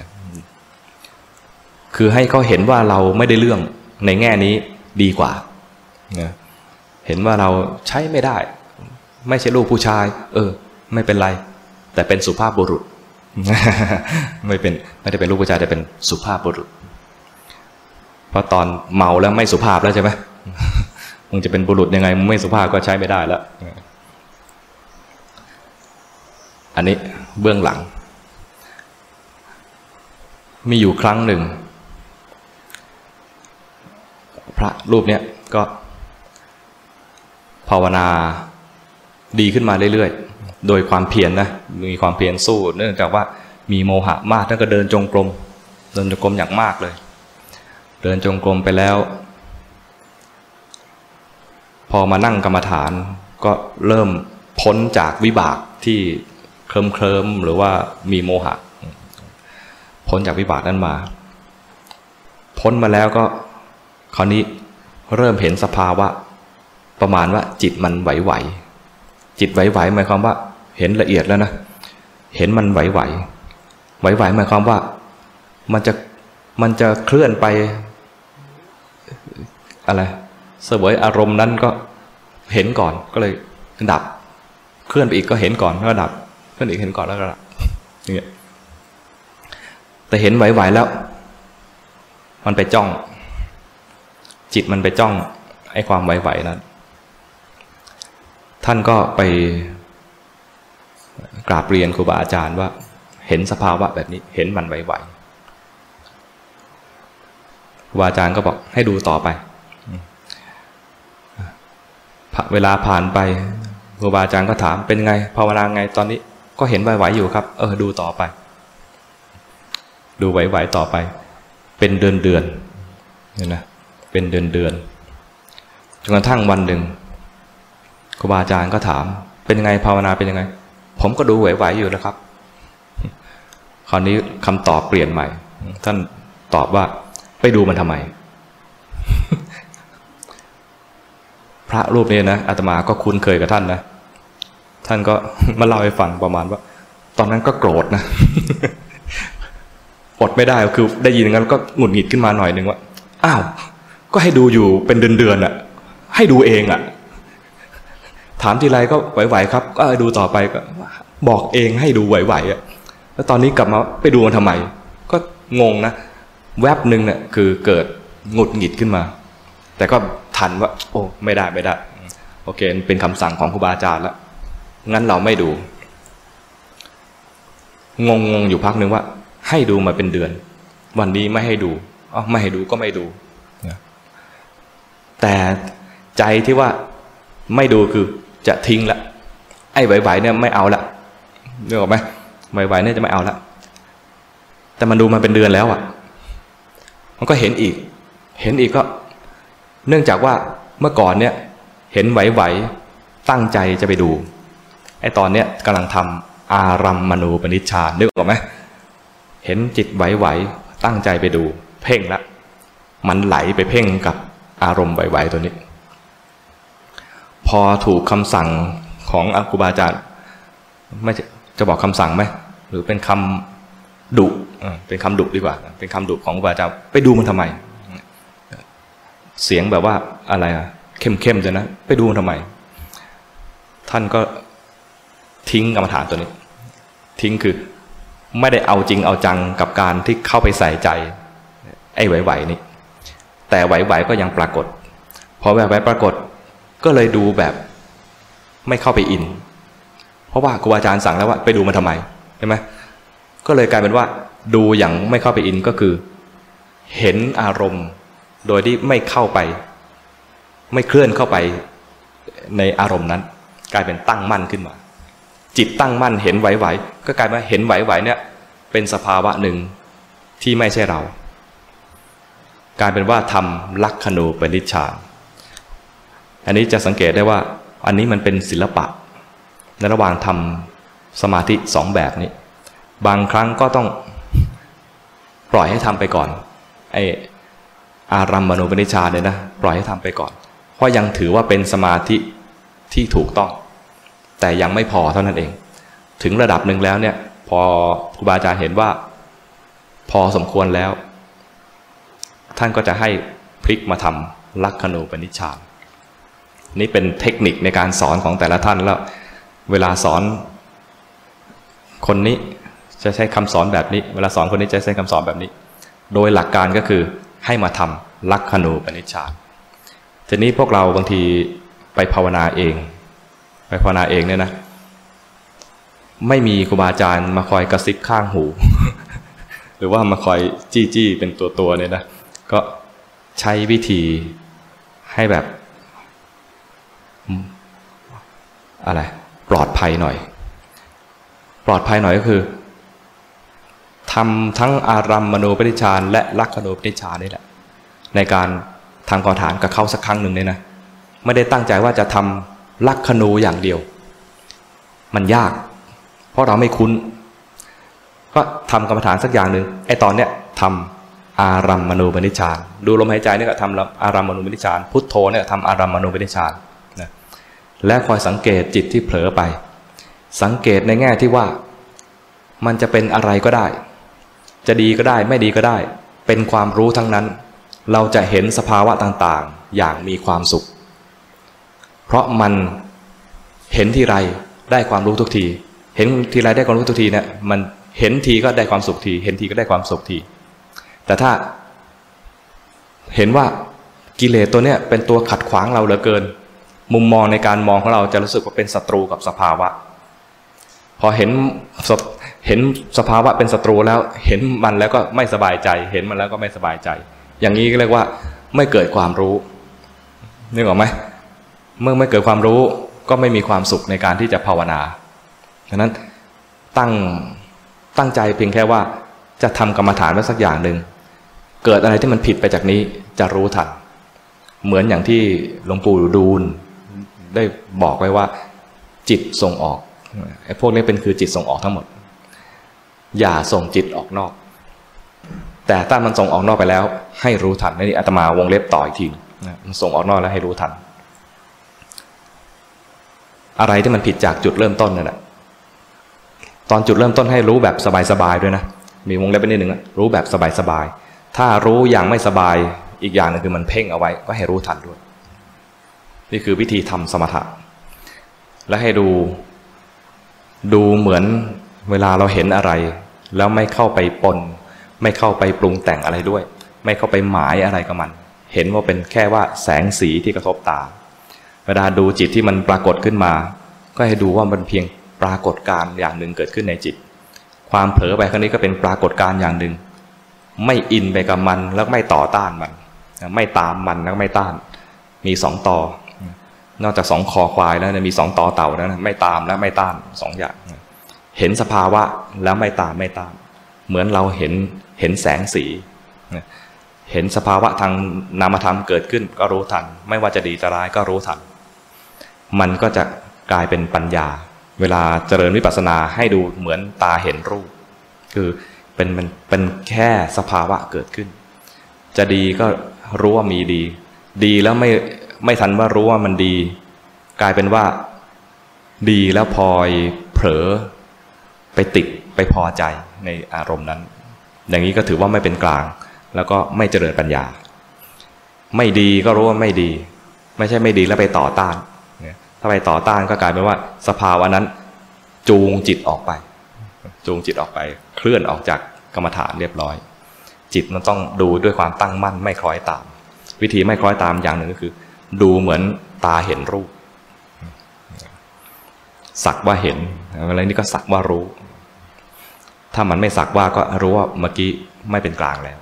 คือให้เขาเห็นว่าเราไม่ได้เรื่องในแง่นี้ดีกว่าเห็นว่าเราใช้ไม่ได้ไม่ใช่ลูกผู้ชายไม่เป็นไรแต่เป็นสุภาพบุรุษ ไม่ได้เป็นลูกผู้ชายแต่เป็นสุภาพบุรุษเพราะตอนเมาแล้วไม่สุภาพแล้วใช่ไหม มึงจะเป็นบุรุษยังไงมึงไม่สุภาพก็ใช้ไม่ได้แล้วอันนี้เบื้องหลังมีอยู่ครั้งหนึ่งพระรูปเนี้ยก็ภาวนาดีขึ้นมาเรื่อยๆโดยความเพียรนะมีความเพียรสู้เนื่องจากว่ามีโมหะมากท่านก็เดินจงกรมอย่างมากเลยเดินจงกรมไปแล้วพอมานั่งกรรมฐานก็เริ่มพ้นจากวิบากที่เคลิ้มหรือว่ามีโมหะพ้นจากวิบากนั้นมาพ้นมาแล้วก็คราวนี้เริ่มเห็นสภาวะประมาณว่าจิตมันไหวๆจิตไหวๆหมายความว่าเห็นละเอียดแล้วนะเห็นมันไหวๆหมายความว่ามันจะเคลื่อนไปอะไรเสวยอารมณ์นั้นก็เห็นก่อนก็เลยดับเคลื่อนไปอีกก็เห็นก่อนแล้วก็ดับเคลื่อนอีกเห็นก่อนแล้วก็ดับอย่างเงี้ยแต่เห็นไหวๆแล้วมันไปจ้องจิตมันไปจ้องไอ้ความไหวๆนั้นท่านก็ไปกราบเรียนครูบาอาจารย์ว่าเห็นสภาวะแบบนี้เห็นมันไหวๆครูบาอาจารย์ก็บอกให้ดูต่อไปเวลาผ่านไปครูบาอาจารย์ก็ถามเป็นไงภาวนาไงตอนนี้ก็เห็นไหวๆอยู่ครับดูต่อไปดูไหวๆต่อไปเป็นเดือนเนี่ยนะเป็นเดือนจนกระทั่งวันหนึ่งครูบาอาจารย์ก็ถามเป็นยังไงภาวนาเป็นยังไงผมก็ดูไหวๆอยู่นะครับคราวนี้คำตอบเปลี่ยนใหม่ท่านตอบว่าไปดูมันทำไม พระรูปนี้นะอาตมาก็คุ้นเคยกับท่านนะท่านก็ มาเล่าให้ฟังประมาณว่าตอนนั้นก็โกรธนะ อดไม่ได้คือได้ยินงั้นก็หงุดหงิดขึ้นมาหน่อยนึงว่าอ้าวก็ให้ดูอยู่เป็นเดือนอ่ะให้ดูเองอ่ะถามทีไรก็ไหวๆครับก็ดูต่อไปก็บอกเองให้ดูไหวๆอ่ะแล้วตอนนี้กลับมาไปดูมันทำไมก็งงนะแวบหนึ่งเนี่ยคือเกิดหงุดหงิดขึ้นมาแต่ก็ทันว่าโอ้ไม่ได้โอเคเป็นคำสั่งของครูบาอาจารย์แล้วงั้นเราไม่ดูงงอยู่พักหนึ่งว่าให้ดูมาเป็นเดือนวันนี้ไม่ให้ดูไม่ให้ดูก็ไม่ดูแต่ใจที่ว่าไม่ดูคือจะทิ้งละไอ้ไหวๆเนี่ยไม่เอาละนึกออกไหมไหวๆเนี่ยจะไม่เอาละแต่มันดูมาเป็นเดือนแล้วอ่ะมันก็เห็นอีกก็เนื่องจากว่าเมื่อก่อนเนี่ยเห็นไหวๆตั้งใจจะไปดูไอ้ตอนเนี้ยกำลังทำอารัมมณูปนิชฌานนึกออกไหมเห็นจิตไหวๆตั้งใจไปดูเพ่งละมันไหลไปเพ่งกับอารมณ์ไหวๆตัวนี้พอถูกคำสั่งของครูบาอาจารย์ไม่จะบอกคำสั่งไหมหรือเป็นคำดุเป็นคำดุดีกว่าเป็นคำดุของครูบาอาจารย์ไปดูมันทำไมเสียงแบบว่าอะไรเข้มๆจะนะไปดูมันทำไมท่านก็ทิ้งกรรมฐานตัวนี้ทิ้งคือไม่ได้เอาจริงเอาจังกับการที่เข้าไปใส่ใจไอ้ไหวๆนี่แต่ไหวๆก็ยังปรากฏพอไหวๆปรากฏก็เลยดูแบบไม่เข้าไปอินเพราะว่าครูอาจารย์สั่งแล้วว่าไปดูมันทำไมใช่ไหมก็เลยกลายเป็นว่าดูอย่างไม่เข้าไปอินก็คือเห็นอารมณ์โดยที่ไม่เข้าไปไม่เคลื่อนเข้าไปในอารมณ์นั้นกลายเป็นตั้งมั่นขึ้นมาจิตตั้งมั่นเห็นไหวๆก็กลายมาเห็นไหวๆเนี่ยเป็นสภาวะหนึ่งที่ไม่ใช่เรากลายเป็นว่าทำลักขณูปนิชฌานอันนี้จะสังเกตได้ว่าอันนี้มันเป็นศิลปะในระหว่างทำสมาธิสองแบบนี้บางครั้งก็ต้องปล่อยให้ทำไปก่อนไอ้อารัมมณูปนิชฌานเนี่ยนะปล่อยให้ทำไปก่อนเพราะยังถือว่าเป็นสมาธิที่ถูกต้องแต่ยังไม่พอเท่านั้นเองถึงระดับหนึ่งแล้วเนี่ยพอครูบาอาจารย์เห็นว่าพอสมควรแล้วท่านก็จะให้พลิกมาทำลักขณูปนิชฌานนี่เป็นเทคนิคในการสอนของแต่ละท่านแล้วเวลาสอนคนนี้จะใช้คำสอนแบบนี้เวลาสอนคนนี้จะใช้คำสอนแบบนี้โดยหลักการก็คือให้มาทำลักขณูปนิชฌานทีนี้พวกเราบางทีไปภาวนาเองเนี่ยนะไม่มีครูบาอาจารย์มาคอยกระซิบข้างหู หรือว่ามาคอยจี้เป็นตัวเนี่ยนะก็ใช้วิธีให้แบบอะไรปลอดภัยหน่อยก็คือทำทั้งอารัมมณูปนิชฌานและลักขณูปนิชฌานนี่แหละในการทำกรรมฐานกับเขาสักครั้งหนึ่งเนี่ยนะไม่ได้ตั้งใจว่าจะทำลักขณูอย่างเดียวมันยากเพราะเราไม่คุ้นก็ทำกรรมฐานสักอย่างหนึ่งไอ้ตอนเนี้ยทำอารัมมณูปนิชฌานดูลมหายใจเนี่ยก็ทำอารัมมณูปนิชฌานพุทโธเนี่ยทำอารัมมณูปนิชฌานนะและคอยสังเกตจิตที่เผลอไปสังเกตในแง่ที่ว่ามันจะเป็นอะไรก็ได้จะดีก็ได้ไม่ดีก็ได้เป็นความรู้ทั้งนั้นเราจะเห็นสภาวะต่างๆอย่างมีความสุขเพราะมันเห็นทีไรได้ความรู้ทุกทีเห็นทีไรได้ความรู้ทุกทีเนี่ยมันเห็นทีก็ได้ความสุขทีเห็นทีก็ได้ความสุขทีแต่ถ้าเห็นว่ากิเลสตัวเนี้ยเป็นตัวขัดขวางเราเหลือเกินมุมมองในการมองของเราจะรู้สึกว่าเป็นศัตรูกับสภาวะพอเห็นสภาวะเป็นศัตรูแล้วเห็นมันแล้วก็ไม่สบายใจเห็นมันแล้วก็ไม่สบายใจอย่างนี้ก็เรียกว่าไม่เกิดความรู้นึกออกไหมเมื่อไม่เกิดความรู้ก็ไม่มีความสุขในการที่จะภาวนาฉะนั้นตั้งใจเพียงแค่ว่าจะทำกรรมฐานไว้สักอย่างหนึ่งเกิดอะไรที่มันผิดไปจากนี้จะรู้ทันเหมือนอย่างที่หลวงปู่ดูลได้บอกไว้ว่าจิตส่งออกไอ้พวกนี้เป็นคือจิตส่งออกทั้งหมดอย่าส่งจิตออกนอกแต่ถ้ามันส่งออกนอกไปแล้วให้รู้ทันนี่อาตมาวงเล็บต่ออีกทีมันส่งออกนอกแล้วให้รู้ทันอะไรที่มันผิดจากจุดเริ่มต้นนั่นแหละตอนจุดเริ่มต้นให้รู้แบบสบายๆด้วยนะมีวงเล็บไปนิดหนึ่งรู้แบบสบายๆถ้ารู้อย่างไม่สบายอีกอย่างนึงคือมันเพ่งเอาไว้ก็ให้รู้ทันด้วยนี่คือวิธีทำสมถะและให้ดูเหมือนเวลาเราเห็นอะไรแล้วไม่เข้าไปปนไม่เข้าไปปรุงแต่งอะไรด้วยไม่เข้าไปหมายอะไรกับมันเห็นว่าเป็นแค่ว่าแสงสีที่กระทบตาเวลาดูจิตที่มันปรากฏขึ้นมาก็ให้ดูว่ามันเพียงปรากฏการณ์อย่างหนึ่งเกิดขึ้นในจิตความเผลอไปครั้งนี้ก็เป็นปรากฏการณ์อย่างหนึ่งไม่อินไปกับมันแล้วไม่ต่อต้านมันไม่ตามมันแล้วไม่ต้านมีสองต่อนอกจากสองคอควายแล้วมีสองต่อเต่าแล้วไม่ตามและไม่ต้านสองอย่างเห็นสภาวะแล้วไม่ตามไม่ต้านเหมือนเราเห็นแสงสีเห็นสภาวะทางนามธรรมเกิดขึ้นก็รู้ทันไม่ว่าจะดีจะร้ายก็รู้ทันมันก็จะกลายเป็นปัญญาเวลาเจริญวิปัสสนาให้ดูเหมือนตาเห็นรูปคือเป็นแค่สภาวะเกิดขึ้นจะดีก็รู้ว่ามีดีแล้วไม่ทันว่ารู้ว่ามันดีกลายเป็นว่าดีแล้วพลอยเผลอไปติดไปพอใจในอารมณ์นั้นอย่างนี้ก็ถือว่าไม่เป็นกลางแล้วก็ไม่เจริญปัญญาไม่ดีก็รู้ว่าไม่ดีไม่ใช่ไม่ดีแล้วไปต่อต้านถ้าไปต่อต้านก็กลายเป็นว่าสภาวะนั้นจูงจิตออกไปเคลื่อนออกจากกรรมฐานเรียบร้อยจิตมันต้องดูด้วยความตั้งมั่นไม่คล้อยตามวิธีไม่คล้อยตามอย่างหนึ่งก็คือดูเหมือนตาเห็นรูปสักว่าเห็นอะไรนี่ก็สักว่ารู้ถ้ามันไม่สักว่าก็รู้ว่าเมื่อกี้ไม่เป็นกลางแล้ว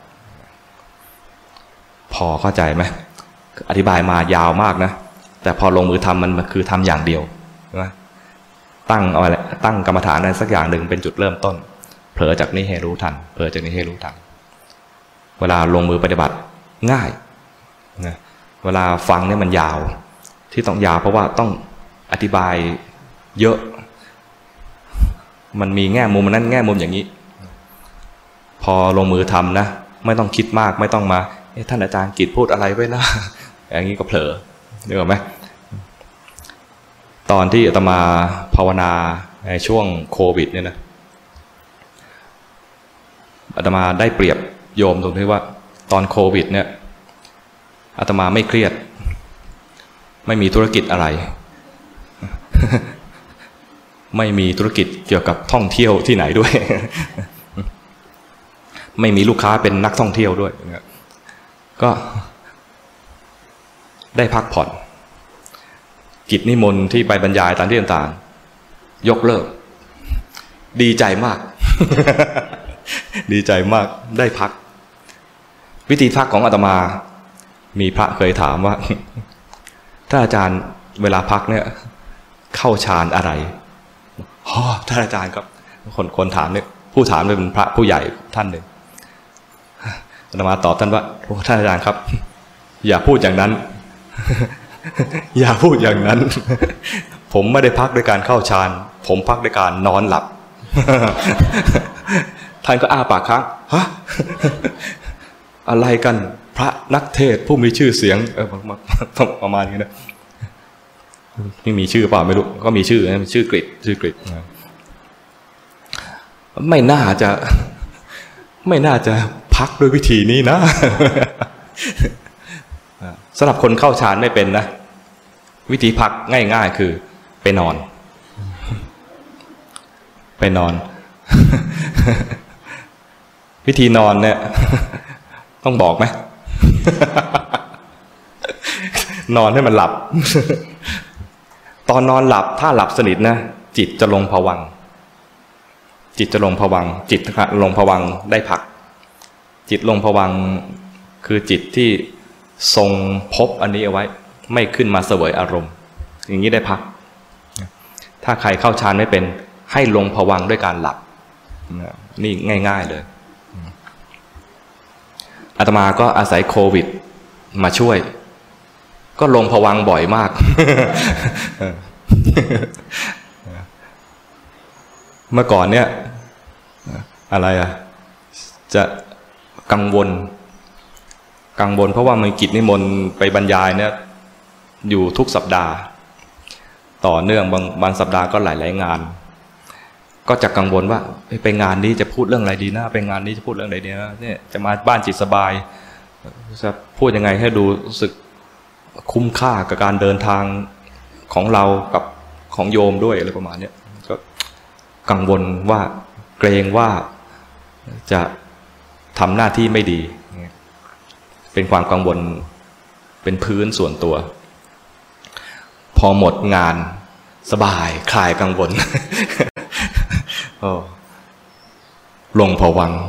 พอเข้าใจไหมอธิบายมายาวมากนะแต่พอลงมือทำมันคือทำอย่างเดียวนะตั้งเอาอะไรตั้งกรรมฐานอะไรสักอย่างหนึ่งเป็นจุดเริ่มต้นเผลอจากนี้ให้รู้ทันเผลอจากนี้ให้รู้ทันเวลาลงมือปฏิบัติง่ายนะเวลาฟังเนี่ยมันยาวที่ต้องยาวเพราะว่าต้องอธิบายเยอะมันมีแง่มุมนั้นแง่มุมอย่างนี้พอลงมือทำนะไม่ต้องคิดมากไม่ต้องมาท่านอาจารย์กิจพูดอะไรไว้นะอย่างนี้ก็เผลอนึกออกไหมตอนที่อาตมาภาวนาในช่วงโควิดเนี่ยนะอาตมาได้เปรียบโยมตรงที่ว่าตอนโควิดเนี่ยอาตมาไม่เครียดไม่มีธุรกิจอะไร ไม่มีธุรกิจเกี่ยวกับท่องเที่ยวที่ไหนด้วย ไม่มีลูกค้าเป็นนักท่องเที่ยวด้วยก็ได้พักผ่อนกิจนิมนต์ที่ไปบรรยายตามที่ต่างๆยกเลิกดีใจมาก ดีใจมากได้พักวิธีพักของอาตมามีพระเคยถามว่า ถ้าอาจารย์เวลาพักเนี่ยเข้าฌานอะไรท่านอาจารย์ครับคนถามเนี่ยผู้ถามเนี่ยเป็นพระผู้ใหญ่ท่านหนึ่งอาตมาตอบท่านว่าท่านอาจารย์ครับอย่าพูดอย่างนั้น อย่าพูดอย่างนั้น ผมไม่ได้พักด้วยการเข้าฌานผมพักด้วยการนอนหลับ ท่านก็อ้าปากค้างฮะ อะไรกันพระนักเทศน์ผู้มีชื่อเสียงประมาณนี้นะไม่มีชื่อเปล่าไม่รู้ก็มีชื่อนะชื่อกฤษไม่น่าจะพักด้วยวิธีนี้นะ สำหรับคนเข้าฌานไม่เป็นนะวิธีพักง่ายๆคือไปนอน วิธีนอนเนี่ยต้องบอกไหม นอนให้มันหลับ ตอนนอนหลับถ้าหลับสนิทนะจิตจะลงภวังค์จิตลงภวังค์ได้พักจิตลงภวังค์คือจิตที่ทรงพบอันนี้เอาไว้ไม่ขึ้นมาเสวยอารมณ์อย่างนี้ได้พักถ้าใครเข้าฌานไม่เป็นให้ลงภวังค์ด้วยการหลับนี่ง่ายๆเลยอาตมาก็อาศัยโควิดมาช่วยก็ลงภวังค์บ่อยมาก เมื่อก่อนเนี่ยอะไรจะกังวลเพราะว่ามีกิจนิมนต์ไปบรรยายเนี่ยอยู่ทุกสัปดาห์ต่อเนื่องบางสัปดาห์ก็หลายงานก็จะกังวลว่าไปงานนี้จะพูดเรื่องอะไรดีนะไปงานนี้จะพูดเรื่องอะไรดีนะเนี่ยจะมาบ้านจิตสบายจะพูดยังไงให้ดูรู้สึกคุ้มค่ากับการเดินทางของเรากับของโยมด้วยอะไรประมาณนี้ก็กังวลว่าเกรงว่าจะทำหน้าที่ไม่ดีเป็นความกังวลเป็นพื้นส่วนตัวพอหมดงานสบายคลายกังวล ลงภวังค์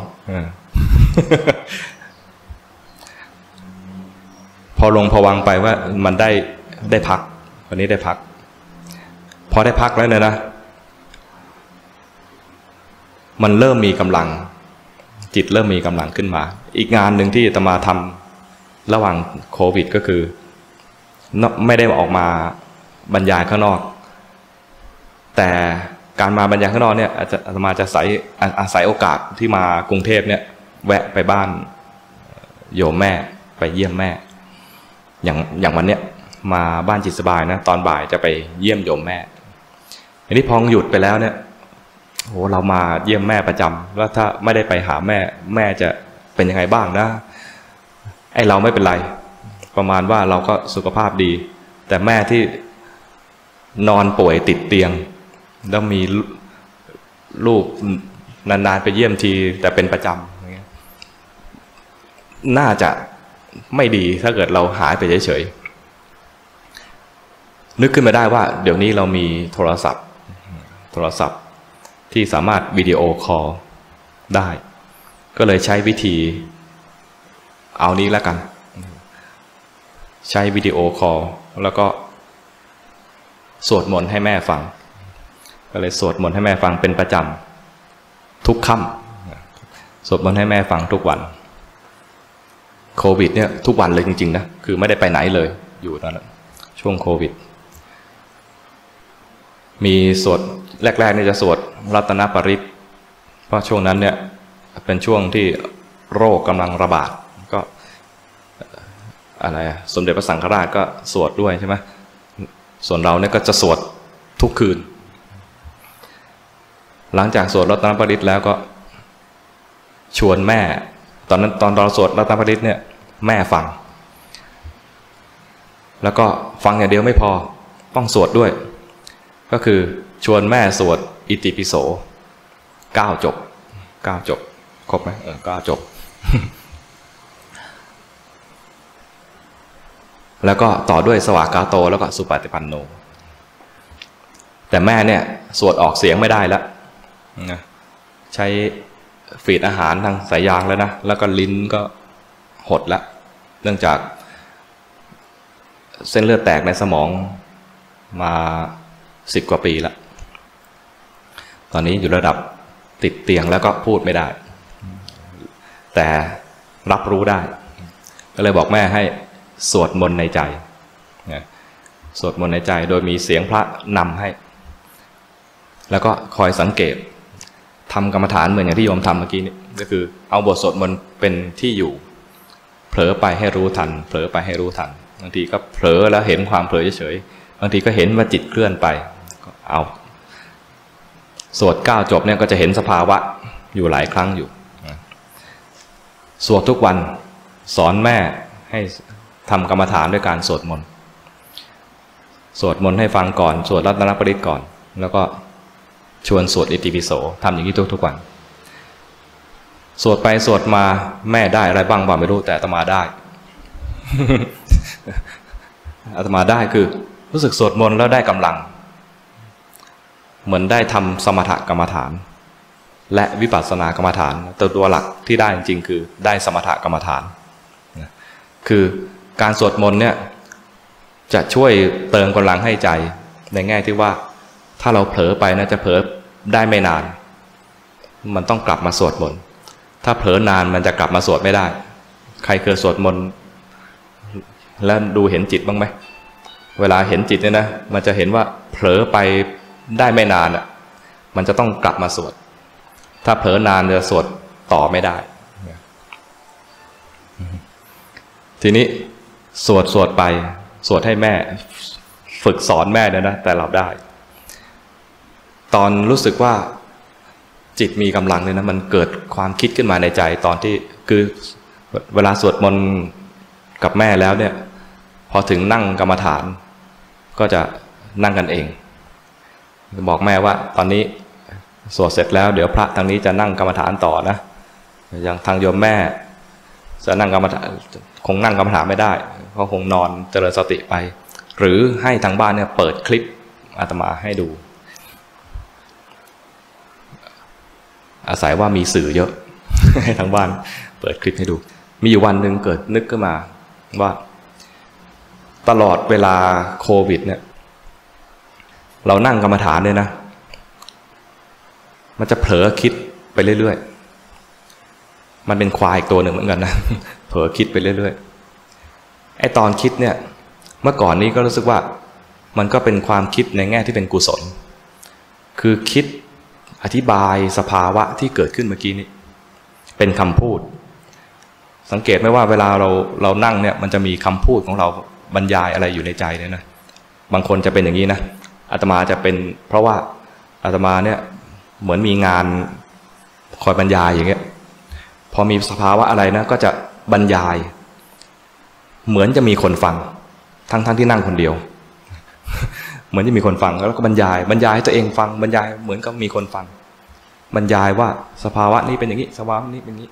พอลงภวังค์ไปว่ามันได้พักวันนี้ได้พักพอได้พักแล้วเนี่ยนะมันเริ่มมีกำลังจิตเริ่มมีกำลังขึ้นมาอีกงานหนึ่งที่อาตมาทำระหว่างโควิดก็คือไม่ได้ออกมาบรรยายข้างนอกแต่การมาบรรยายข้างนอกเนี่ยอาตมาจะอาศัยโอกาสที่มากรุงเทพเนี่ยแวะไปบ้านโยมแม่ไปเยี่ยมแม่อย่างวันเนี้ยมาบ้านจิตสบายนะตอนบ่ายจะไปเยี่ยมโยมแม่อันนี้พอหยุดไปแล้วเนี่ยโหเรามาเยี่ยมแม่ประจำแล้วถ้าไม่ได้ไปหาแม่จะเป็นยังไงบ้างนะไอเราไม่เป็นไรประมาณว่าเราก็สุขภาพดีแต่แม่ที่นอนป่วยติดเตียงแล้วมีลูกนานๆไปเยี่ยมทีแต่เป็นประจำน่าจะไม่ดีถ้าเกิดเราหายไปเฉยๆนึกขึ้นมาได้ว่าเดี๋ยวนี้เรามีโทรศัพท์ที่สามารถวิดีโอคอลได้ก็เลยใช้วิธีเอานี้แล้วกันใช้วิดีโอคอลแล้วก็สวดมนต์ให้แม่ฟังก็เลยสวดมนต์ให้แม่ฟังเป็นประจำทุกค่ำสวดมนต์ให้แม่ฟังทุกวันโควิดเนี่ยทุกวันเลยจริงๆนะคือไม่ได้ไปไหนเลยอยู่ตอนนั้นช่วงโควิดมีสวดแรกๆนี่จะสวดรัตนปริตเพราะช่วงนั้นเนี่ยเป็นช่วงที่โรคกำลังระบาดก็อะไรสมเด็จพระสังฆราชก็สวดด้วยใช่ไหมส่วนเราเนี่ยก็จะสวดทุกคืนหลังจากสวดรัตนปริตแล้วก็ชวนแม่ตอนเราสวดรัตนปริตเนี่ยแม่ฟังแล้วก็ฟังอย่างเดียวไม่พอต้องสวดด้วยก็คือชวนแม่สวดอิติปิโส9 จบครบไหม9 จบ แล้วก็ต่อด้วยสวากขาโตแล้วก็สุปฏิปันโนแต่แม่เนี่ยสวดออกเสียงไม่ได้แล้วใช้ฝีดอาหารทางสายยางแล้วนะแล้วก็ลิ้นก็หดแล้วเนื่องจากเส้นเลือดแตกในสมองมา10 กว่าปีแล้วตอนนี้อยู่ระดับติดเตียงแล้วก็พูดไม่ได้แต่รับรู้ได้ก็เลยบอกแม่ให้สวดมนต์ในใจสวดมนต์ในใจโดยมีเสียงพระนำให้แล้วก็คอยสังเกตทำกรรมฐานเหมือนอย่างที่โยมทำเมื่อกี้นี่ก็คือเอาบทสวดมนต์เป็นที่อยู่เผลอไปให้รู้ทันเผลอไปให้รู้ทันบางทีก็เผลอแล้วเห็นความเผลอเฉยๆบางทีก็เห็นว่าจิตเคลื่อนไปก็เอาสวด9 จบเนี่ยก็จะเห็นสภาวะอยู่หลายครั้งอยู่สวดทุกวันสอนแม่ให้ทำกรรมฐานด้วยการสวดมนต์ให้ฟังก่อนสวดรัตนปริตก่อนแล้วก็ชวนสวดอิติปิโสทำอย่างนี้ทุกวันสวดไปสวดมาแม่ได้อะไรบ้างไม่รู้แต่อาตมาได้ อาตมาได้คือรู้สึกสวดมนต์แล้วได้กำลังเหมือนได้ทำสมถกรรมฐานและวิปัสสนากรรมฐานตัวหลักที่ได้จริงๆคือได้สมถกรรมฐานคือการสวดมนต์เนี่ยจะช่วยเติมกำลังให้ใจในแง่ที่ว่าถ้าเราเผลอไปนะจะเผลอได้ไม่นานมันต้องกลับมาสวดมนต์ถ้าเผลอนานมันจะกลับมาสวดไม่ได้ใครเคยสวดมนต์แล้วดูเห็นจิตบ้างไหมเวลาเห็นจิตเนี่ยนะมันจะเห็นว่าเผลอไปได้ไม่นานอ่ะมันจะต้องกลับมาสวดถ้าเผลอนานจะสวดต่อไม่ได้ทีนี้สวดไปสวดให้แม่ฝึกสอนแม่เนี่ยนะแต่เราได้ตอนรู้สึกว่าจิตมีกำลังเนี่ยนะมันเกิดความคิดขึ้นมาในใจตอนที่คือเวลาสวดมนต์กับแม่แล้วเนี่ยพอถึงนั่งกรรมฐานก็จะนั่งกันเองบอกแม่ว่าตอนนี้สวดเสร็จแล้วเดี๋ยวพระทางนี้จะนั่งกรรมฐานต่อนะอย่างทางโยมแม่จะนั่งกรรมฐานคงนั่งกรรมฐานไม่ได้เขาคงนอนเจริญสติไปหรือให้ทางบ้านเนี่ยเปิดคลิปอาตมาให้ดูอาศัยว่ามีสื่อเยอะ ให้ทางบ้านเปิดคลิปให้ดูมีอยู่วันหนึ่งเกิดนึกขึ้นมาว่าตลอดเวลาโควิดเนี่ยเรานั่งกรรมฐานเนี่ยนะมันจะเผลอคิดไปเรื่อยๆมันเป็นควายอีกตัวหนึ่งเหมือนกันนะเผลอคิดไปเรื่อยๆไอ้ตอนคิดเนี่ยเมื่อก่อนนี้ก็รู้สึกว่ามันก็เป็นความคิดในแง่ที่เป็นกุศลคือคิดอธิบายสภาวะที่เกิดขึ้นเมื่อกี้นี้เป็นคำพูดสังเกตไหมว่าเวลาเรานั่งเนี่ยมันจะมีคำพูดของเราบรรยายอะไรอยู่ในใจเนี่ยนะบางคนจะเป็นอย่างนี้นะอาตมาจะเป็นเพราะว่าอาตมาเนี่ยเหมือนมีงานคอยบรรยายอย่างเงี้ยพอมีสภาวะอะไรนะก็จะบรรยายเหมือนจะมีคนฟังทั้งที่นั่งคนเดียวเหมือนที่มีคนฟังแล้วก็บรรยายให้ตัวเองฟังบรรยายเหมือนกับมีคนฟังบรรยายว่าสภาวะนี้เป็นอย่างนี้สภาวะนี้เป็นอย่างนี้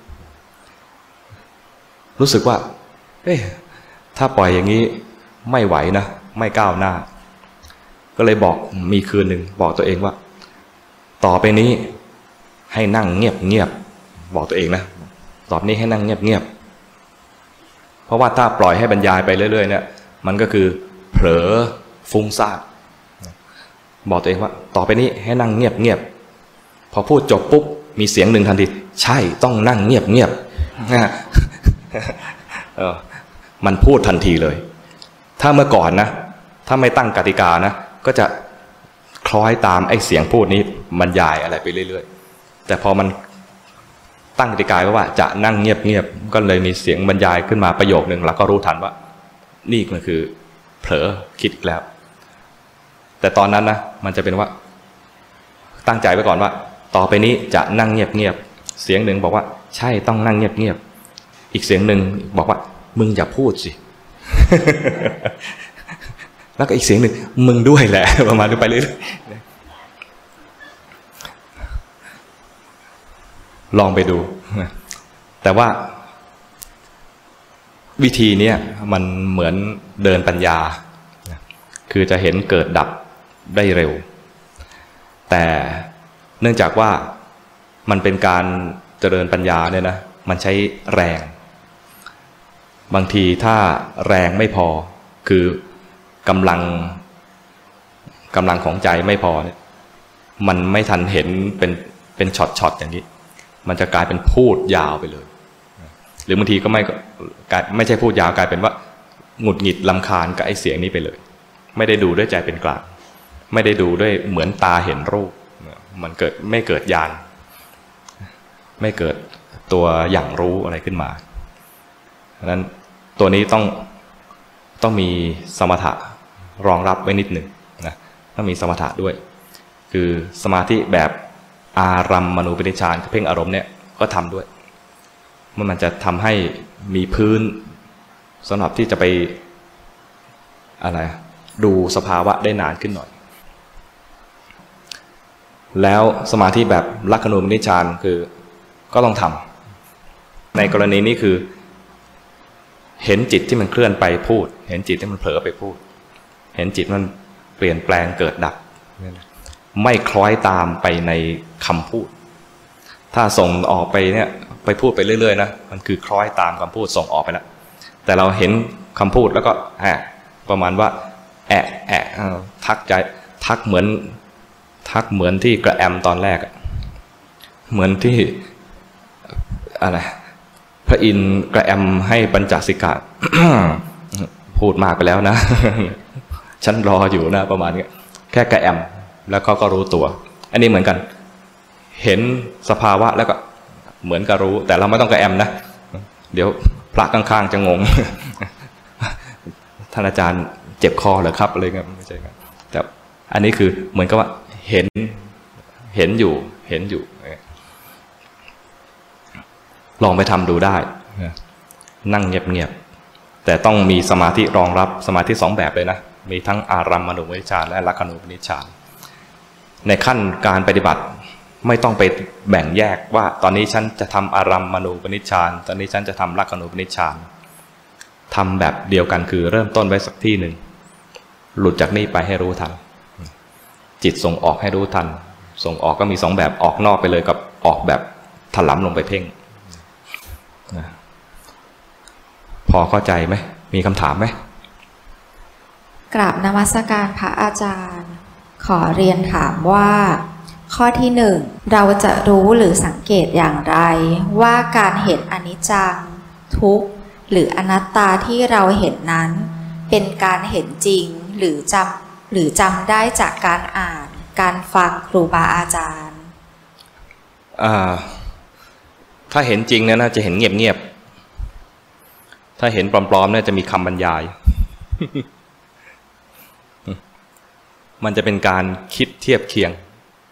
รู้สึกว่าเอ๊ะถ้าปล่อยอย่างนี้ไม่ไหวนะไม่ก้าวหน้าก็เลยบอกมีคืนหนึ่งบอกตัวเองว่าต่อไปนี้ให้นั่งเงียบบอกตัวเองนะต่อไปนี้ให้นั่งเงียบเพราะว่าถ้าปล่อยให้บรรยายไปเรื่อยๆเนี่ยมันก็คือเผลอฟุ้งซ่านบอกตัวเองว่าต่อไปนี้ให้นั่งเงียบพอพูดจบปุ๊บมีเสียงหนึ่งทันทีใช่ต้องนั่งเงียบมันพูดทันทีเลยถ้าเมื่อก่อนนะถ้าไม่ตั้งกติกานะก็จะคล้อยตามไอ้เสียงพูดนี้บรรยายอะไรไปเรื่อยๆแต่พอมันตั้งกติกาไว้ว่าจะนั่งเงียบก็เลยมีเสียงบรรยายขึ้นมาประโยคนึงแล้วก็รู้ทันว่านี่มันคือเผลอคิดแล้วแต่ตอนนั้นนะมันจะเป็นว่าตั้งใจไว้ก่อนว่าต่อไปนี้จะนั่งเงียบเสียงหนึ่งบอกว่าใช่ต้องนั่งเงียบอีกเสียงหนึ่งบอกว่ามึงอย่าพูดสิแล้วก็อีกเสียงหนึ่งมึงด้วยแหละประมาณนี้ไปเรื่อยๆลองไปดูแต่ว่าวิธีนี้มันเหมือนเดินปัญญาคือจะเห็นเกิดดับได้เร็วแต่เนื่องจากว่ามันเป็นการเจริญปัญญาเนี่ยนะมันใช้แรงบางทีถ้าแรงไม่พอคือกำลังของใจไม่พอเนี่ยมันไม่ทันเห็นเป็นช็อตอย่างนี้มันจะกลายเป็นพูดยาวไปเลยหรือบางทีก็ไม่ใช่พูดยาวกลายเป็นว่าหงุดหงิดรำคาญกับไอ้เสียงนี้ไปเลยไม่ได้ดูด้วยใจเป็นกลางไม่ได้ดูด้วยเหมือนตาเห็นรูปมันไม่เกิดญาณไม่เกิดตัวอย่างรู้อะไรขึ้นมาดังนั้นตัวนี้ต้องมีสมถะรองรับไว้นิดหนึ่งนะต้องมีสมถะด้วยคือสมาธิแบบอารัมมณูปนิชฌานเพ่งอารมณ์เนี่ยก็ทำด้วยมันจะทำให้มีพื้นสำหรับที่จะไปอะไรดูสภาวะได้นานขึ้นหน่อยแล้วสมาธิแบบลักขณูปนิชฌานคือก็ต้องทำในกรณีนี้คือเห็นจิตที่มันเคลื่อนไปพูดเห็นจิตที่มันเผลอไปพูดเห็นจิตมันเปลี่ยนแปลงเกิดดับไม่คล้อยตามไปในคำพูดถ้าส่งออกไปเนี่ยไปพูดไปเรื่อยๆนะมันคือคล้อยตามคำพูดส่งออกไปแล้วแต่เราเห็นคำพูดแล้วก็ประมาณว่าทักใจทักเหมือนที่กระแอมตอนแรกเหมือนที่อะไรพระอินทร์กระแอมให้ปัญจสิกะ พูดมากไปแล้วนะ ฉันรออยู่นะประมาณนี้แค่กระแอมแล้วก็รู้ตัวอันนี้เหมือนกันเห็นสภาวะแล้วก็เหมือนกับรู้แต่เราไม่ต้องกระแอมนะเดี๋ยวพระข้างๆจะงง ท่านอาจารย์เจ็บคอเหรอครับอะไรเงี้ยไม่ใช่ครับแต่อันนี้คือเหมือนกับว่าเห็นอยู่ลองไปทำดูได้นั่งเงียบๆแต่ต้องมีสมาธิรองรับสมาธิ2แบบเลยนะมีทั้งอารัมมณูปนิชฌานและลักขณูปนิชฌานในขั้นการปฏิบัติไม่ต้องไปแบ่งแยกว่าตอนนี้ฉันจะทำอารัมมณูปนิชฌานตอนนี้ฉันจะทำลักขณูปนิชฌานทำแบบเดียวกันคือเริ่มต้นไว้สักที่หนึ่งหลุดจากนี่ไปให้รู้ทันจิตส่งออกให้รู้ทันส่งออกก็มี2แบบออกนอกไปเลยกับออกแบบถลำลงไปเพ่งพอเข้าใจไหมมีคำถามไหมกราบนมัสการพระอาจารย์ขอเรียนถามว่าข้อที่1เราจะรู้หรือสังเกตอย่างไรว่าการเห็นอนิจจังทุกข์หรืออนัตตาที่เราเห็นนั้นเป็นการเห็นจริงหรือจำได้จากการอ่านการฟังครูบาอาจารย์ถ้าเห็นจริงเนี่ยน่าจะเห็นเงียบถ้าเห็นปลอมๆน่าจะมีคำบรรยาย มันจะเป็นการคิดเทียบเคียง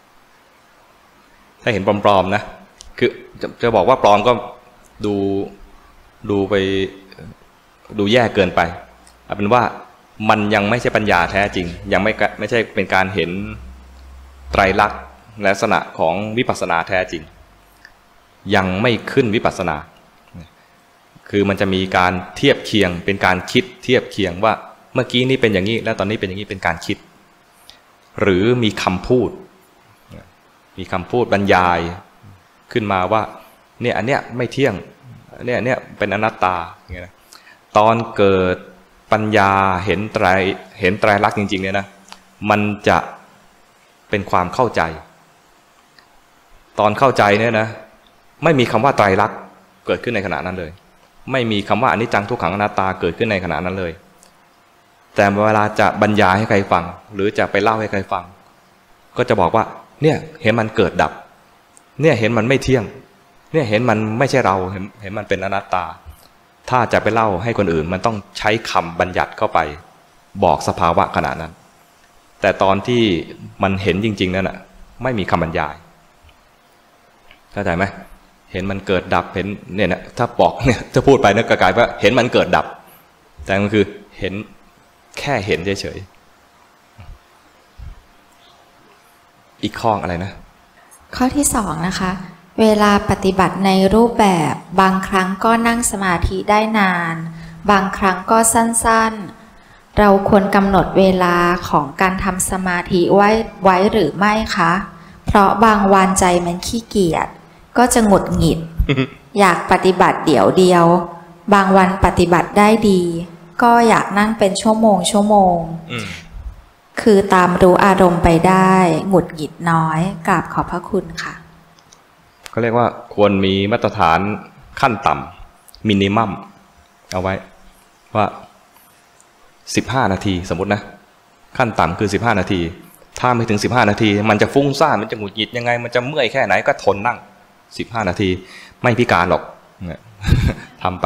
ถ้าเห็นปลอมๆนะคือจะบอกว่าปลอมก็ดูไปดูแย่เกินไปเอาเป็นว่ามันยังไม่ใช่ปัญญาแท้จริงยังไม่ใช่เป็นการเห็นไตรลักษณ์ลักษณะของวิปัสสนาแท้จริงยังไม่ขึ้นวิปัสสนาคือมันจะมีการเทียบเคียงเป็นการคิดเทียบเคียงว่าเมื่อกี้นี่เป็นอย่างนี้แล้วตอนนี้เป็นอย่างนี้เป็นการคิดหรือมีคำพูดบรรยายขึ้นมาว่าเนี่ยอันเนี้ยไม่เที่ยงเนี่ยเป็นอนัตตาอย่างเงี้ยนะตอนเกิดปัญญาเห็นไตรลักษณ์จริงๆเนี่ยนะมันจะเป็นความเข้าใจตอนเข้าใจเนี่ยนะไม่มีคำว่าไตรลักษณ์เกิดขึ้นในขณะนั้นเลยไม่มีคำว่าอนิจจังทุกขังอนัตตาเกิดขึ้นในขณะนั้นเลยแต่เวลาจะบรรยายให้ใครฟังหรือจะไปเล่าให้ใครฟังก็จะบอกว่าเนี่ยเห็นมันเกิดดับเนี่ยเห็นมันไม่เที่ยงเนี่ยเห็นมันไม่ใช่เราเห็นมันเป็นอนัตตาถ้าจะไปเล่าให้คนอื่นมันต้องใช้คำบัญญัติเข้าไปบอกสภาวะขณะนั้นแต่ตอนที่มันเห็นจริงๆนั่นน่ะไม่มีคำบรรยายเข้าใจไหมเห็นมันเกิดดับเห็นเนี่ยนะถ้าบอกเนี่ยจะพูดไปนึกกลายว่าเห็นมันเกิดดับแต่มันคือเห็นแค่เห็นเฉยๆอีกข้ออะไรนะข้อที่2นะคะเวลาปฏิบัติในรูปแบบบางครั้งก็นั่งสมาธิได้นานบางครั้งก็สั้นๆเราควรกำหนดเวลาของการทำสมาธิไว้หรือไม่คะเพราะบางวันใจมันขี้เกียจก็จะหงุดหงิด อยากปฏิบัติเดียวบางวันปฏิบัติได้ดีก็อยากนั่งเป็นชั่วโมงคือตามรู้อารมณ์ไปได้หงุดหงิดน้อยกราบขอบพระคุณค่ะเขาเรียกว่าควรมีมาตรฐานขั้นต่ำมินิมัมเอาไว้ว่า15 นาทีสมมตินะขั้นต่ำคือ15 นาทีถ้าไม่ถึง15 นาทีมันจะฟุ้งซ่านมันจะหงุดหงิดยังไงมันจะเมื่อยแค่ไหนก็ทนนั่ง15 นาทีไม่พิการหรอกทำไป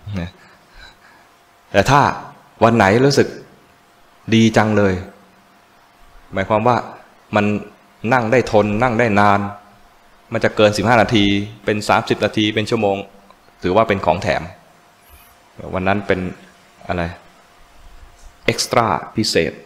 แต่ถ้าวันไหนรู้สึกดีจังเลยหมายความว่ามันนั่งได้ทนนั่งได้นานมันจะเกิน15 นาทีเป็น30 นาทีเป็นชั่วโมงถือว่าเป็นของแถมวันนั้นเป็นอะไรเอ็กซ์ตร้าพิเศษ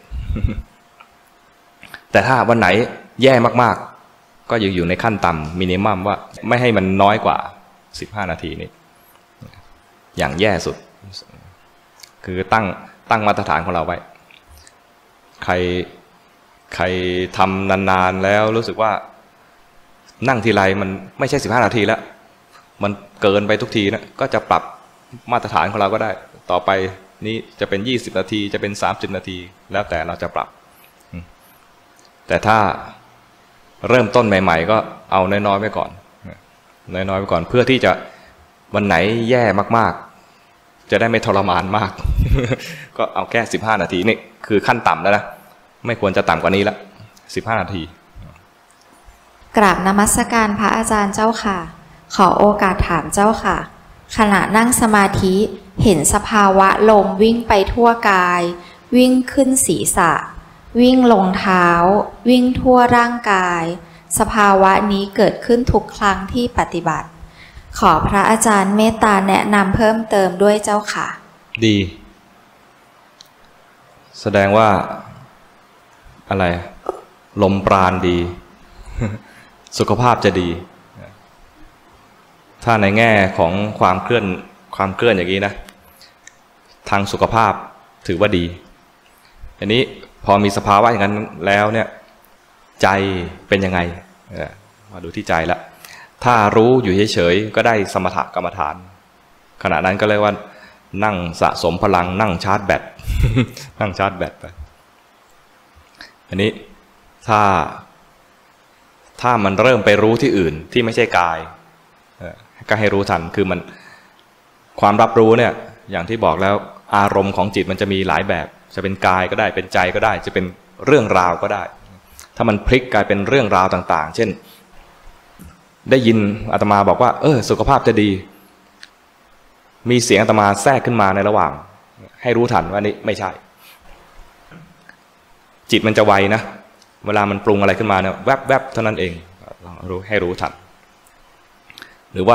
แต่ถ้าวันไหนแย่มากๆก็อยู่ในขั้นต่ำมินิมัมว่าไม่ให้มันน้อยกว่า15 นาทีนี้อย่างแย่สุดคือตั้งมาตรฐานของเราไว้ใครทำนานๆแล้วรู้สึกว่านั่งทีไรมันไม่ใช่15 นาทีแล้วมันเกินไปทุกทีนะก็จะปรับมาตรฐานของเราก็ได้ต่อไปนี้จะเป็น20 นาทีจะเป็น30 นาทีแล้วแต่เราจะปรับแต่ถ้าเริ่มต้นใหม่ๆก็เอาน้อยๆไว้ก่อนน้อยๆไว้ก่อนเพื่อที่จะวันไหนแย่มากๆจะได้ไม่ทรมานมาก ก็เอาแค่15 นาทีนี่คือขั้นต่ำแล้วนะไม่ควรจะต่ำกว่านี้ละ15 นาทีกราบนมัสการพระอาจารย์เจ้าค่ะขอโอกาสถามเจ้าค่ะขณะนั่งสมาธิเห็นสภาวะลมวิ่งไปทั่วกายวิ่งขึ้นศีรษะวิ่งลงเท้าวิ่งทั่วร่างกายสภาวะนี้เกิดขึ้นทุกครั้งที่ปฏิบัติขอพระอาจารย์เมตตาแนะนำเพิ่มเติมด้วยเจ้าค่ะดีแสดงว่าอะไรลมปราณดี สุขภาพจะดีถ้าในแง่ของความเคลื่อนอย่างนี้นะทางสุขภาพถือว่าดีอันนี้พอมีสภาวะอย่างนั้นแล้วเนี่ยใจเป็นยังไงมาดูที่ใจละถ้ารู้อยู่เฉยๆก็ได้สมถกรรมฐานขณะนั้นก็เรียกว่านั่งสะสมพลังนั่งชาร์จแบต นั่งชาร์จแบตไปอันนี้ถ้ามันเริ่มไปรู้ที่อื่นที่ไม่ใช่กายก็ให้รู้ทันคือมันความรับรู้เนี่ยอย่างที่บอกแล้วอารมณ์ของจิตมันจะมีหลายแบบจะเป็นกายก็ได้เป็นใจก็ได้จะเป็นเรื่องราวก็ได้ถ้ามันพลิกกลายเป็นเรื่องราวต่างๆเช่นได้ยินอาตมาบอกว่าสุขภาพจะดีมีเสียงอาตมาแทรกขึ้นมาในระหว่างให้รู้ทันว่านี่ไม่ใช่จิตมันจะไวนะเวลามันปรุงอะไรขึ้นมาเนี่ยแวบๆเท่านั้นเองให้รู้ทันหรือว่า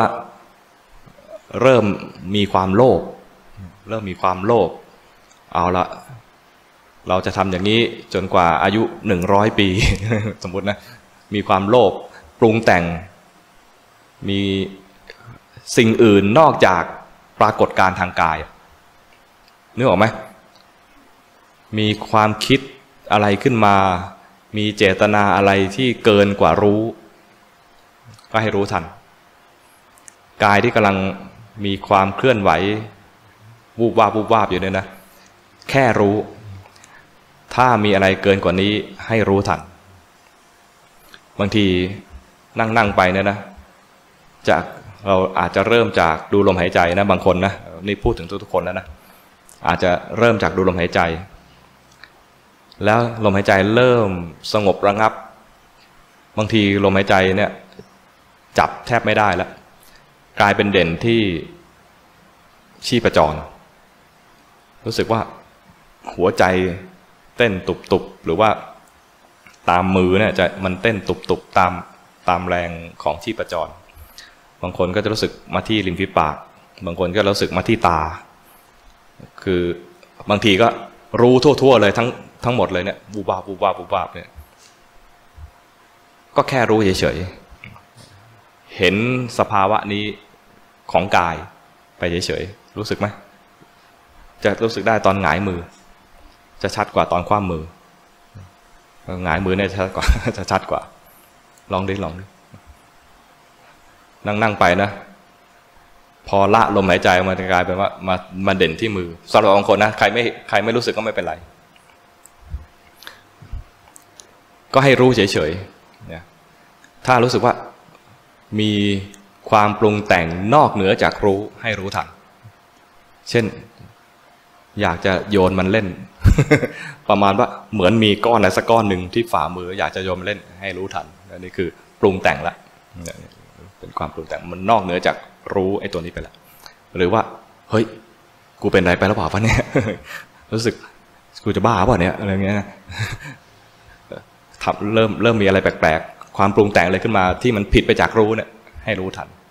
เริ่มมีความโลภเอาละเราจะทำอย่างนี้จนกว่าอายุ100 ปี สมมตินะมีความโลภปรุงแต่งมีสิ่งอื่นนอกจากปรากฏการณ์ทางกายนึกออกไหมมีความคิดอะไรขึ้นมามีเจตนาอะไรที่เกินกว่ารู้ก็ให้รู้ทันกายที่กำลังมีความเคลื่อนไหววูบวาบวูบวาบอยู่เนี่ยนะแค่รู้ถ้ามีอะไรเกินกว่านี้ให้รู้ทันบางทีนั่งไปเนี่ยนะจากเราอาจจะเริ่มจากดูลมหายใจนะบางคนนะนี่พูดถึงทุกๆคนแล้วนะอาจจะเริ่มจากดูลมหายใจแล้วลมหายใจเริ่มสงบระงับบางทีลมหายใจเนี่ยจับแทบไม่ได้แล้วกลายเป็นเด่นที่ชีพจรรู้สึกว่าหัวใจเต้นตุบๆหรือว่าตามมือเนี่ยจะมันเต้นตุบๆตามแรงของชีพจรบางคนก็จะรู้สึกมาที่ริมฝีปากบางคนก็รู้สึกมาที่ตาคือบางทีก็รู้ทั่วๆเลยทั้งหมดเลยเนี่ยบูบาบบูบาบบูบาบเนี่ยก็แค่รู้เฉยๆเห็นสภาวะนี้ของกายไปเฉยๆรู้สึกไหมจะรู้สึกได้ตอนหงายมือจะชัดกว่าตอนคว่ำมือหงายมือเนี่ยชัดกว่า จะชัดกว่าลองดินั่งไปนะพอละลมหายใจมันจะกลายเป็นว่ามาเด่นที่มือสำหรับบางคนนะใครไม่รู้สึกก็ไม่เป็นไรก็ให้รู้เฉยๆเนี่ยถ้ารู้สึกว่ามีความปรุงแต่งนอกเหนือจากรู้ให้รู้ทันเช่นอยากจะโยนมันเล่น ประมาณว่าเหมือนมีก้อนอะไรสักก้อนหนึ่งที่ฝ่ามืออยากจะโยนมันเล่นให้รู้ทันอันนี้คือปรุงแต่งละเป็นความปรุงแต่งมันนอกเหนือจากรู้ไอ้ตัวนี้ไปแล้วหรือว่าเฮ้ยกูเป็นอะไรไปแล้วเปล่าวะเนี่ย รู้สึกกูจะบ้าเปล่าเนี่ยอะไรเงี้ยเริ่มมีอะไรแปลกๆความปรุงแต่งอะไรขึ้นมาที่มันผิดไปจากรู้เนี่ยให้รู้ทัน